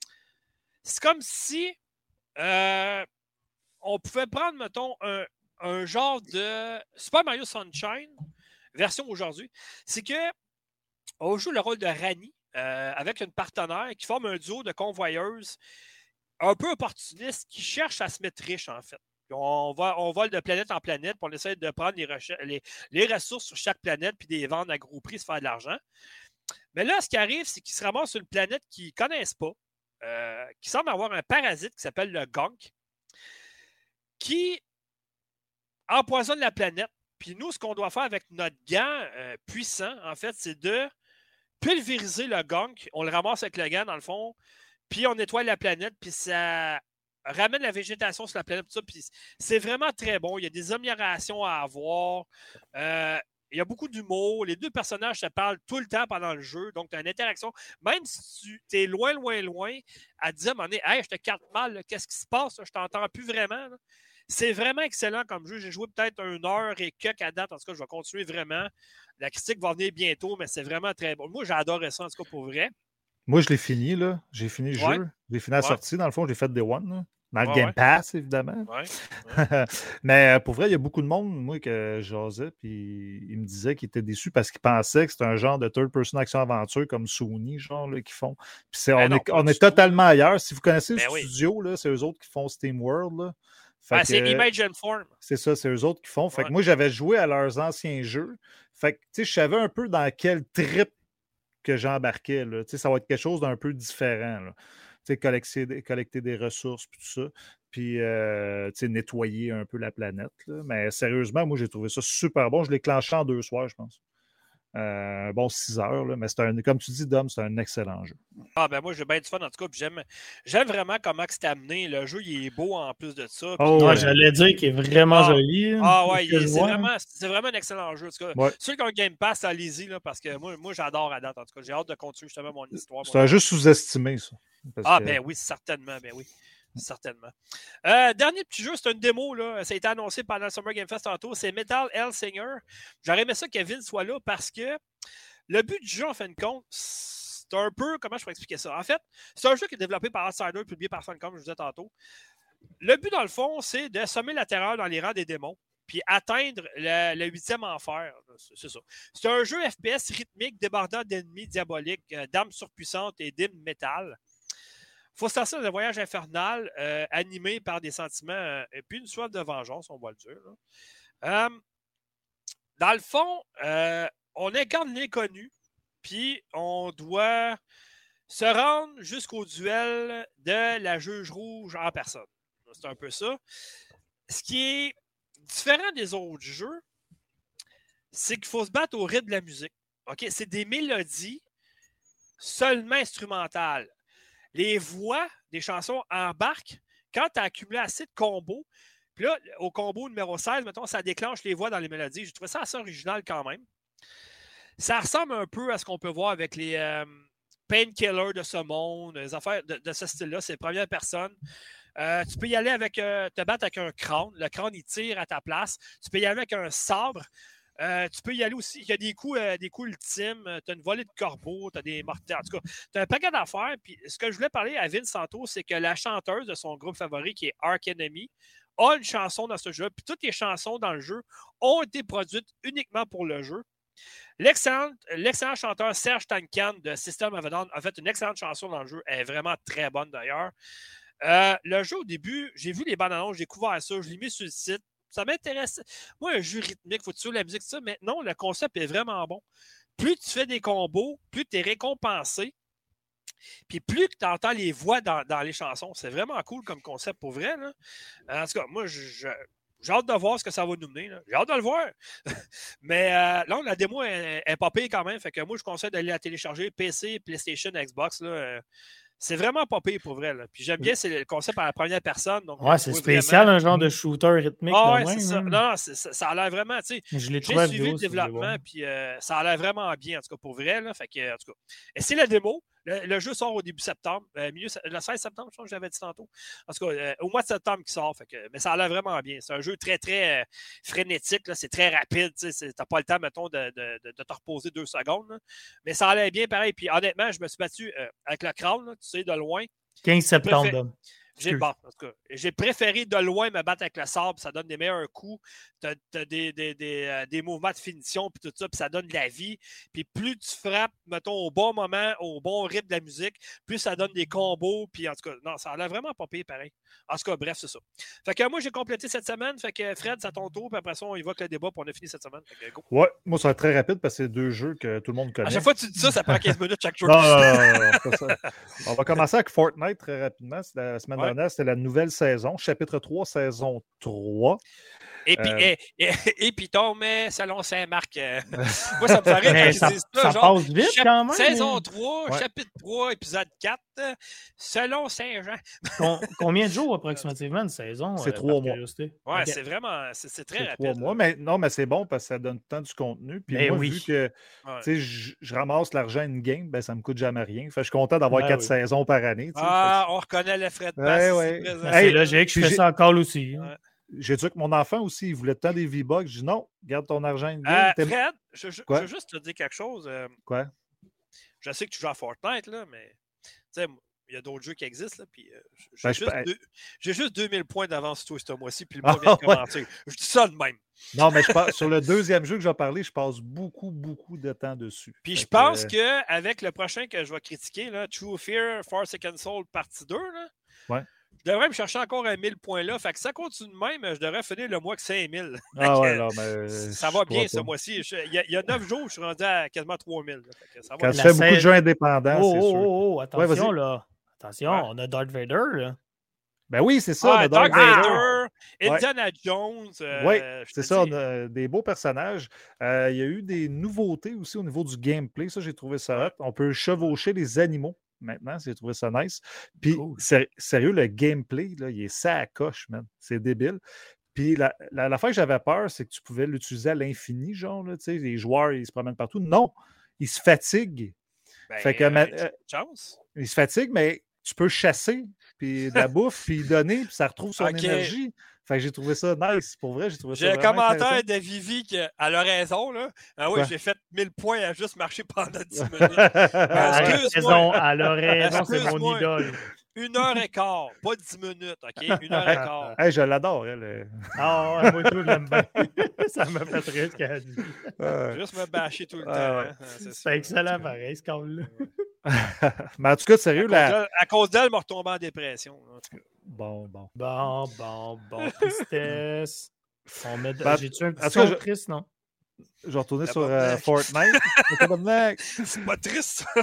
Speaker 1: c'est comme si euh, on pouvait prendre, mettons, un, un genre de Super Mario Sunshine, version aujourd'hui. C'est que on joue le rôle de Rani. Euh, avec une partenaire qui forme un duo de convoyeuses un peu opportunistes qui cherchent à se mettre riches, en fait. On, va, on vole de planète en planète pour essayer de prendre les, les, les ressources sur chaque planète puis de les vendre à gros prix, se faire de l'argent. Mais là, ce qui arrive, c'est qu'ils se ramassent sur une planète qu'ils ne connaissent pas, euh, qui semble avoir un parasite qui s'appelle le Gunk, qui empoisonne la planète. Puis nous, ce qu'on doit faire avec notre gant euh, puissant, en fait, c'est de pulvériser le gunk, on le ramasse avec le gant dans le fond, puis on nettoie la planète, puis ça ramène la végétation sur la planète, tout ça, puis c'est vraiment très bon. Il y a des améliorations à avoir. Euh, il y a beaucoup d'humour. Les deux personnages se parlent tout le temps pendant le jeu, donc tu as une interaction. Même si tu es loin, loin, loin, à te dire à un moment donné, hey, je te carte mal, là, qu'est-ce qui se passe? Là? Je t'entends plus vraiment. Là. C'est vraiment excellent comme jeu. J'ai joué peut-être une heure et quelques à date. En tout cas, je vais continuer vraiment. La critique va venir bientôt, mais c'est vraiment très bon. Moi, j'ai adoré ça, en tout cas, pour vrai.
Speaker 3: Moi, je l'ai fini, là. J'ai fini le ouais. jeu. J'ai fini la ouais. sortie. Dans le fond, j'ai fait des one, là. Dans le ouais, Game ouais. Pass, évidemment.
Speaker 1: Ouais. Ouais.
Speaker 3: Mais pour vrai, il y a beaucoup de monde, moi, que j'osais, puis ils me disaient qu'ils étaient déçus parce qu'ils pensaient que c'était un genre de third-person action-aventure comme Sony, genre, là, qui font. Puis c'est, on, non, est, on est totalement ailleurs. Si vous connaissez ben le studio, oui. là, c'est eux autres qui font SteamWorld, là.
Speaker 1: Ben, c'est que, Image and Form.
Speaker 3: C'est ça, c'est eux autres qui font. Fait ouais. que moi, j'avais joué à leurs anciens jeux. Fait que, tu sais, je savais un peu dans quel trip que j'embarquais, là. Tu sais, ça va être quelque chose d'un peu différent, là. Tu sais, collecter, collecter des ressources, puis tout ça. Puis, euh, tu sais, nettoyer un peu la planète, là. Mais sérieusement, moi, j'ai trouvé ça super bon. Je l'ai clenché en deux soirs, je pense. Euh, un bon six heures, là, mais c'est un, comme tu dis, Dom, c'est un excellent jeu.
Speaker 1: Ah ben moi j'ai bien du fun en tout cas, puis j'aime, j'aime vraiment comment c'est amené. Le jeu il est beau en plus de ça.
Speaker 2: Oh, ouais, euh... j'allais dire qu'il est vraiment
Speaker 1: ah,
Speaker 2: joli.
Speaker 1: Ah ouais, c'est vraiment, c'est vraiment un excellent jeu. En tout cas,
Speaker 3: ouais.
Speaker 1: Ceux qui ont Game Pass, allez-y là, parce que moi, moi j'adore à date. En tout cas, j'ai hâte de continuer justement mon histoire.
Speaker 3: C'est un jeu sous-estimé, ça.
Speaker 1: Ah
Speaker 3: que...
Speaker 1: ben oui, certainement, ben oui. Certainement. Euh, dernier petit jeu, c'est une démo. Là. Ça a été annoncé pendant le Summer Game Fest tantôt. C'est Metal Hellsinger. J'aurais aimé ça que Kevin soit là parce que le but du jeu, en fin de compte, c'est un peu. Comment je pourrais expliquer ça? En fait, c'est un jeu qui est développé par Outsider, publié par Funcom, je vous disais tantôt. Le but, dans le fond, c'est de semer la terreur dans les rangs des démons puis atteindre le, le huitième enfer. C'est ça. C'est un jeu F P S rythmique débordant d'ennemis diaboliques, euh, d'armes surpuissantes et d'hymnes métal. Il faut se lancer dans un voyage infernal euh, animé par des sentiments euh, et puis une soif de vengeance, on va le dire. Euh, dans le fond, euh, on incarne l'inconnu, puis on doit se rendre jusqu'au duel de la juge rouge en personne. C'est un peu ça. Ce qui est différent des autres jeux, c'est qu'il faut se battre au rythme de la musique. Okay? C'est des mélodies seulement instrumentales. Les voix des chansons embarquent quand tu as accumulé assez de combos. Puis là, au combo numéro seize, mettons, ça déclenche les voix dans les mélodies. J'ai trouvé ça assez original quand même. Ça ressemble un peu à ce qu'on peut voir avec les euh, Painkillers de ce monde, les affaires de, de ce style-là. C'est première personne. Euh, tu peux y aller avec, euh, te battre avec un crâne. Le crâne, il tire à ta place. Tu peux y aller avec un sabre. Euh, tu peux y aller aussi. Il y a des coups, euh, des coups ultimes. Tu as une volée de corbeaux, tu as des mortels. En tout cas, tu as un paquet d'affaires. Puis ce que je voulais parler à Vince Santo, c'est que la chanteuse de son groupe favori, qui est Arch Enemy, a une chanson dans ce jeu. Puis toutes les chansons dans le jeu ont été produites uniquement pour le jeu. L'excellent, l'excellent chanteur Serge Tankian de System of a Down a fait une excellente chanson dans le jeu. Elle est vraiment très bonne d'ailleurs. Euh, le jeu, au début, j'ai vu les bandes annonces, j'ai découvert ça, je l'ai mis sur le site. Ça m'intéresse. Moi, un jeu rythmique, faut tuer la musique, ça, mais non, le concept est vraiment bon. Plus tu fais des combos, plus tu es récompensé, puis plus tu entends les voix dans, dans les chansons. C'est vraiment cool comme concept pour vrai. Là. En tout cas, moi, je, je, j'ai hâte de voir ce que ça va nous mener. Là. J'ai hâte de le voir. Mais euh, là, la démo est, est pas pire quand même. Fait que moi, je conseille d'aller la télécharger. P C, PlayStation, Xbox. Là, euh, c'est vraiment pas pire pour vrai. Là. Puis j'aime bien, c'est le concept à la première personne. Donc,
Speaker 2: ouais, c'est spécial, vraiment... un genre de shooter rythmique.
Speaker 1: Ah, ouais,
Speaker 2: même,
Speaker 1: c'est ça.
Speaker 2: hein.
Speaker 1: Non, non, c'est, ça, ça a l'air vraiment, tu sais.
Speaker 2: Je l'ai
Speaker 1: j'ai
Speaker 2: trouvé
Speaker 1: suivi le développement, puis euh, ça a l'air vraiment bien, en tout cas, pour vrai. Là. Fait que, en tout cas. Et c'est la démo. Le, le jeu sort au début septembre. Euh, milieu, le seize septembre, je pense que j'avais dit tantôt. En tout cas, euh, au mois de septembre qui sort. Fait que, mais ça a l'air vraiment bien. C'est un jeu très, très euh, frénétique. Là. C'est très rapide. Tu n'as pas le temps, mettons, de, de, de, de te reposer deux secondes. Là. Mais ça a l'air bien pareil. Puis honnêtement, je me suis battu euh, avec le crowd, là, tu sais, de loin.
Speaker 2: quinze septembre. Préfé...
Speaker 1: J'ai, bon, en tout cas, j'ai préféré de loin me battre avec le sabre, ça donne des meilleurs coups, tu as des, des, des, euh, des mouvements de finition, puis tout ça, puis ça donne de la vie. Puis plus tu frappes, mettons, au bon moment, au bon rythme de la musique, plus ça donne des combos, puis en tout cas, non, ça a l'air vraiment pas pire pareil. En tout cas, bref, c'est ça. Fait que moi, j'ai complété cette semaine, fait que Fred, c'est à ton tour, puis après ça, on évoque le débat, puis on a fini cette semaine. Fait que, go.
Speaker 3: Ouais, moi, ça va être très rapide parce que c'est deux jeux que tout le monde connaît.
Speaker 1: À chaque fois que tu dis ça, ça prend quinze minutes chaque jour.
Speaker 3: Non, non, non, non, non ça. On va commencer avec Fortnite très rapidement. C'est la semaine ouais. dernière, c'était la nouvelle saison, chapitre trois, saison trois.
Speaker 1: Et puis, euh... et, et, et puis tombe selon Saint-Marc. Euh... Moi, ça me ferait quand
Speaker 2: ça,
Speaker 1: ils disent ça.
Speaker 2: Ça
Speaker 1: genre,
Speaker 2: passe vite
Speaker 1: chap-
Speaker 2: quand même.
Speaker 1: Saison
Speaker 2: mais...
Speaker 1: trois,
Speaker 3: ouais.
Speaker 1: chapitre trois, épisode quatre, selon Saint-Jean.
Speaker 2: Con- combien de jours approximativement une saison?
Speaker 3: C'est
Speaker 2: euh,
Speaker 3: trois mois.
Speaker 1: Ouais,
Speaker 2: okay.
Speaker 1: c'est vraiment, c'est, c'est très
Speaker 3: c'est
Speaker 1: rapide.
Speaker 3: Trois mois, mais non, mais c'est bon parce que ça donne tant du contenu. Puis
Speaker 2: mais
Speaker 3: moi,
Speaker 2: oui.
Speaker 3: vu que
Speaker 1: ouais.
Speaker 3: je, je ramasse l'argent in-game, ben, ça ne me coûte jamais rien. Fait, je suis content d'avoir
Speaker 2: ben
Speaker 3: quatre
Speaker 2: oui.
Speaker 3: saisons par année.
Speaker 1: Ah, fait... on reconnaît le frais de passe.
Speaker 3: Ouais, ouais.
Speaker 2: Ben, c'est hey, logique, je fais ça encore aussi.
Speaker 1: Ouais.
Speaker 3: J'ai dit que mon enfant aussi, il voulait tant des V-Bucks. Je dis non, garde ton argent in
Speaker 1: game. Euh, Fred, je, je, je veux juste te dire quelque chose. Euh,
Speaker 3: Quoi?
Speaker 1: Je sais que tu joues à Fortnite, là, mais tu sais, il y a d'autres jeux qui existent. Là, puis, euh, j'ai,
Speaker 3: ben,
Speaker 1: juste
Speaker 3: je...
Speaker 1: deux, j'ai juste deux mille points d'avance sur toi ce mois-ci, puis le mois vient de commencer. Ouais. Je dis ça de même.
Speaker 3: Non, mais je passe, sur le deuxième jeu que je vais parler, je passe beaucoup, beaucoup de temps dessus.
Speaker 1: Puis
Speaker 3: fait
Speaker 1: je pense
Speaker 3: que...
Speaker 1: qu'avec le prochain que je vais critiquer, là, True Fear, Forsaken Soul, partie deux, là,
Speaker 3: ouais.
Speaker 1: je devrais me chercher encore un mille points là. Fait que ça continue de même, je devrais finir le mois que cinq mille.
Speaker 3: Ah ouais, non, mais
Speaker 1: ça va bien ce mois-ci. Il y, y a neuf jours, je suis rendu à quasiment trois mille. Là. Fait que ça va
Speaker 3: Quand
Speaker 1: bien.
Speaker 3: tu fais beaucoup de jeux indépendants,
Speaker 2: oh,
Speaker 3: c'est
Speaker 2: oh,
Speaker 3: sûr.
Speaker 2: Oh, oh, attention,
Speaker 3: ouais,
Speaker 2: là. Attention, ouais. On a Darth Vader, là.
Speaker 3: Ben oui, c'est ça.
Speaker 1: Ah, Darth Vader, Indiana
Speaker 3: ouais.
Speaker 1: Jones. Euh,
Speaker 3: oui, c'est ça. On a des beaux personnages. Euh, il y a eu des nouveautés aussi au niveau du gameplay. Ça, j'ai trouvé ça hot. On peut chevaucher les animaux maintenant. J'ai trouvé ça nice. Puis, cool. Sérieux, le gameplay, là, il est ça à coche, man. C'est débile. Puis la, la, la fois que j'avais peur, c'est que tu pouvais l'utiliser à l'infini, genre, là, tu sais, les joueurs, ils se promènent partout. Non, ils se fatiguent.
Speaker 1: Ben,
Speaker 3: fait que,
Speaker 1: euh,
Speaker 3: euh,
Speaker 1: chance.
Speaker 3: Ils se fatiguent, mais tu peux chasser, puis de la bouffe, puis donner, puis ça retrouve son okay. énergie. Fait que j'ai trouvé ça nice. Pour vrai, j'ai trouvé ça
Speaker 1: J'ai un commentaire de Vivi qui elle a raison, là. Ah oui, j'ai fait mille points à juste marcher pendant dix minutes.
Speaker 2: Excuse-moi. Elle a raison, c'est mon idole.
Speaker 1: Une heure et quart, pas dix minutes, OK? Une heure et quart.
Speaker 3: Hey, je l'adore, elle.
Speaker 2: Ah, oh, moi, je l'aime bien. Ça m'a fait rire ce qu'elle a dit.
Speaker 1: Juste me bâcher tout le
Speaker 3: ah,
Speaker 1: temps.
Speaker 2: C'est, c'est excellent, pareil, ce câble-là.
Speaker 3: Mais en tout cas, sérieux,
Speaker 1: là. À cause d'elle, elle m'a retombé en dépression. En tout cas.
Speaker 3: Bon, bon.
Speaker 2: Bon, bon, bon. Tristesse. On met...
Speaker 3: ben,
Speaker 2: J'ai-tu un petit son je... triste, non?
Speaker 3: Je vais retourner sur euh, Fortnite.
Speaker 1: C'est pas triste, ça.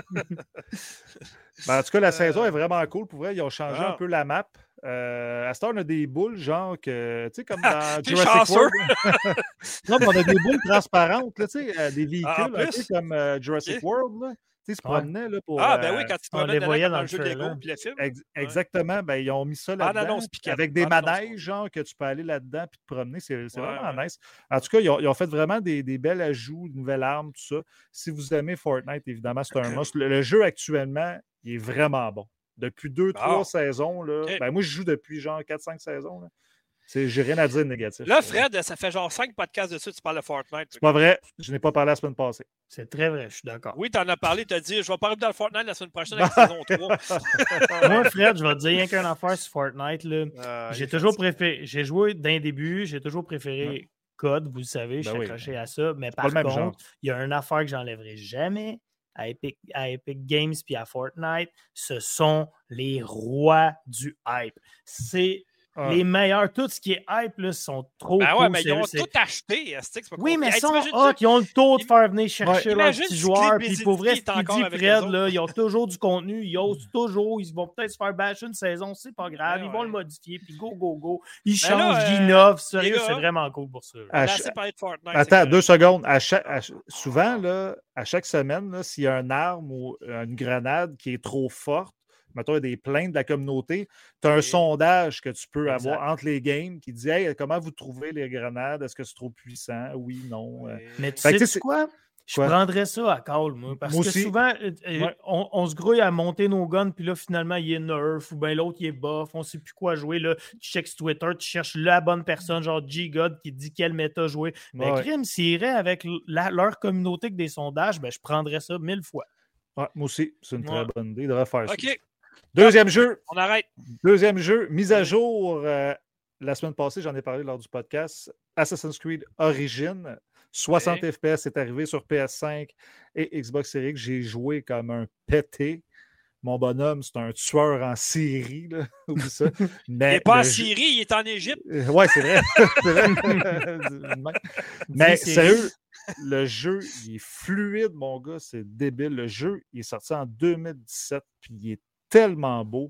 Speaker 3: Ben, en tout cas, la euh... saison est vraiment cool. Pour vrai, ils ont changé ah. un peu la map. Euh, à ce temps, on a des boules, genre que, tu sais, comme dans Jurassic World. Non, mais on a des boules transparentes, tu sais, des véhicules, ah, un peu comme euh, Jurassic okay. World, là. Tu sais, se promenaient, là, pour...
Speaker 1: Ah, ben oui, quand tu te
Speaker 2: les voyais dans, dans le
Speaker 1: jeu Lego puis le film.
Speaker 3: Ex- exactement. Ben, ils ont mis ça là-dedans, ah, avec des ah, manèges, genre, que tu peux aller là-dedans puis te promener. C'est, c'est ouais, vraiment ouais. nice. En tout cas, ils ont, ils ont fait vraiment des, des belles ajouts, de nouvelles armes, tout ça. Si vous aimez Fortnite, évidemment, c'est un must. Le, le jeu, actuellement, il est vraiment bon. Depuis deux, oh. trois saisons, là. Okay. Ben, moi, je joue depuis, genre, quatre cinq saisons, là. C'est, j'ai rien à dire de négatif.
Speaker 1: Là, Fred, ça fait genre cinq podcasts dessus, tu parles de Fortnite.
Speaker 3: C'est pas vrai. Je n'ai pas parlé la semaine passée.
Speaker 2: C'est très vrai, je suis d'accord.
Speaker 1: Oui, tu en as parlé, tu as dit, je vais parler dans le Fortnite la semaine prochaine avec saison trois.
Speaker 2: Moi, Fred, je vais te dire rien qu'une affaire sur Fortnite. Là. Euh, j'ai toujours préféré, j'ai joué d'un début, j'ai toujours préféré ouais. Code, vous le savez, je suis ben accroché oui. à ça. Mais par contre, il y a une affaire que j'enlèverai jamais à Epic, à Epic Games puis à Fortnite. Ce sont les rois du hype. C'est Ah. les meilleurs, tout ce qui est hype, là, sont trop
Speaker 1: ben
Speaker 2: cool.
Speaker 1: Ouais, mais ils ont
Speaker 2: c'est...
Speaker 1: tout acheté. C'est pas
Speaker 2: oui, mais
Speaker 1: hey,
Speaker 2: ils sont hot. Ils ont le taux de faire venir chercher ouais. leurs petits joueurs. Puis pour vrai, ce qu'ils disent, Fred, là, ils ont toujours du contenu. Ils osent toujours. Ils vont peut-être se faire bâcher une saison. C'est pas grave. Ouais, ils vont ouais. le modifier. Puis go, go, go. Ils ben changent, là, ils innovent. Sérieux, gars, c'est vraiment cool pour ça.
Speaker 1: À ch... parler de Fortnite,
Speaker 3: Attends, deux secondes. À chaque... à... Souvent, là, à chaque semaine, là, s'il y a une arme ou une grenade qui est trop forte, mettons, il y a des plaintes de la communauté, tu as un oui. sondage que tu peux exact. avoir entre les games qui dit hey, comment vous trouvez les grenades? Est-ce que c'est trop puissant? Oui, non. Oui.
Speaker 2: Mais tu fait sais c'est... quoi? Je quoi? prendrais ça à call, moi. Parce moi que aussi. souvent, ouais. on, on se grouille à monter nos guns, puis là, finalement, il est nerf, ou bien l'autre, il est buff, on ne sait plus quoi jouer. Là. Tu checks Twitter, tu cherches la bonne personne, genre G-God, qui dit quelle méta jouer. Ben, ouais. crime, s'il irait avec la, leur communauté que des sondages, ben, je prendrais ça mille fois.
Speaker 3: Ouais, moi aussi, c'est une ouais. très bonne idée. Il devrait faire
Speaker 1: okay.
Speaker 3: ça. Deuxième jeu.
Speaker 1: On arrête.
Speaker 3: Deuxième jeu, mise à jour. Euh, la semaine passée, j'en ai parlé lors du podcast. Assassin's Creed Origins. soixante okay. F P S est arrivé sur P S cinq et Xbox Series X. J'ai joué comme un pété. Mon bonhomme, c'est un tueur en Syrie. Là. Oublie ça. Mais
Speaker 1: il n'est pas en Syrie, jeu... il est en Égypte.
Speaker 3: Euh, oui, c'est vrai. c'est vrai. Mais sérieux, le jeu, il est fluide, mon gars. C'est débile. Le jeu, il est sorti en deux mille dix-sept, puis il est tellement beau.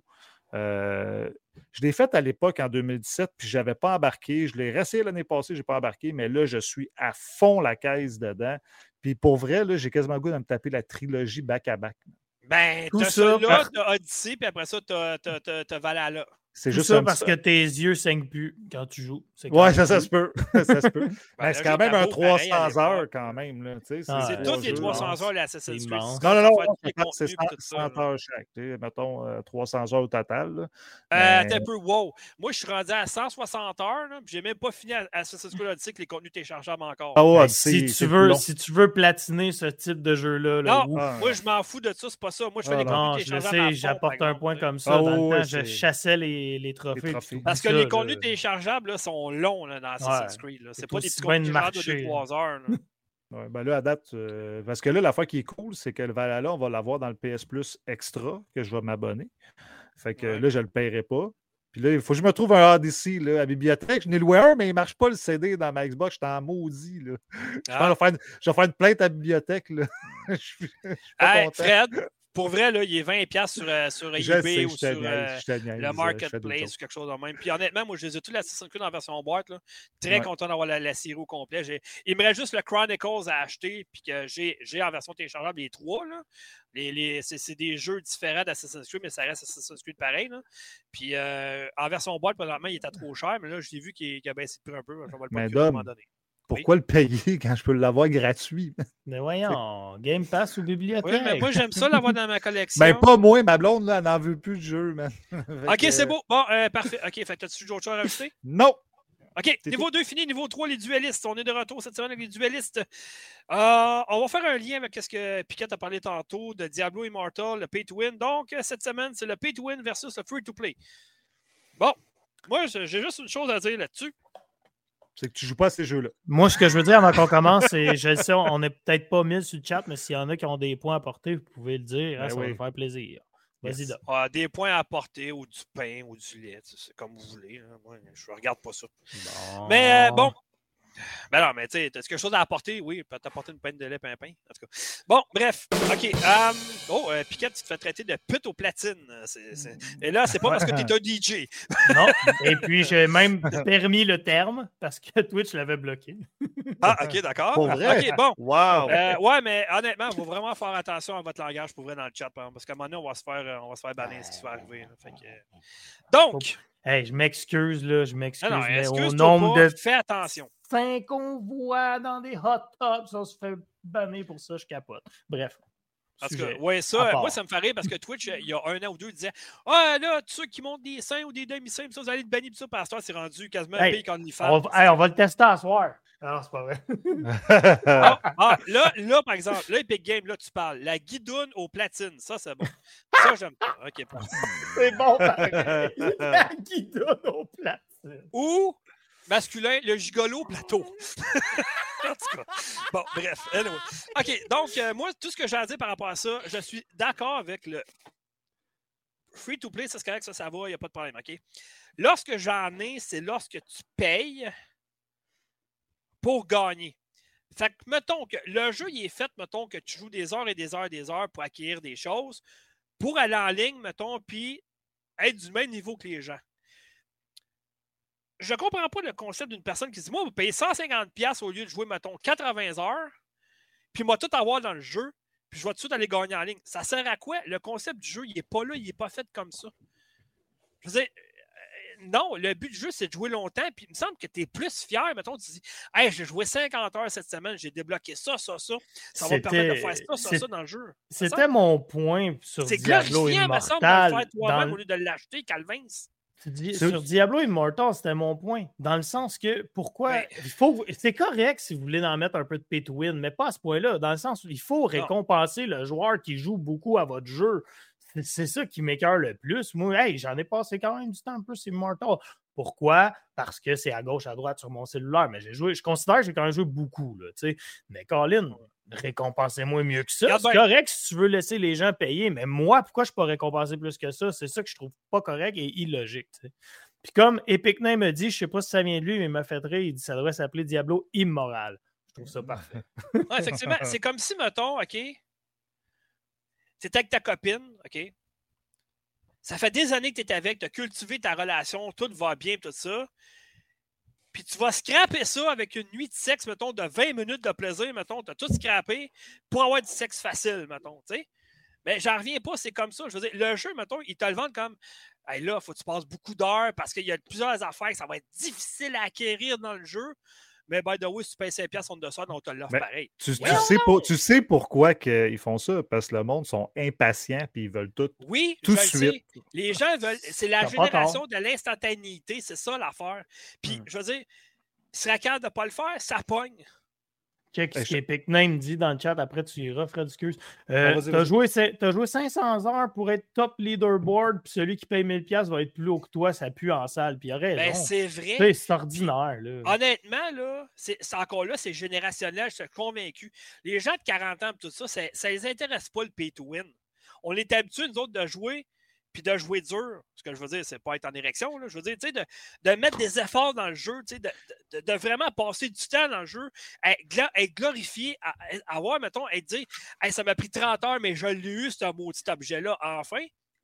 Speaker 3: Euh, je l'ai fait à l'époque en deux mille dix-sept, puis je n'avais pas embarqué. Je l'ai réessayé l'année passée, je n'ai pas embarqué, mais là, je suis à fond la caisse dedans. Puis pour vrai, là, j'ai quasiment le goût de me taper la trilogie back-à-back.
Speaker 1: Ben, t'as ça, là, t'as Odyssey, puis après ça, t'as, t'as, t'as, t'as Valhalla.
Speaker 2: C'est Tout juste ça parce ça. que tes yeux saignent plus quand tu joues.
Speaker 3: Oui, ça, ça se peut. ça se peut. Ben, c'est quand même un trois cents heures quand même. Là, tu sais, c'est
Speaker 1: ah, c'est tous les trois cents heures, l'Assassin's Creed.
Speaker 3: Non, non, non, c'est cent heures chaque. Mettons euh, trois cents heures au total. Là.
Speaker 1: Euh, mais... T'es un peu wow. Moi, je suis rendu à cent soixante heures. Là, puis j'ai même pas fini Assassin's Creed Odyssey que les contenus téléchargeables encore.
Speaker 3: Ah ouais,
Speaker 2: ben, si, tu veux, si tu veux platiner ce type de jeu-là. Là,
Speaker 1: non, ah, moi, je m'en fous de ça. C'est pas ça. Moi, je fais ah, les contenus téléchargeables. Je sais,
Speaker 2: j'apporte un point comme ça. Dans le temps, je chassais les trophées.
Speaker 1: Parce que ça, les contenus le... téléchargeables là, sont longs là, dans Assassin's Creed. Là. C'est, c'est pas des petits contenus téléchargeables de deux trois heures. Là.
Speaker 3: Ouais, ben là, à date, euh, parce que là, la fois qui est cool, c'est que le Valhalla, on va l'avoir dans le P S Plus Extra, que je vais m'abonner. Fait que ouais. là, je le paierai pas. Puis là, il faut que je me trouve un Odyssey là, à la bibliothèque. Je n'ai loué un, mais il ne marche pas le C D dans ma Xbox. J'étais en maudit. Là. Ah. Je, vais faire une, je vais faire une plainte à la bibliothèque. Là. je, suis, je suis pas
Speaker 1: hey,
Speaker 3: content.
Speaker 1: Fred, Pour vrai, là, il est vingt dollars sur, euh, sur eBay
Speaker 3: sais,
Speaker 1: ou sur euh,
Speaker 3: niaise,
Speaker 1: le Marketplace ou quelque chose de même. Puis honnêtement, moi, je les ai tous l'Assassin's Creed en version boîte. Là. Très ouais. content d'avoir la, la série au complet. J'ai... Il me reste juste le Chronicles à acheter, puis que j'ai, j'ai en version téléchargeable les trois. Là. Les, les, c'est, c'est des jeux différents d'Assassin's Creed, mais ça reste Assassin's Creed pareil. Là. Puis euh, en version boîte, présentement, il était trop cher, mais là, j'ai vu qu'il, qu'il a baissé de prix un peu. Je vais le procurer à un moment donné.
Speaker 3: Pourquoi oui. le payer quand je peux l'avoir gratuit?
Speaker 2: Mais voyons, Game Pass ou bibliothèque.
Speaker 1: Oui, mais moi, j'aime ça l'avoir dans ma collection.
Speaker 3: Ben, pas moi, ma blonde, là, elle n'en veut plus de jeu, man.
Speaker 1: OK, que... c'est beau. Bon, euh, parfait. OK, fait que as-tu d'autres choses à rajouter?
Speaker 3: Non.
Speaker 1: OK, c'est niveau tout. deux fini. Niveau trois, les duellistes. On est de retour cette semaine avec les duellistes. Euh, on va faire un lien avec ce que Piquet a parlé tantôt de Diablo Immortal, le Pay to Win. Donc, cette semaine, c'est le Pay to Win versus le Free to Play. Bon, moi, j'ai juste une chose à dire là-dessus.
Speaker 3: C'est que tu joues pas à ces jeux-là.
Speaker 2: Moi, ce que je veux dire avant qu'on commence, c'est, je le sais, on n'est peut-être pas mille sur le chat, mais s'il y en a qui ont des poins à porter, vous pouvez le dire, hein, ça oui. va me faire plaisir. Vas-y
Speaker 1: yes.
Speaker 2: donc.
Speaker 1: Ah, des points à apporter, ou du pain, ou du lait, c'est comme vous voulez. Hein. Moi, je ne regarde pas ça. Bon. Mais euh, bon, ben non, mais tu sais, t'as quelque chose à apporter? Oui, peut t'apporter une peine de lait et un pain. En tout cas. Bon, bref. OK. Um, oh, euh, Piquette, tu te fais traiter de pute au platine. C'est, c'est... Et là, c'est pas parce que t'es un D J.
Speaker 2: Non. Et puis, j'ai même permis le terme parce que Twitch l'avait bloqué.
Speaker 1: Ah, OK, d'accord.
Speaker 3: Pour vrai?
Speaker 1: OK, bon.
Speaker 3: Wow.
Speaker 1: Euh, ouais, mais honnêtement, il faut vraiment faire attention à votre langage pour vrai dans le chat. Parce qu'à un moment donné, on va se faire, on va se faire bannir ce qui va arriver. Là. Fait que... Donc.
Speaker 2: Hey, je m'excuse, là, je m'excuse.
Speaker 1: Non, non,
Speaker 2: mais au
Speaker 1: pas,
Speaker 2: nombre de.
Speaker 1: Fais attention.
Speaker 2: Cinq convois dans des hot tubs, ça se fait bannir pour ça, je capote. Bref.
Speaker 1: Parce que, ouais, ça, moi, ça me ferait parce que Twitch, il y a un an ou deux, disait Ah, là, tous ceux qui montent des seins ou des demi-seins, ça, vous allez être bannis de ça, parce que c'est rendu quasiment hey, pire qu'OnlyFans.
Speaker 2: On, hey, on va le tester à soir. Non, c'est pas vrai.
Speaker 1: ah, ah, là, là, par exemple, là, Epic Games, là, tu parles. La guidoune au platine, ça, c'est bon. Ça, j'aime pas. OK, bon.
Speaker 2: C'est bon, pareil. La guidoune au platine.
Speaker 1: Ou, masculin, le gigolo au plateau. En tout cas. Bon, bref. Anyway. OK, donc, euh, moi, tout ce que j'ai à dire par rapport à ça, je suis d'accord avec le free-to-play, ça, c'est correct, ça, ça va, il n'y a pas de problème, OK? Lorsque j'en ai, c'est lorsque tu payes pour gagner. Fait que, mettons que le jeu, il est fait, mettons que tu joues des heures et des heures et des heures pour acquérir des choses, pour aller en ligne, mettons, puis être du même niveau que les gens. Je ne comprends pas le concept d'une personne qui dit « Moi, vous payez cent cinquante dollars au lieu de jouer, mettons, quatre-vingts heures, puis moi, tout avoir dans le jeu, puis je vais tout de suite aller gagner en ligne. » Ça sert à quoi? Le concept du jeu, il n'est pas là, il n'est pas fait comme ça. Je veux dire, non, le but du jeu, c'est de jouer longtemps. Puis il me semble que tu es plus fier. Mettons, tu dis Hey, j'ai joué cinquante heures cette semaine, j'ai débloqué ça, ça, ça. Ça va me permettre de faire ça, ça, ça dans le jeu.
Speaker 2: C'était mon point sur
Speaker 1: c'est
Speaker 2: Diablo Immortal.
Speaker 1: Me semble, de le faire toi-même au lieu de l'acheter, Calvin.
Speaker 2: Sur Diablo Immortal, c'était mon point. Dans le sens que pourquoi. Mais... il faut, c'est correct si vous voulez en mettre un peu de pay to win, mais pas à ce point-là. Dans le sens où il faut récompenser non. le joueur qui joue beaucoup à votre jeu. C'est ça qui m'écoeure le plus. Moi, hey, j'en ai passé quand même du temps un peu sur Immortal. Pourquoi? Parce que c'est à gauche, à droite sur mon cellulaire. Mais j'ai joué, je considère que j'ai quand même joué beaucoup. Là, t'sais. Mais Colin, récompensez-moi mieux que ça. C'est correct si tu veux laisser les gens payer. Mais moi, pourquoi je ne peux pas récompenser plus que ça? C'est ça que je trouve pas correct et illogique. T'sais. Puis comme Epic Name me dit, je ne sais pas si ça vient de lui, mais il m'a fait rire, il dit que ça devrait s'appeler Diablo Immoral. Je trouve ça parfait.
Speaker 1: Ouais, effectivement, c'est comme si, mettons, OK, t'es avec ta copine, OK? Ça fait des années que tu es avec, tu as cultivé ta relation, tout va bien, tout ça. Puis tu vas scraper ça avec une nuit de sexe, mettons, de vingt minutes de plaisir, mettons, tu as tout scrappé pour avoir du sexe facile, mettons, tu sais. Mais j'en reviens pas, c'est comme ça. Je veux dire, le jeu, mettons, il te le vend comme hey, là, il faut que tu passes beaucoup d'heures parce qu'il y a plusieurs affaires que ça va être difficile à acquérir dans le jeu. Mais by the way, si tu payes cinq dollars, on te sort, on te l'offre pareil.
Speaker 3: Tu, tu, sais pour, tu sais pourquoi ils font ça? Parce que le monde sont impatients et ils veulent tout
Speaker 1: oui,
Speaker 3: tout de suite.
Speaker 1: Sais. Les gens veulent... C'est la génération de l'instantanéité. C'est ça l'affaire. Puis, hmm. je veux dire, si serait capable de ne pas le faire, ça pogne.
Speaker 2: Check ce qu'Epic Name dit dans le chat. Après, tu iras, Fred, excuse. Euh, tu as joué, joué cinq cents heures pour être top leaderboard, puis celui qui paye mille dollars va être plus haut que toi, ça pue en salle. Puis il y a raison.
Speaker 1: Ben, c'est vrai.
Speaker 2: C'est, c'est ordinaire. Là.
Speaker 1: Honnêtement, là, c'est, c'est encore là, c'est générationnel, je suis convaincu. Les gens de quarante ans, tout ça, ça ne les intéresse pas le pay to win. On est habitués, nous autres, de jouer, puis de jouer dur. Ce que je veux dire, c'est pas être en érection. Là. Je veux dire, tu sais, de, de mettre des efforts dans le jeu, tu sais, de, de, de vraiment passer du temps dans le jeu, être, gla- être glorifié, à, à avoir, mettons, être dire, hey, ça m'a pris trente heures, mais je l'ai eu, ce maudit objet-là, enfin.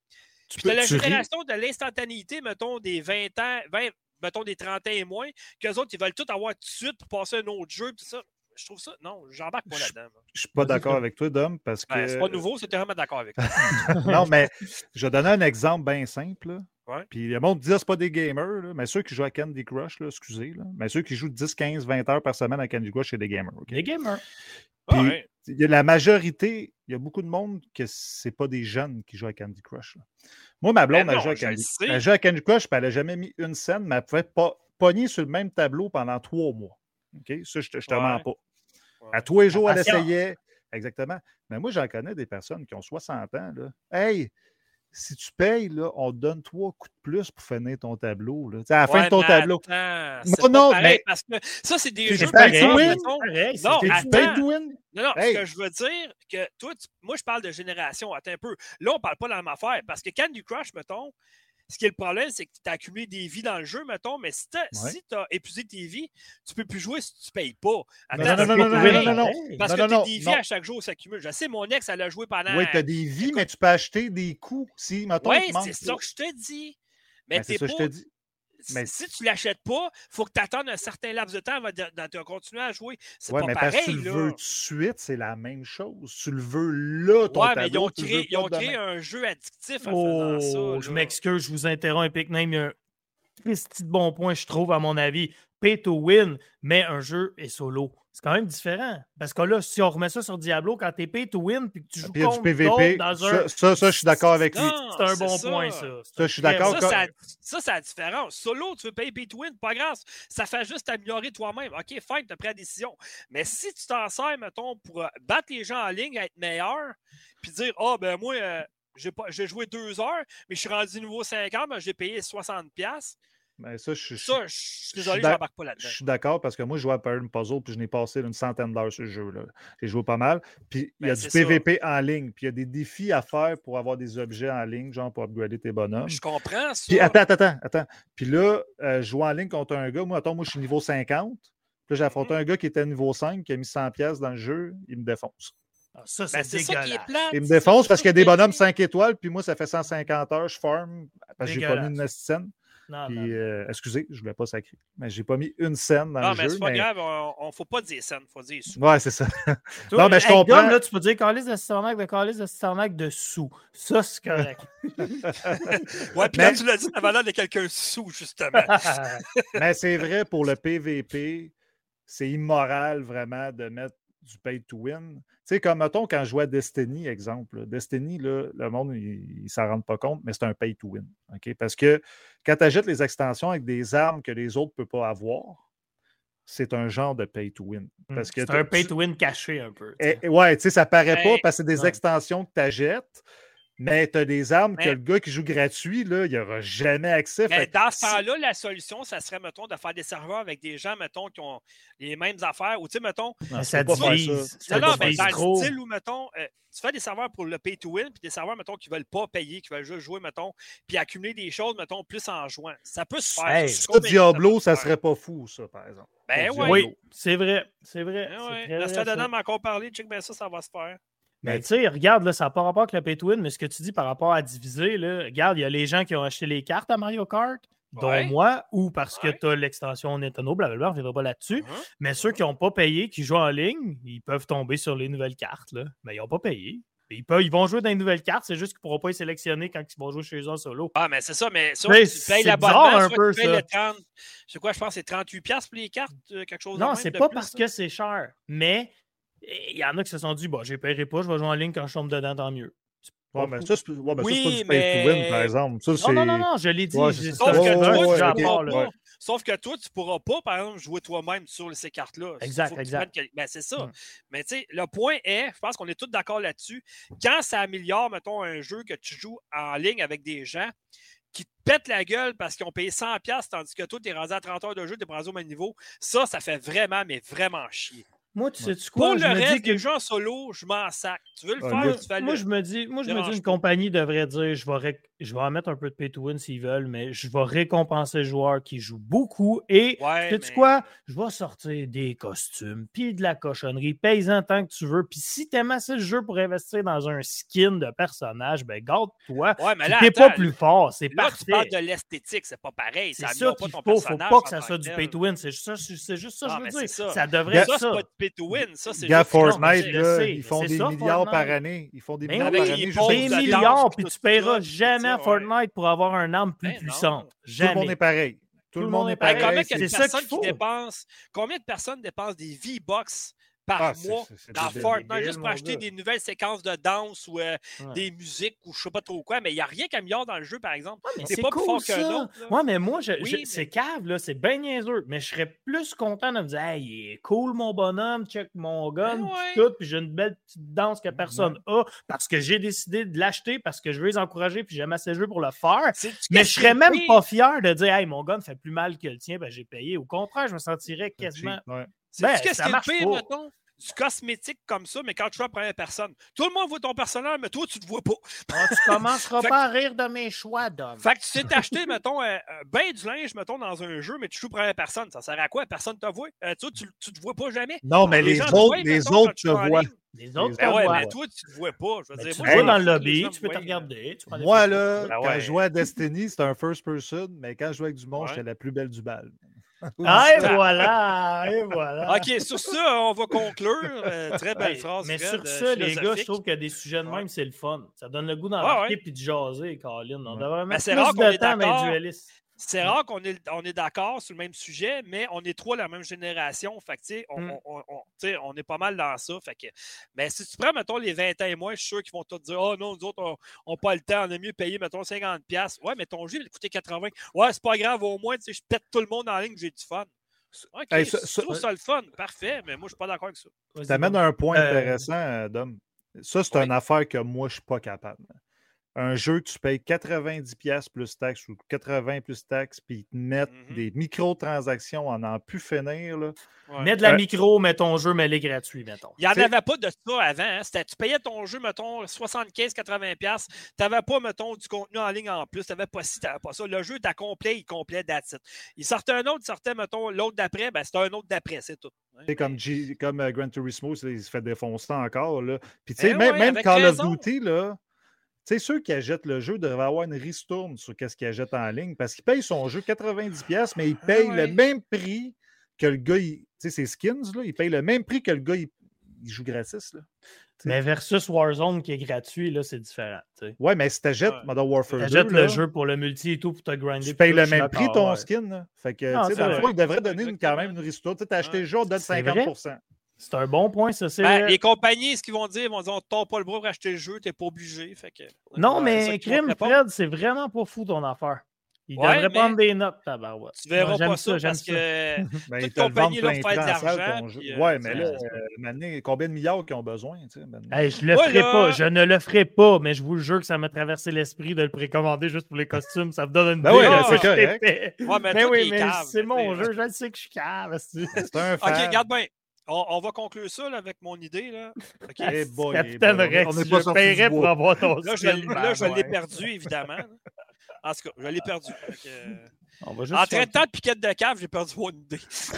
Speaker 3: Tu
Speaker 1: Puis
Speaker 3: peux,
Speaker 1: t'as la
Speaker 3: tu ris.
Speaker 1: génération de l'instantanéité, mettons, des vingt ans, vingt, mettons, des trente ans et moins, qu'eux autres, ils veulent tout avoir tout de suite pour passer un autre jeu, tout ça. Je trouve ça, non, j'embarque pas
Speaker 3: Je-
Speaker 1: là-dedans. moi.
Speaker 3: Je suis pas
Speaker 2: Ouais, c'est
Speaker 3: d'accord
Speaker 2: ça.
Speaker 3: avec toi, Dom, parce que.
Speaker 1: Ben, c'est pas nouveau, c'était vraiment d'accord avec toi.
Speaker 3: Non, mais je vais donner un exemple bien simple. Là.
Speaker 1: Ouais.
Speaker 3: Puis le monde dit, ah, c'est pas des gamers, là, mais ceux qui jouent à Candy Crush, là, excusez, là, mais ceux qui jouent dix, quinze, vingt heures par semaine à Candy Crush, c'est des gamers. OK?
Speaker 2: Les gamers.
Speaker 3: Puis,
Speaker 1: Ah ouais.
Speaker 3: il y a la majorité, il y a beaucoup de monde que c'est pas des jeunes qui jouent à Candy Crush. là. Moi, ma blonde,
Speaker 1: Ben
Speaker 3: elle,
Speaker 1: non,
Speaker 3: joue à
Speaker 1: je le
Speaker 3: Candy...
Speaker 1: sais.
Speaker 3: elle joue à Candy Crush, puis elle n'a jamais mis une scène, mais elle pouvait pas pogner sur le même tableau pendant trois mois. OK? Ça, je te, je te
Speaker 1: Ouais.
Speaker 3: mens pas.
Speaker 1: Ouais.
Speaker 3: À tous les jours, elle
Speaker 2: Attention.
Speaker 3: essayait. Exactement. Mais moi, j'en connais des personnes qui ont soixante ans. Là. Hey, si tu payes, là, on te donne trois coups de plus pour finir ton tableau. Là. Tu sais, à la fin
Speaker 1: Ouais,
Speaker 3: de ton
Speaker 1: mais
Speaker 3: tableau.
Speaker 1: attends,
Speaker 3: Non,
Speaker 1: c'est pas
Speaker 3: non,
Speaker 1: pareil,
Speaker 3: mais-
Speaker 1: parce que ça, c'est des
Speaker 3: C'est
Speaker 1: jeux
Speaker 3: du
Speaker 1: par
Speaker 3: pay to
Speaker 1: exemple,
Speaker 3: win.
Speaker 1: mettons-
Speaker 2: Pareil, c'est
Speaker 1: Non,
Speaker 2: des-
Speaker 3: C'est
Speaker 1: attends.
Speaker 3: du pay to win.
Speaker 1: Non, non,
Speaker 3: Hey.
Speaker 1: ce que je veux dire, que toi, tu- moi, je parle de génération. Attends un peu. Là, on parle pas de la même affaire. Parce que Candy Crush, mettons, ce qui est le problème, c'est que tu as accumulé des vies dans le jeu, mettons, mais si tu as
Speaker 3: Ouais.
Speaker 1: épuisé tes vies, tu peux plus jouer si tu payes pas. Attends,
Speaker 3: non, non,
Speaker 1: c'est
Speaker 3: non,
Speaker 1: pas
Speaker 3: non, non,
Speaker 1: pareil,
Speaker 3: non, non, non.
Speaker 2: Hey.
Speaker 1: Parce
Speaker 3: Non,
Speaker 1: que
Speaker 3: non,
Speaker 1: tes
Speaker 3: non,
Speaker 1: des vies
Speaker 3: non.
Speaker 1: à chaque jour s'accumulent. Je sais, mon ex, elle a joué pendant.
Speaker 3: Oui, tu as des vies,
Speaker 1: Écoute-
Speaker 3: mais tu peux acheter des coups. Si, mettons, il
Speaker 1: Oui,
Speaker 3: te manque
Speaker 1: c'est ça
Speaker 3: trois-
Speaker 1: que je te dis. Mais
Speaker 3: Ben, c'est
Speaker 1: t'es
Speaker 3: ça
Speaker 1: pas.
Speaker 3: que je te dis. Mais-
Speaker 1: Si tu ne l'achètes pas, il faut que tu attendes un certain laps de temps avant de, de- de continuer à jouer. C'est
Speaker 3: Ouais,
Speaker 1: pas
Speaker 3: mais
Speaker 1: pareil,
Speaker 3: parce que tu le
Speaker 1: là.
Speaker 3: veux tout de suite, c'est la même chose. Tu le veux là, ton
Speaker 1: Ouais, mais ils
Speaker 3: tableau.
Speaker 1: ont
Speaker 3: tu le
Speaker 1: créé,
Speaker 3: veux
Speaker 1: ils ont
Speaker 3: pas
Speaker 1: créé
Speaker 3: demain.
Speaker 1: un jeu addictif en faisant ça.
Speaker 2: Oh,
Speaker 1: là.
Speaker 2: je m'excuse, je vous interromps, Epic Name. Il y a un petit bon point, je trouve, à mon avis. Pay to win, mais un jeu est solo. C'est quand même différent. Parce que là, si on remet ça sur Diablo, quand t'es pay to win puis que tu joues
Speaker 3: Puis il y a du
Speaker 2: contre
Speaker 3: P V P.
Speaker 2: d'autres dans un...
Speaker 3: Ça, ça, ça, je suis d'accord avec lui.
Speaker 1: Non,
Speaker 2: C'est un bon
Speaker 1: ça.
Speaker 2: point, ça. C'est
Speaker 3: Ça,
Speaker 2: un
Speaker 3: je suis
Speaker 2: très
Speaker 3: d'accord
Speaker 2: bon
Speaker 1: Ça,
Speaker 3: quand-
Speaker 1: ça, ça, c'est la différence. Solo, tu veux payer pay to win, pas grave. Ça fait juste améliorer toi-même. OK, fine, tu as pris la décision. Mais si tu t'en sers, mettons, pour euh, battre les gens en ligne, être meilleur, puis dire, ah, oh, ben moi, euh, j'ai, pas, j'ai joué deux heures, mais je suis rendu niveau cinquante, ben, j'ai payé soixante dollars.
Speaker 3: Ben, ça, je, je-
Speaker 1: Ça, je suis désolé, je
Speaker 3: d'ac-
Speaker 1: n'embarque pas
Speaker 3: je
Speaker 1: là-dedans.
Speaker 3: suis d'accord parce que moi, je jouais à Paradise Puzzle puis je n'ai passé une centaine d'heures sur ce jeu-là. J'ai joué pas mal. Puis il y a
Speaker 1: Ben,
Speaker 3: du
Speaker 1: c'est
Speaker 3: P V P en ligne. Puis il y a des défis à faire pour avoir des objets en ligne, genre pour upgrader tes bonhommes.
Speaker 1: Je comprends ça.
Speaker 3: Puis attends, attends, attends, attends. Puis là, euh, je joue en ligne contre un gars. Moi, attends, moi, je suis niveau cinquante. Puis là, j'ai affronté
Speaker 1: Mhm.
Speaker 3: un gars qui était niveau cinq, qui a mis cent pièces dans le jeu. Il me défonce.
Speaker 2: Ah, ça, c'est
Speaker 1: Ben, c'est ça qui est
Speaker 2: dégueulasse.
Speaker 1: plate.
Speaker 3: Il me
Speaker 1: c'est
Speaker 3: défonce
Speaker 1: ça
Speaker 3: parce qu'il y a des
Speaker 1: qui est
Speaker 3: bonhommes
Speaker 1: plate.
Speaker 3: cinq étoiles. Puis moi, ça fait cent cinquante heures. Je farm parce que j'ai pas mis
Speaker 2: Dégueulasse.
Speaker 3: une scène.
Speaker 2: Non,
Speaker 3: Puis,
Speaker 2: non.
Speaker 3: euh, excusez, je voulais pas sacrer. Mais j'ai pas mis une scène dans
Speaker 1: Non,
Speaker 3: le
Speaker 1: mais
Speaker 3: jeu.
Speaker 1: c'est pas
Speaker 3: mais-
Speaker 1: grave, on ne faut pas dire scène, il faut dire sous.
Speaker 3: Ouais, c'est ça.
Speaker 2: Toi,
Speaker 3: non, mais je
Speaker 2: hey,
Speaker 3: comprends.
Speaker 2: Dom, là, tu peux dire calice de cisternac de calice de cisternac de sous. Ça, c'est correct.
Speaker 1: Ouais, puis
Speaker 3: Mais-
Speaker 1: quand tu l'as dit, ça valeur de quelqu'un sous, justement.
Speaker 3: Mais c'est vrai, pour le P V P, c'est immoral vraiment de mettre du pay to win. Tu sais, comme mettons, quand je jouais à Destiny, exemple. là, Destiny, là, le monde, il ne s'en rend pas compte, mais c'est un pay to win. OK? Parce que quand tu achètes les extensions avec des armes que les autres ne peuvent pas avoir, c'est un genre de pay to win. Parce que
Speaker 2: c'est
Speaker 3: t'as-
Speaker 2: un pay
Speaker 3: tu-
Speaker 2: to win caché un peu. tu
Speaker 3: Eh,
Speaker 2: sais.
Speaker 3: ouais, tu sais, ça paraît pas
Speaker 1: Ben,
Speaker 3: parce que c'est des
Speaker 2: ouais.
Speaker 3: extensions que tu achètes, mais tu as des armes que
Speaker 1: Mais-
Speaker 3: le gars qui joue gratuit, là, il n'aura jamais accès.
Speaker 1: Mais
Speaker 3: Fait que
Speaker 1: dans ce
Speaker 3: si-
Speaker 1: temps-là, la solution, ça serait, mettons, de faire des serveurs avec des gens, mettons, qui ont les mêmes affaires. Ou, tu sais, mettons,
Speaker 3: Non,
Speaker 2: Mais
Speaker 3: tu
Speaker 2: ça
Speaker 3: peux pas faire
Speaker 2: divise.
Speaker 3: ça.
Speaker 2: Ça
Speaker 1: non, non, mais
Speaker 2: divise
Speaker 1: dans
Speaker 2: trop.
Speaker 1: le style où, mettons, euh, tu fais des serveurs pour le pay to win, puis des serveurs, mettons, qui ne veulent pas payer, qui veulent juste jouer, mettons, puis accumuler des choses, mettons, plus en jouant. Ça peut se faire.
Speaker 2: Hey,
Speaker 1: Je suis
Speaker 3: Ça,
Speaker 1: convaincu que
Speaker 3: Diablo,
Speaker 1: peut
Speaker 3: ça
Speaker 1: se faire.
Speaker 3: serait pas fou, ça, par exemple.
Speaker 1: Ben
Speaker 3: Pour
Speaker 1: ouais.
Speaker 3: Diablo.
Speaker 2: Oui, c'est vrai. C'est vrai.
Speaker 1: Ben
Speaker 2: c'est
Speaker 1: ouais.
Speaker 2: très vrai,
Speaker 1: Nostradamus
Speaker 2: ça.
Speaker 1: m'a encore parlé, check bien ça, ça va se faire.
Speaker 2: Mais tu sais, regarde, là, ça n'a pas rapport avec le pay to win, mais ce que tu dis par rapport à diviser, là, regarde, il y a les gens qui ont acheté les cartes à Mario Kart, dont
Speaker 1: Ouais.
Speaker 2: moi, ou parce
Speaker 1: Ouais.
Speaker 2: que tu as l'extension Nintendo, blablabla, on ne reviendra pas là-dessus.
Speaker 1: Mhm.
Speaker 2: Mais ceux qui n'ont pas payé, qui jouent en ligne, ils peuvent tomber sur les nouvelles cartes. Là. Mais ils n'ont pas payé. Ils, peuvent, ils vont jouer dans les nouvelles cartes, c'est juste qu'ils ne pourront pas les sélectionner quand ils vont jouer chez eux en solo.
Speaker 1: Ah, mais c'est ça, mais soit
Speaker 2: Mais
Speaker 1: tu payes
Speaker 2: c'est
Speaker 1: l'abonnement,
Speaker 2: bizarre un
Speaker 1: soit
Speaker 2: peu,
Speaker 1: tu payes
Speaker 2: ça.
Speaker 1: le trente. C'est quoi, je pense que c'est trente-huit dollars pour les cartes, euh, quelque chose de
Speaker 2: Non,
Speaker 1: même
Speaker 2: c'est
Speaker 1: de
Speaker 2: pas
Speaker 1: plus,
Speaker 2: parce
Speaker 1: ça?
Speaker 2: que c'est cher, mais il y en a qui se sont dit, bon, je ne paierai pas, je vais jouer en ligne quand je tombe dedans, tant mieux. C'est pas
Speaker 3: Ouais, mais
Speaker 2: fou.
Speaker 3: ça, c'est ouais, mais ça, c'est
Speaker 1: Oui,
Speaker 3: pas du pay to win,
Speaker 1: mais-
Speaker 3: par exemple. Ça,
Speaker 2: Non,
Speaker 3: c'est...
Speaker 2: non, non, non, je l'ai dit.
Speaker 3: Ouais,
Speaker 2: je-
Speaker 3: c'est
Speaker 2: c'est
Speaker 3: ça.
Speaker 1: Sauf
Speaker 2: un
Speaker 1: que,
Speaker 3: Ouais,
Speaker 1: toi,
Speaker 3: ouais,
Speaker 1: tu
Speaker 3: ouais,
Speaker 1: pourras
Speaker 3: ok.
Speaker 2: rapport, là.
Speaker 1: pas, sauf que toi, tu ne pourras pas, par exemple, jouer toi-même sur ces cartes-là.
Speaker 2: Exact,
Speaker 1: Faut que tu
Speaker 2: exact.
Speaker 1: prennes quel- ben, c'est ça.
Speaker 2: Mm.
Speaker 1: Mais tu sais, le point est, je pense qu'on est tous d'accord là-dessus, quand ça améliore, mettons, un jeu que tu joues en ligne avec des gens qui te pètent la gueule parce qu'ils ont payé cent dollars, tandis que toi, tu es rendu à trente heures de jeu, tu es rendu au même niveau, ça, ça fait vraiment, mais vraiment chier.
Speaker 2: Moi, tu sais-tu
Speaker 1: Pour
Speaker 2: quoi?
Speaker 1: le
Speaker 2: Je me
Speaker 1: reste
Speaker 2: dis que
Speaker 1: des jeux en solo, je m'en sac. Tu veux le
Speaker 3: Ah,
Speaker 1: faire,
Speaker 3: là,
Speaker 1: tu fais
Speaker 2: Moi,
Speaker 1: le.
Speaker 2: je me dis, moi, je me dis
Speaker 1: Dérange
Speaker 2: une
Speaker 1: pas.
Speaker 2: compagnie devrait dire je vais, ré- je vais en mettre un peu de pay to win s'ils veulent, mais je vais récompenser le joueur qui joue beaucoup. Et,
Speaker 1: Ouais,
Speaker 2: sais-tu
Speaker 1: mais-
Speaker 2: quoi? Je vais sortir des costumes, puis de la cochonnerie, paye-en tant que tu veux. Puis si t'aimes assez le jeu pour investir dans un skin de personnage, ben garde-toi.
Speaker 1: Ouais, mais
Speaker 2: Puis
Speaker 1: là,
Speaker 2: t'es
Speaker 1: attends,
Speaker 2: pas plus fort, c'est
Speaker 1: Là,
Speaker 2: parfait.
Speaker 1: tu parles de l'esthétique, c'est pas pareil.
Speaker 2: C'est
Speaker 1: Ça
Speaker 2: ça
Speaker 1: améliore pas
Speaker 2: qu'il
Speaker 1: ton
Speaker 2: faut. Faut
Speaker 1: personnage
Speaker 2: pas
Speaker 1: en
Speaker 2: que ça
Speaker 1: tant
Speaker 2: soit
Speaker 1: que
Speaker 2: du
Speaker 1: tel.
Speaker 2: pay to win. C'est juste ça, c'est juste ça
Speaker 1: Ah,
Speaker 2: je veux
Speaker 1: mais
Speaker 2: dire.
Speaker 1: c'est ça.
Speaker 2: Ça devrait être
Speaker 1: Ça,
Speaker 2: ça.
Speaker 1: c'est pas de pay to win. Ça, c'est
Speaker 3: Gars,
Speaker 1: juste-
Speaker 3: Fortnite,
Speaker 2: je le
Speaker 3: là,
Speaker 2: sais,
Speaker 3: ils font
Speaker 2: c'est
Speaker 3: des
Speaker 2: ça,
Speaker 3: milliards par
Speaker 2: Fortnite.
Speaker 3: année. Ils font des
Speaker 2: Mais
Speaker 3: milliards
Speaker 2: oui,
Speaker 3: par
Speaker 1: avec
Speaker 3: année.
Speaker 1: les
Speaker 3: juste
Speaker 1: pauses
Speaker 2: des
Speaker 3: pour-
Speaker 1: de
Speaker 2: milliards,
Speaker 1: danse,
Speaker 2: puis
Speaker 1: tout
Speaker 2: tu paieras
Speaker 1: ça,
Speaker 2: jamais
Speaker 1: tout
Speaker 2: à
Speaker 1: ça,
Speaker 2: Fortnite pour avoir une arme plus
Speaker 1: Ben non.
Speaker 2: puissante.
Speaker 3: Tout le
Speaker 2: Jamais.
Speaker 3: monde est pareil. Tout le monde est
Speaker 1: Ben,
Speaker 3: pareil.
Speaker 1: combien
Speaker 3: c'est-
Speaker 1: de
Speaker 2: c'est ça
Speaker 1: personnes
Speaker 2: qu'il
Speaker 1: qui
Speaker 2: faut.
Speaker 1: dépensent, combien de personnes dépensent des V-Bucks par
Speaker 3: Ah, c'est-
Speaker 1: mois
Speaker 3: c'est- c'est
Speaker 1: dans
Speaker 3: débile.
Speaker 1: Fortnite
Speaker 2: débile,
Speaker 1: juste pour
Speaker 2: mon
Speaker 1: acheter
Speaker 2: gars.
Speaker 1: des nouvelles séquences de danse ou euh,
Speaker 2: Ouais.
Speaker 1: des musiques ou je sais pas trop quoi, mais il n'y a rien qui améliore dans le jeu, par exemple.
Speaker 2: Ouais, mais
Speaker 1: c'est
Speaker 2: c'est
Speaker 1: pas plus
Speaker 2: cool,
Speaker 1: fort qu'un
Speaker 2: ça.
Speaker 1: autre. là.
Speaker 2: Ouais, mais moi, je,
Speaker 1: Oui,
Speaker 2: je-
Speaker 1: mais-
Speaker 2: c'est cave, là, c'est bien niaiseux. Mais je serais plus content de me dire, hey, il est cool, mon bonhomme, check mon gun,
Speaker 1: Ben
Speaker 2: puis
Speaker 1: ouais.
Speaker 2: tout, puis j'ai une belle petite danse que personne a, parce que j'ai décidé de l'acheter, parce que je veux les encourager, puis j'aime assez le jeu pour le faire.
Speaker 1: C'est-
Speaker 2: Mais
Speaker 1: qu'est-ce
Speaker 2: je
Speaker 1: qui
Speaker 2: serais
Speaker 1: est
Speaker 2: même
Speaker 1: pire?
Speaker 2: pas fier de dire, hey, mon gun fait plus mal que le tien, ben j'ai payé. Au contraire, je me sentirais
Speaker 3: C'est
Speaker 2: quasiment.
Speaker 3: cheap, ouais.
Speaker 1: C'est
Speaker 2: Ben,
Speaker 1: qu'est-ce
Speaker 2: ça
Speaker 1: qui est le
Speaker 2: marche
Speaker 1: pire,
Speaker 2: pas.
Speaker 1: mettons? Du cosmétique comme ça, mais quand tu joues à la première personne, tout le monde voit ton personnage, mais toi, tu te vois pas.
Speaker 2: Ah, tu commenceras
Speaker 1: Fait
Speaker 2: pas à rire de mes choix, d'homme.
Speaker 1: Fait que tu t'es acheté, mettons, euh, euh, ben du linge, mettons, dans un jeu, mais tu joues première personne. Ça sert à quoi? Personne te voit. Euh, tu, tu, tu te vois pas jamais.
Speaker 3: Non, mais
Speaker 1: Les
Speaker 3: les
Speaker 1: gens te
Speaker 3: autres,
Speaker 1: voient,
Speaker 3: les
Speaker 1: mettons,
Speaker 3: autres
Speaker 1: quand tu
Speaker 3: te
Speaker 1: vas en
Speaker 3: voient.
Speaker 1: ligne.
Speaker 2: Les autres,
Speaker 1: Ben
Speaker 2: te
Speaker 1: ouais,
Speaker 2: voient.
Speaker 1: mais toi, tu te vois pas. Je veux
Speaker 2: Ben,
Speaker 1: dire,
Speaker 2: tu
Speaker 1: moi,
Speaker 2: te vois
Speaker 1: je
Speaker 2: dans
Speaker 1: m'en
Speaker 2: le
Speaker 1: fous que les
Speaker 2: lobby,
Speaker 1: gens
Speaker 2: tu
Speaker 1: me
Speaker 2: peux te
Speaker 1: voient.
Speaker 2: regarder. Tu prends des
Speaker 3: Moi,
Speaker 2: photos.
Speaker 3: là,
Speaker 1: Ben
Speaker 3: quand
Speaker 1: ouais.
Speaker 3: je jouais à Destiny, c'était un first person, mais quand je jouais avec du monde,
Speaker 1: Ouais.
Speaker 3: j'étais la plus belle du bal.
Speaker 2: Ah, et voilà, et voilà.
Speaker 1: OK, sur ça, on va conclure. Euh, très belle
Speaker 2: Ouais,
Speaker 1: phrase.
Speaker 2: mais
Speaker 1: Fred,
Speaker 2: sur
Speaker 1: euh,
Speaker 2: ça, les gars, je
Speaker 1: philosophique.
Speaker 2: trouve que des sujets de même,
Speaker 1: Ouais.
Speaker 2: c'est le fun. Ça donne le goût
Speaker 1: Ouais,
Speaker 2: d'embarquer
Speaker 1: ouais.
Speaker 2: et de jaser, Colin. On
Speaker 3: Ouais.
Speaker 2: devrait
Speaker 1: Mais
Speaker 2: mettre
Speaker 1: c'est
Speaker 2: plus
Speaker 1: rare qu'on
Speaker 2: de
Speaker 1: est
Speaker 2: temps dans
Speaker 1: d'accord.
Speaker 2: les duellistes.
Speaker 1: C'est rare qu'on est, on est d'accord sur le même sujet, mais on est trois la même génération. Fait que, tu sais, on,
Speaker 2: Mm.
Speaker 1: on, on, on- tu sais, on est pas mal dans ça. Fait que, mais si tu prends, mettons, les vingt ans et moins, je suis sûr qu'ils vont tous dire oh non, nous autres, on n'a pas le temps, on a mieux payé, mettons, cinquante dollars. Ouais, mais ton jeu, il va te coûter quatre-vingts. Ouais, c'est pas grave, au moins, tu sais, je pète tout le monde en ligne, j'ai du fun. OK,
Speaker 3: Hey,
Speaker 1: si
Speaker 3: ça-
Speaker 1: tu
Speaker 3: ça-
Speaker 1: trouves ça le fun, parfait, mais moi, je suis pas d'accord avec ça.
Speaker 2: Vas-y,
Speaker 3: Ça amène
Speaker 2: bon.
Speaker 3: un point
Speaker 2: Euh,
Speaker 3: intéressant, euh, Dom. Ça, c'est
Speaker 1: Oui.
Speaker 3: une affaire que moi, je suis pas capable. Un jeu que tu payes quatre-vingt-dix dollars plus taxes ou quatre-vingts plus taxes, puis ils te mettent
Speaker 1: Mhm.
Speaker 3: des microtransactions en n'en plus finir. Là.
Speaker 1: Ouais.
Speaker 2: Mets de la
Speaker 3: Euh,
Speaker 2: micro, mets ton jeu, mais les gratuit, mettons.
Speaker 1: Il n'y en
Speaker 3: T'sais-
Speaker 1: avait pas de ça avant. Hein. C'était- Tu payais ton jeu, mettons, soixante-quinze à quatre-vingts dollars. Tu n'avais pas, mettons, du contenu en ligne en plus. Tu n'avais pas ci, tu n'avais pas ça. Le jeu était complet, il complet, that's it. Il sortait un autre, il sortait, mettons, l'autre d'après, ben, c'était un autre d'après, c'est tout. Hein,
Speaker 3: C'est comme,
Speaker 1: mais-
Speaker 3: G- comme euh, Gran Turismo, c'est- il se fait défoncer encore. Là. Puis, tu sais,
Speaker 1: Ben
Speaker 3: même,
Speaker 1: ouais,
Speaker 3: même
Speaker 1: avec
Speaker 3: Call
Speaker 1: raison.
Speaker 3: of Duty, là, tu sais, ceux qui achètent le jeu devraient avoir une ristourne sur ce qu'ils achètent en ligne parce qu'il paye son jeu quatre-vingt-dix dollars, mais il
Speaker 1: Ah
Speaker 3: paye
Speaker 1: ouais.
Speaker 3: le même prix que le gars. il- Tu sais, ses skins, là, il paye le même prix que le gars, il, il joue gratis. Là.
Speaker 2: Mais versus Warzone qui est gratuit, là, c'est différent. Tu sais.
Speaker 3: Ouais, mais si t'achètes
Speaker 1: Ouais.
Speaker 3: Modern Warfare deux,
Speaker 2: T'achètes
Speaker 3: là,
Speaker 2: le jeu pour le multi et tout, pour te grinder.
Speaker 3: tu
Speaker 2: puis
Speaker 3: payes
Speaker 2: tout,
Speaker 3: le
Speaker 2: je suis
Speaker 3: même prix
Speaker 2: d'accord,
Speaker 3: ton
Speaker 2: ouais.
Speaker 3: skin. Là. Fait que,
Speaker 2: Non,
Speaker 3: tu sais,
Speaker 2: c'est
Speaker 3: dans le
Speaker 2: vrai.
Speaker 3: fond, il devrait donner une, quand
Speaker 1: Exactement.
Speaker 3: même une ristourne. Tu sais, t'as acheté
Speaker 1: Ouais.
Speaker 3: le jeu, on te donne
Speaker 2: C'est
Speaker 3: cinquante
Speaker 2: vrai.
Speaker 3: pour cent.
Speaker 2: C'est un bon point, ça. C'est
Speaker 1: Ben,
Speaker 2: vrai.
Speaker 1: les compagnies, ce qu'ils vont dire, ils vont dire on ne tord pas le bras pour acheter le jeu, tu n'es pas obligé. Fait que,
Speaker 2: Non,
Speaker 1: ouais,
Speaker 2: mais
Speaker 1: c'est ça qu'ils vont te
Speaker 2: Crime,
Speaker 1: répondre.
Speaker 2: Fred, c'est vraiment pas fou ton affaire. Il
Speaker 1: Ouais,
Speaker 2: devrait
Speaker 1: mais-
Speaker 2: prendre des notes, tabarouette.
Speaker 1: Tu verras
Speaker 2: Moi, j'aime
Speaker 1: pas ça,
Speaker 2: j'aime
Speaker 1: parce que
Speaker 3: Ben,
Speaker 1: toute
Speaker 3: ils te le vendent
Speaker 1: compagnie là,
Speaker 3: plein
Speaker 1: faire de
Speaker 3: prix en salle,
Speaker 1: l'argent.
Speaker 3: ton jeu.
Speaker 1: puis, euh,
Speaker 3: Ouais, mais là,
Speaker 1: c'est-
Speaker 3: euh, maintenant, combien de milliards qu'ils ont besoin? Tu sais, maintenant?
Speaker 2: Hey, je le
Speaker 1: Ouais,
Speaker 2: ferai
Speaker 1: là.
Speaker 2: pas. Je ne le ferai pas, mais je vous le jure que ça m'a traversé l'esprit de le précommander juste pour les costumes. Ça me donne une
Speaker 3: Ben oui,
Speaker 2: idée
Speaker 1: ben,
Speaker 2: que
Speaker 1: c'est
Speaker 2: je
Speaker 3: correct.
Speaker 2: t'épais.
Speaker 1: Ouais, mais
Speaker 2: Mais
Speaker 1: toi,
Speaker 2: oui,
Speaker 1: t'es
Speaker 2: mais
Speaker 1: cave,
Speaker 2: c'est
Speaker 1: mais
Speaker 2: mon
Speaker 1: t'sais,
Speaker 2: jeu. Je le sais que je suis cave. c'est-
Speaker 3: C'est un
Speaker 1: OK,
Speaker 3: fan.
Speaker 1: regarde bien. On, on va conclure ça là, avec mon idée. Là. OK.
Speaker 3: Eh boy, eh
Speaker 2: Capitaine
Speaker 3: boy, on est-
Speaker 2: Rex,
Speaker 3: on n'est pas
Speaker 2: je
Speaker 3: sorti
Speaker 2: paierais
Speaker 3: du
Speaker 2: pour
Speaker 3: bois.
Speaker 2: avoir ton
Speaker 1: Là, je,
Speaker 2: skin,
Speaker 1: là, je l'ai
Speaker 2: ouais.
Speaker 1: perdu, évidemment. là. En tout cas, je l'ai perdu. Fait que, euh,
Speaker 2: On va juste
Speaker 1: en
Speaker 2: faire-
Speaker 1: traitant de piquette de cave, j'ai perdu mon idée.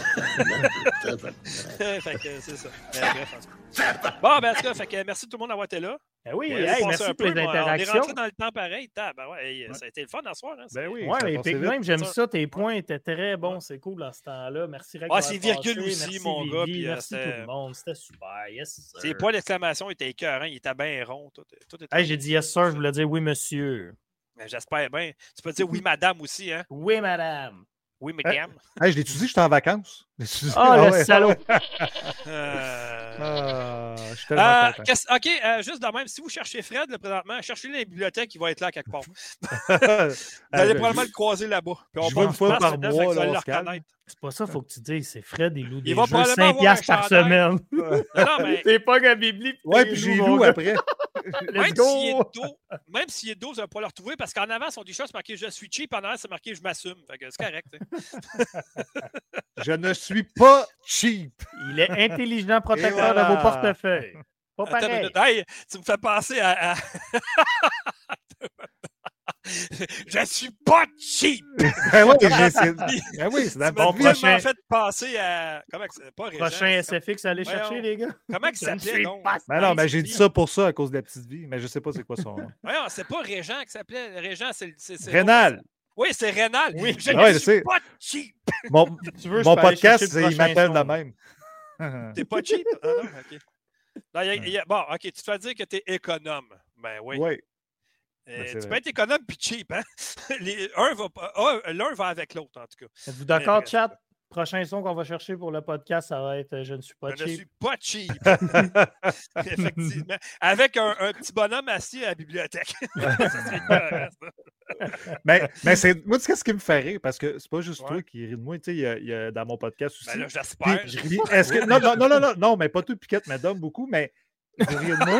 Speaker 1: fait que c'est ça. Mais bref, en tout cas. Bon, ben, en tout cas, fait que merci tout le monde d'avoir été là.
Speaker 2: Ben oui,
Speaker 1: On
Speaker 2: hey,
Speaker 1: a passé
Speaker 2: merci
Speaker 1: un
Speaker 2: pour
Speaker 1: peu,
Speaker 2: les
Speaker 1: mais On est
Speaker 2: interactions.
Speaker 1: rentré dans le temps pareil. Tab, ben ouais, hey,
Speaker 3: Ouais.
Speaker 1: ça a été le fun à soir. Hein,
Speaker 3: Ben oui,
Speaker 2: Ouais,
Speaker 3: ça a
Speaker 2: mais
Speaker 3: passé
Speaker 2: Epic
Speaker 3: vite.
Speaker 2: même, j'aime
Speaker 1: Ça-
Speaker 2: ça. Tes points étaient très bons. C'est cool dans ce temps-là. Merci, Rex.
Speaker 1: Ah,
Speaker 2: d'avoir
Speaker 1: c'est virgule
Speaker 2: passé.
Speaker 1: aussi,
Speaker 2: Merci,
Speaker 1: mon gars,
Speaker 2: Vivi.
Speaker 1: puis, euh,
Speaker 2: Merci tout
Speaker 1: c'était-
Speaker 2: le monde. C'était super. Yes, sir.
Speaker 1: Ses points d'exclamation étaient écœurants. Il était bien rond. Tout, tout était
Speaker 2: Hey, j'ai dit yes, sir. Je voulais dire oui, monsieur.
Speaker 1: Mais J'espère bien. Tu peux dire oui, madame aussi. Hein?
Speaker 2: Oui, madame.
Speaker 1: Oui, madame.
Speaker 3: Hey, je l'ai-tu dit, j'étais en vacances? L'ai-tu dit?
Speaker 2: Oh,
Speaker 3: Ah
Speaker 2: le
Speaker 3: ouais.
Speaker 2: salaud.
Speaker 1: Euh...
Speaker 3: Ah, je suis tellement
Speaker 1: Euh,
Speaker 3: content.
Speaker 1: qu'est-ce- OK, euh, juste de même, si vous cherchez Fred là, présentement, cherchez-le dans les bibliothèques, il va être là quelque part. Vous
Speaker 3: Ah,
Speaker 1: allez
Speaker 3: je-
Speaker 1: probablement le croiser là-bas. Puis on
Speaker 3: je
Speaker 1: va
Speaker 3: vais une fois par
Speaker 1: dedans,
Speaker 3: mois,
Speaker 1: fait que vous
Speaker 3: là,
Speaker 1: allez
Speaker 3: on
Speaker 1: le
Speaker 3: se calme.
Speaker 1: reconnaître.
Speaker 2: C'est pas ça, faut que tu dises. C'est Fred, il loue des
Speaker 1: Il va
Speaker 2: jeux
Speaker 1: probablement
Speaker 2: cinq
Speaker 1: avoir
Speaker 2: piastres
Speaker 1: un
Speaker 2: par
Speaker 1: chandail.
Speaker 2: semaine.
Speaker 1: Non, non, mais
Speaker 2: T'es pas comme Bibli.
Speaker 3: Ouais, puis j'ai loué après.
Speaker 2: Let's
Speaker 1: même
Speaker 2: go.
Speaker 1: s'il est de dos, même s'il est de dos, vous n'allez pas le retrouver parce qu'en avant, son t-shirt, c'est marqué je suis cheap, en arrière, c'est marqué je m'assume. Fait que c'est correct. t'sais.
Speaker 3: Je ne suis pas cheap.
Speaker 2: Il est intelligent protecteur
Speaker 3: Et voilà.
Speaker 2: de vos portefeuilles. Pas
Speaker 1: Attends une
Speaker 2: pareil.
Speaker 1: minute. Hey, tu me fais penser à. à- Je suis pas cheap!
Speaker 3: Ben oui, c'est ben oui, c'est
Speaker 1: dans
Speaker 3: bon
Speaker 1: prochain. fait passer à. Comment que c'est pas Régent,
Speaker 2: prochain S F X, allez
Speaker 1: Voyons.
Speaker 2: chercher, les gars.
Speaker 1: Comment il s'appelait, non?
Speaker 3: Ben non, mais j'ai dit ça pour ça à cause de la petite vie, mais je sais pas c'est quoi son nom.
Speaker 1: Voyons, c'est pas Régent qui s'appelait. Régent, c'est. c'est
Speaker 3: Rénal!
Speaker 1: Oui, c'est Rénal.
Speaker 2: Oui,
Speaker 1: je
Speaker 3: ouais,
Speaker 1: ne suis pas cheap!
Speaker 3: Mon,
Speaker 2: tu veux,
Speaker 3: mon podcast, il m'appelle de même.
Speaker 1: T'es pas cheap? Ah non, OK. Non, y a, y a, bon, OK, tu te fais dire que t'es économe. Ben oui.
Speaker 3: Oui.
Speaker 1: Euh,
Speaker 3: ben,
Speaker 1: tu
Speaker 3: vrai.
Speaker 1: peux être économe puis cheap, hein? Les, un va, un, l'un va avec l'autre, en tout cas.
Speaker 2: Êtes-vous d'accord, mais, chat? Prochain son qu'on va chercher pour le podcast, ça va être « Je ne suis pas
Speaker 1: je
Speaker 2: cheap ».
Speaker 1: Je ne suis pas cheap. Effectivement. Avec un, un petit bonhomme assis à la bibliothèque. Ça serait clair, hein,
Speaker 3: mais mais c'est, moi, tu sais ce qui me fait rire, parce que c'est pas juste
Speaker 1: ouais.
Speaker 3: toi qui ris de moi. Tu sais, il y a, il y a dans mon podcast aussi.
Speaker 1: Ben là, j'espère.
Speaker 3: Je ris, est-ce que, non, non, non, non, non, non, mais pas tout Piquette, mais Dom beaucoup, mais vous riez de moi.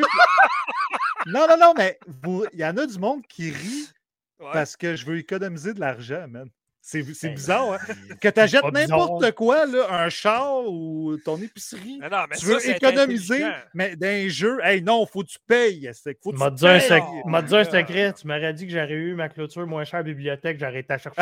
Speaker 3: Non, non, non, mais il y en a du monde qui rit ouais. parce que je veux économiser de l'argent, man. C'est, c'est ben, bizarre, hein? Que tu achètes n'importe quoi, là, un char ou ton épicerie.
Speaker 1: Non, non, mais
Speaker 3: tu
Speaker 1: ça,
Speaker 3: veux économiser, mais d'un jeu, hey, non, faut que tu payes. Faut que
Speaker 2: m'a dit un, sec... oh, dit un secret. Tu m'aurais dit que j'aurais eu ma clôture moins chère à la bibliothèque, j'aurais été à chercher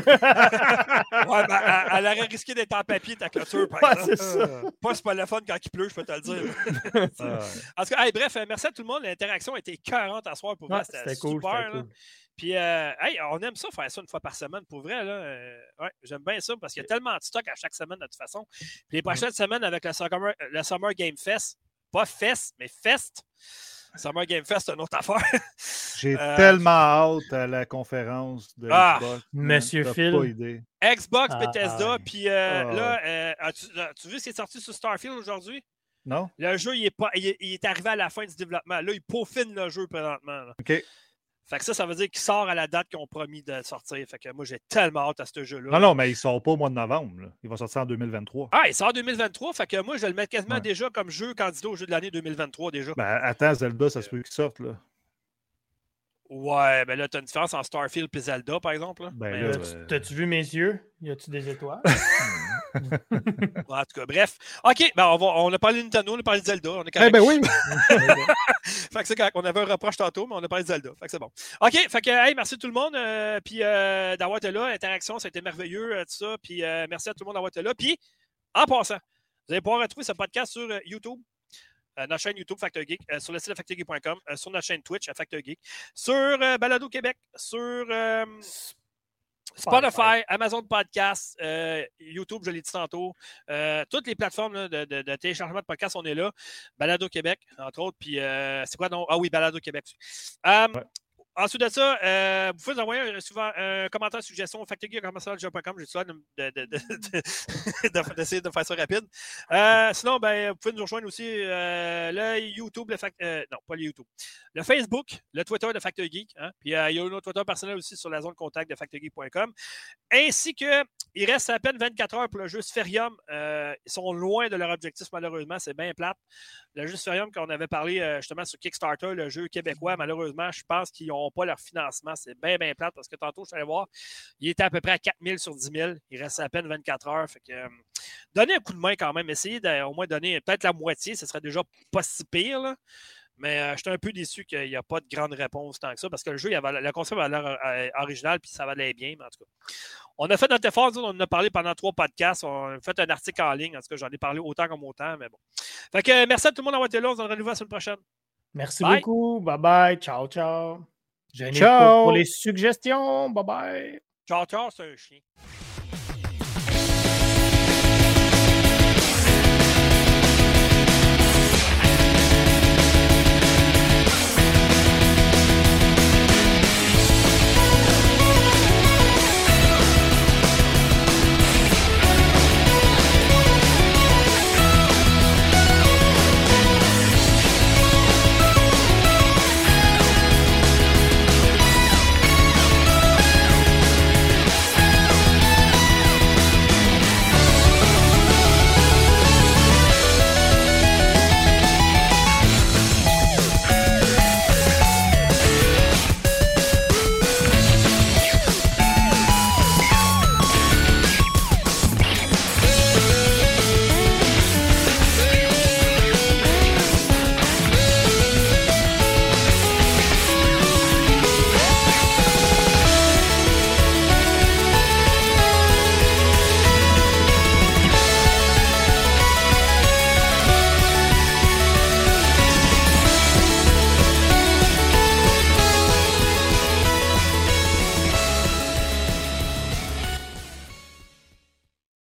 Speaker 2: là.
Speaker 1: Ouais, mais elle, elle aurait risqué d'être en papier, ta clôture, par
Speaker 2: ouais,
Speaker 1: exemple.
Speaker 2: C'est ça.
Speaker 1: Pas c'est pas le fun quand il pleut, je peux te le dire. ah, ouais. En tout cas, hey, bref, merci à tout le monde. L'interaction a été écœurante à soir pour moi. Ouais, c'était, c'était super. Cool, c'était cool. Puis, euh, hey, on aime ça, faire ça une fois par semaine, pour vrai. Là. Euh, ouais, j'aime bien ça parce qu'il y a tellement de stock à chaque semaine, de toute façon. Puis les prochaines mm-hmm. semaines, avec le Summer, le Summer Game Fest, pas Fest, mais Fest. Summer Game Fest, c'est une autre affaire.
Speaker 3: J'ai euh, tellement hâte à la conférence de
Speaker 1: ah,
Speaker 3: Xbox.
Speaker 2: Monsieur
Speaker 3: T'as
Speaker 2: Phil.
Speaker 3: Pas idée.
Speaker 1: Xbox,
Speaker 2: ah,
Speaker 1: Bethesda.
Speaker 2: ah,
Speaker 1: Puis euh,
Speaker 3: ah,
Speaker 1: là, euh, as-tu, as-tu vu ce qui est sorti sur Starfield aujourd'hui?
Speaker 3: Non.
Speaker 1: Le jeu, il est, pas, il est, il est arrivé à la fin du développement. Là, il peaufine le jeu présentement. Là.
Speaker 3: OK.
Speaker 1: Fait que ça, ça veut dire qu'il sort à la date qu'ils ont promis de sortir. Fait que moi, j'ai tellement hâte à ce jeu-là.
Speaker 3: Non, non, mais il sort pas au mois de novembre. Là. Il va sortir en deux mille vingt-trois.
Speaker 1: Ah, il sort en deux mille vingt-trois. Fait que moi, je le mets quasiment
Speaker 3: ouais.
Speaker 1: déjà comme jeu candidat au jeu de l'année deux mille vingt-trois déjà.
Speaker 3: Ben, attends, Zelda, ça se peut qu'il sorte, là.
Speaker 1: Ouais, ben là, t'as une différence entre Starfield et Zelda, par exemple. Là.
Speaker 3: Ben
Speaker 1: mais,
Speaker 3: là,
Speaker 2: euh... T'as-tu vu mes yeux? Y a-tu des étoiles?
Speaker 1: En tout cas, bref. OK, ben on, va, on a parlé de Nintendo, on a parlé de Zelda. On est correct.
Speaker 3: Eh ben oui!
Speaker 1: Fait que c'est correct. On avait un reproche tantôt, mais on a parlé de Zelda. Fait que c'est bon. OK, fait que, hey, merci tout le monde. Euh, puis euh, d'avoir été là. L'interaction, ça a été merveilleux, euh, tout ça. Puis euh, merci à tout le monde d'avoir été là. Puis, en passant, vous allez pouvoir retrouver ce podcast sur euh, YouTube. Euh, notre chaîne YouTube Factor Geek, euh, sur le site de factor geek point com, euh, sur notre chaîne Twitch à Factor Geek, sur euh, Balado Québec, sur euh, Spotify, Amazon Podcast, euh, YouTube, je l'ai dit tantôt, euh, toutes les plateformes là, de, de, de téléchargement de podcasts, on est là. Balado Québec, entre autres, puis euh, c'est quoi non? Ah oui, Balado Québec. Euh, ouais. Ensuite de ça, euh, vous pouvez nous envoyer un, souvent, un commentaire, suggestion, factor geek point com. J'ai souvent de, de, de, de, d'essayer de faire ça rapide. Euh, sinon, ben, vous pouvez nous rejoindre aussi euh, le YouTube, le fact, euh, non, pas le YouTube, le Facebook, le Twitter de Factor Geek. Hein, puis euh, il y a notre Twitter personnel aussi sur la zone contact de factor geek point com. Ainsi que, il reste à peine vingt-quatre heures pour le jeu Spherium. Euh, ils sont loin de leur objectif, malheureusement. C'est bien plate. Le jeu Spherium, qu'on avait parlé euh, justement sur Kickstarter, le jeu québécois, malheureusement, je pense qu'ils n'ont pas leur financement. C'est bien, bien plate parce que tantôt, je suis allé voir, il était à peu près à quatre mille sur dix mille. Il reste à peine vingt-quatre heures. Fait que, euh, donnez un coup de main quand même. Essayez d'au moins donner peut-être la moitié. Ce serait déjà pas si pire, là. Mais euh, j'étais un peu déçu qu'il n'y a pas de grande réponse tant que ça parce que le jeu, il avait, le concept avait l'air euh, original puis ça valait bien. Mais en tout cas, on a fait notre effort. On en a parlé pendant trois podcasts. On a fait un article en ligne. En tout cas, j'en ai parlé autant comme autant. Mais bon. Fait que euh, merci à tout le monde d'avoir été là. On se retrouve la semaine prochaine.
Speaker 2: Merci
Speaker 1: bye.
Speaker 2: beaucoup. Bye bye. Ciao, ciao.
Speaker 3: Ciao.
Speaker 2: Pour les suggestions. Bye bye.
Speaker 1: Ciao, ciao, c'est un chien.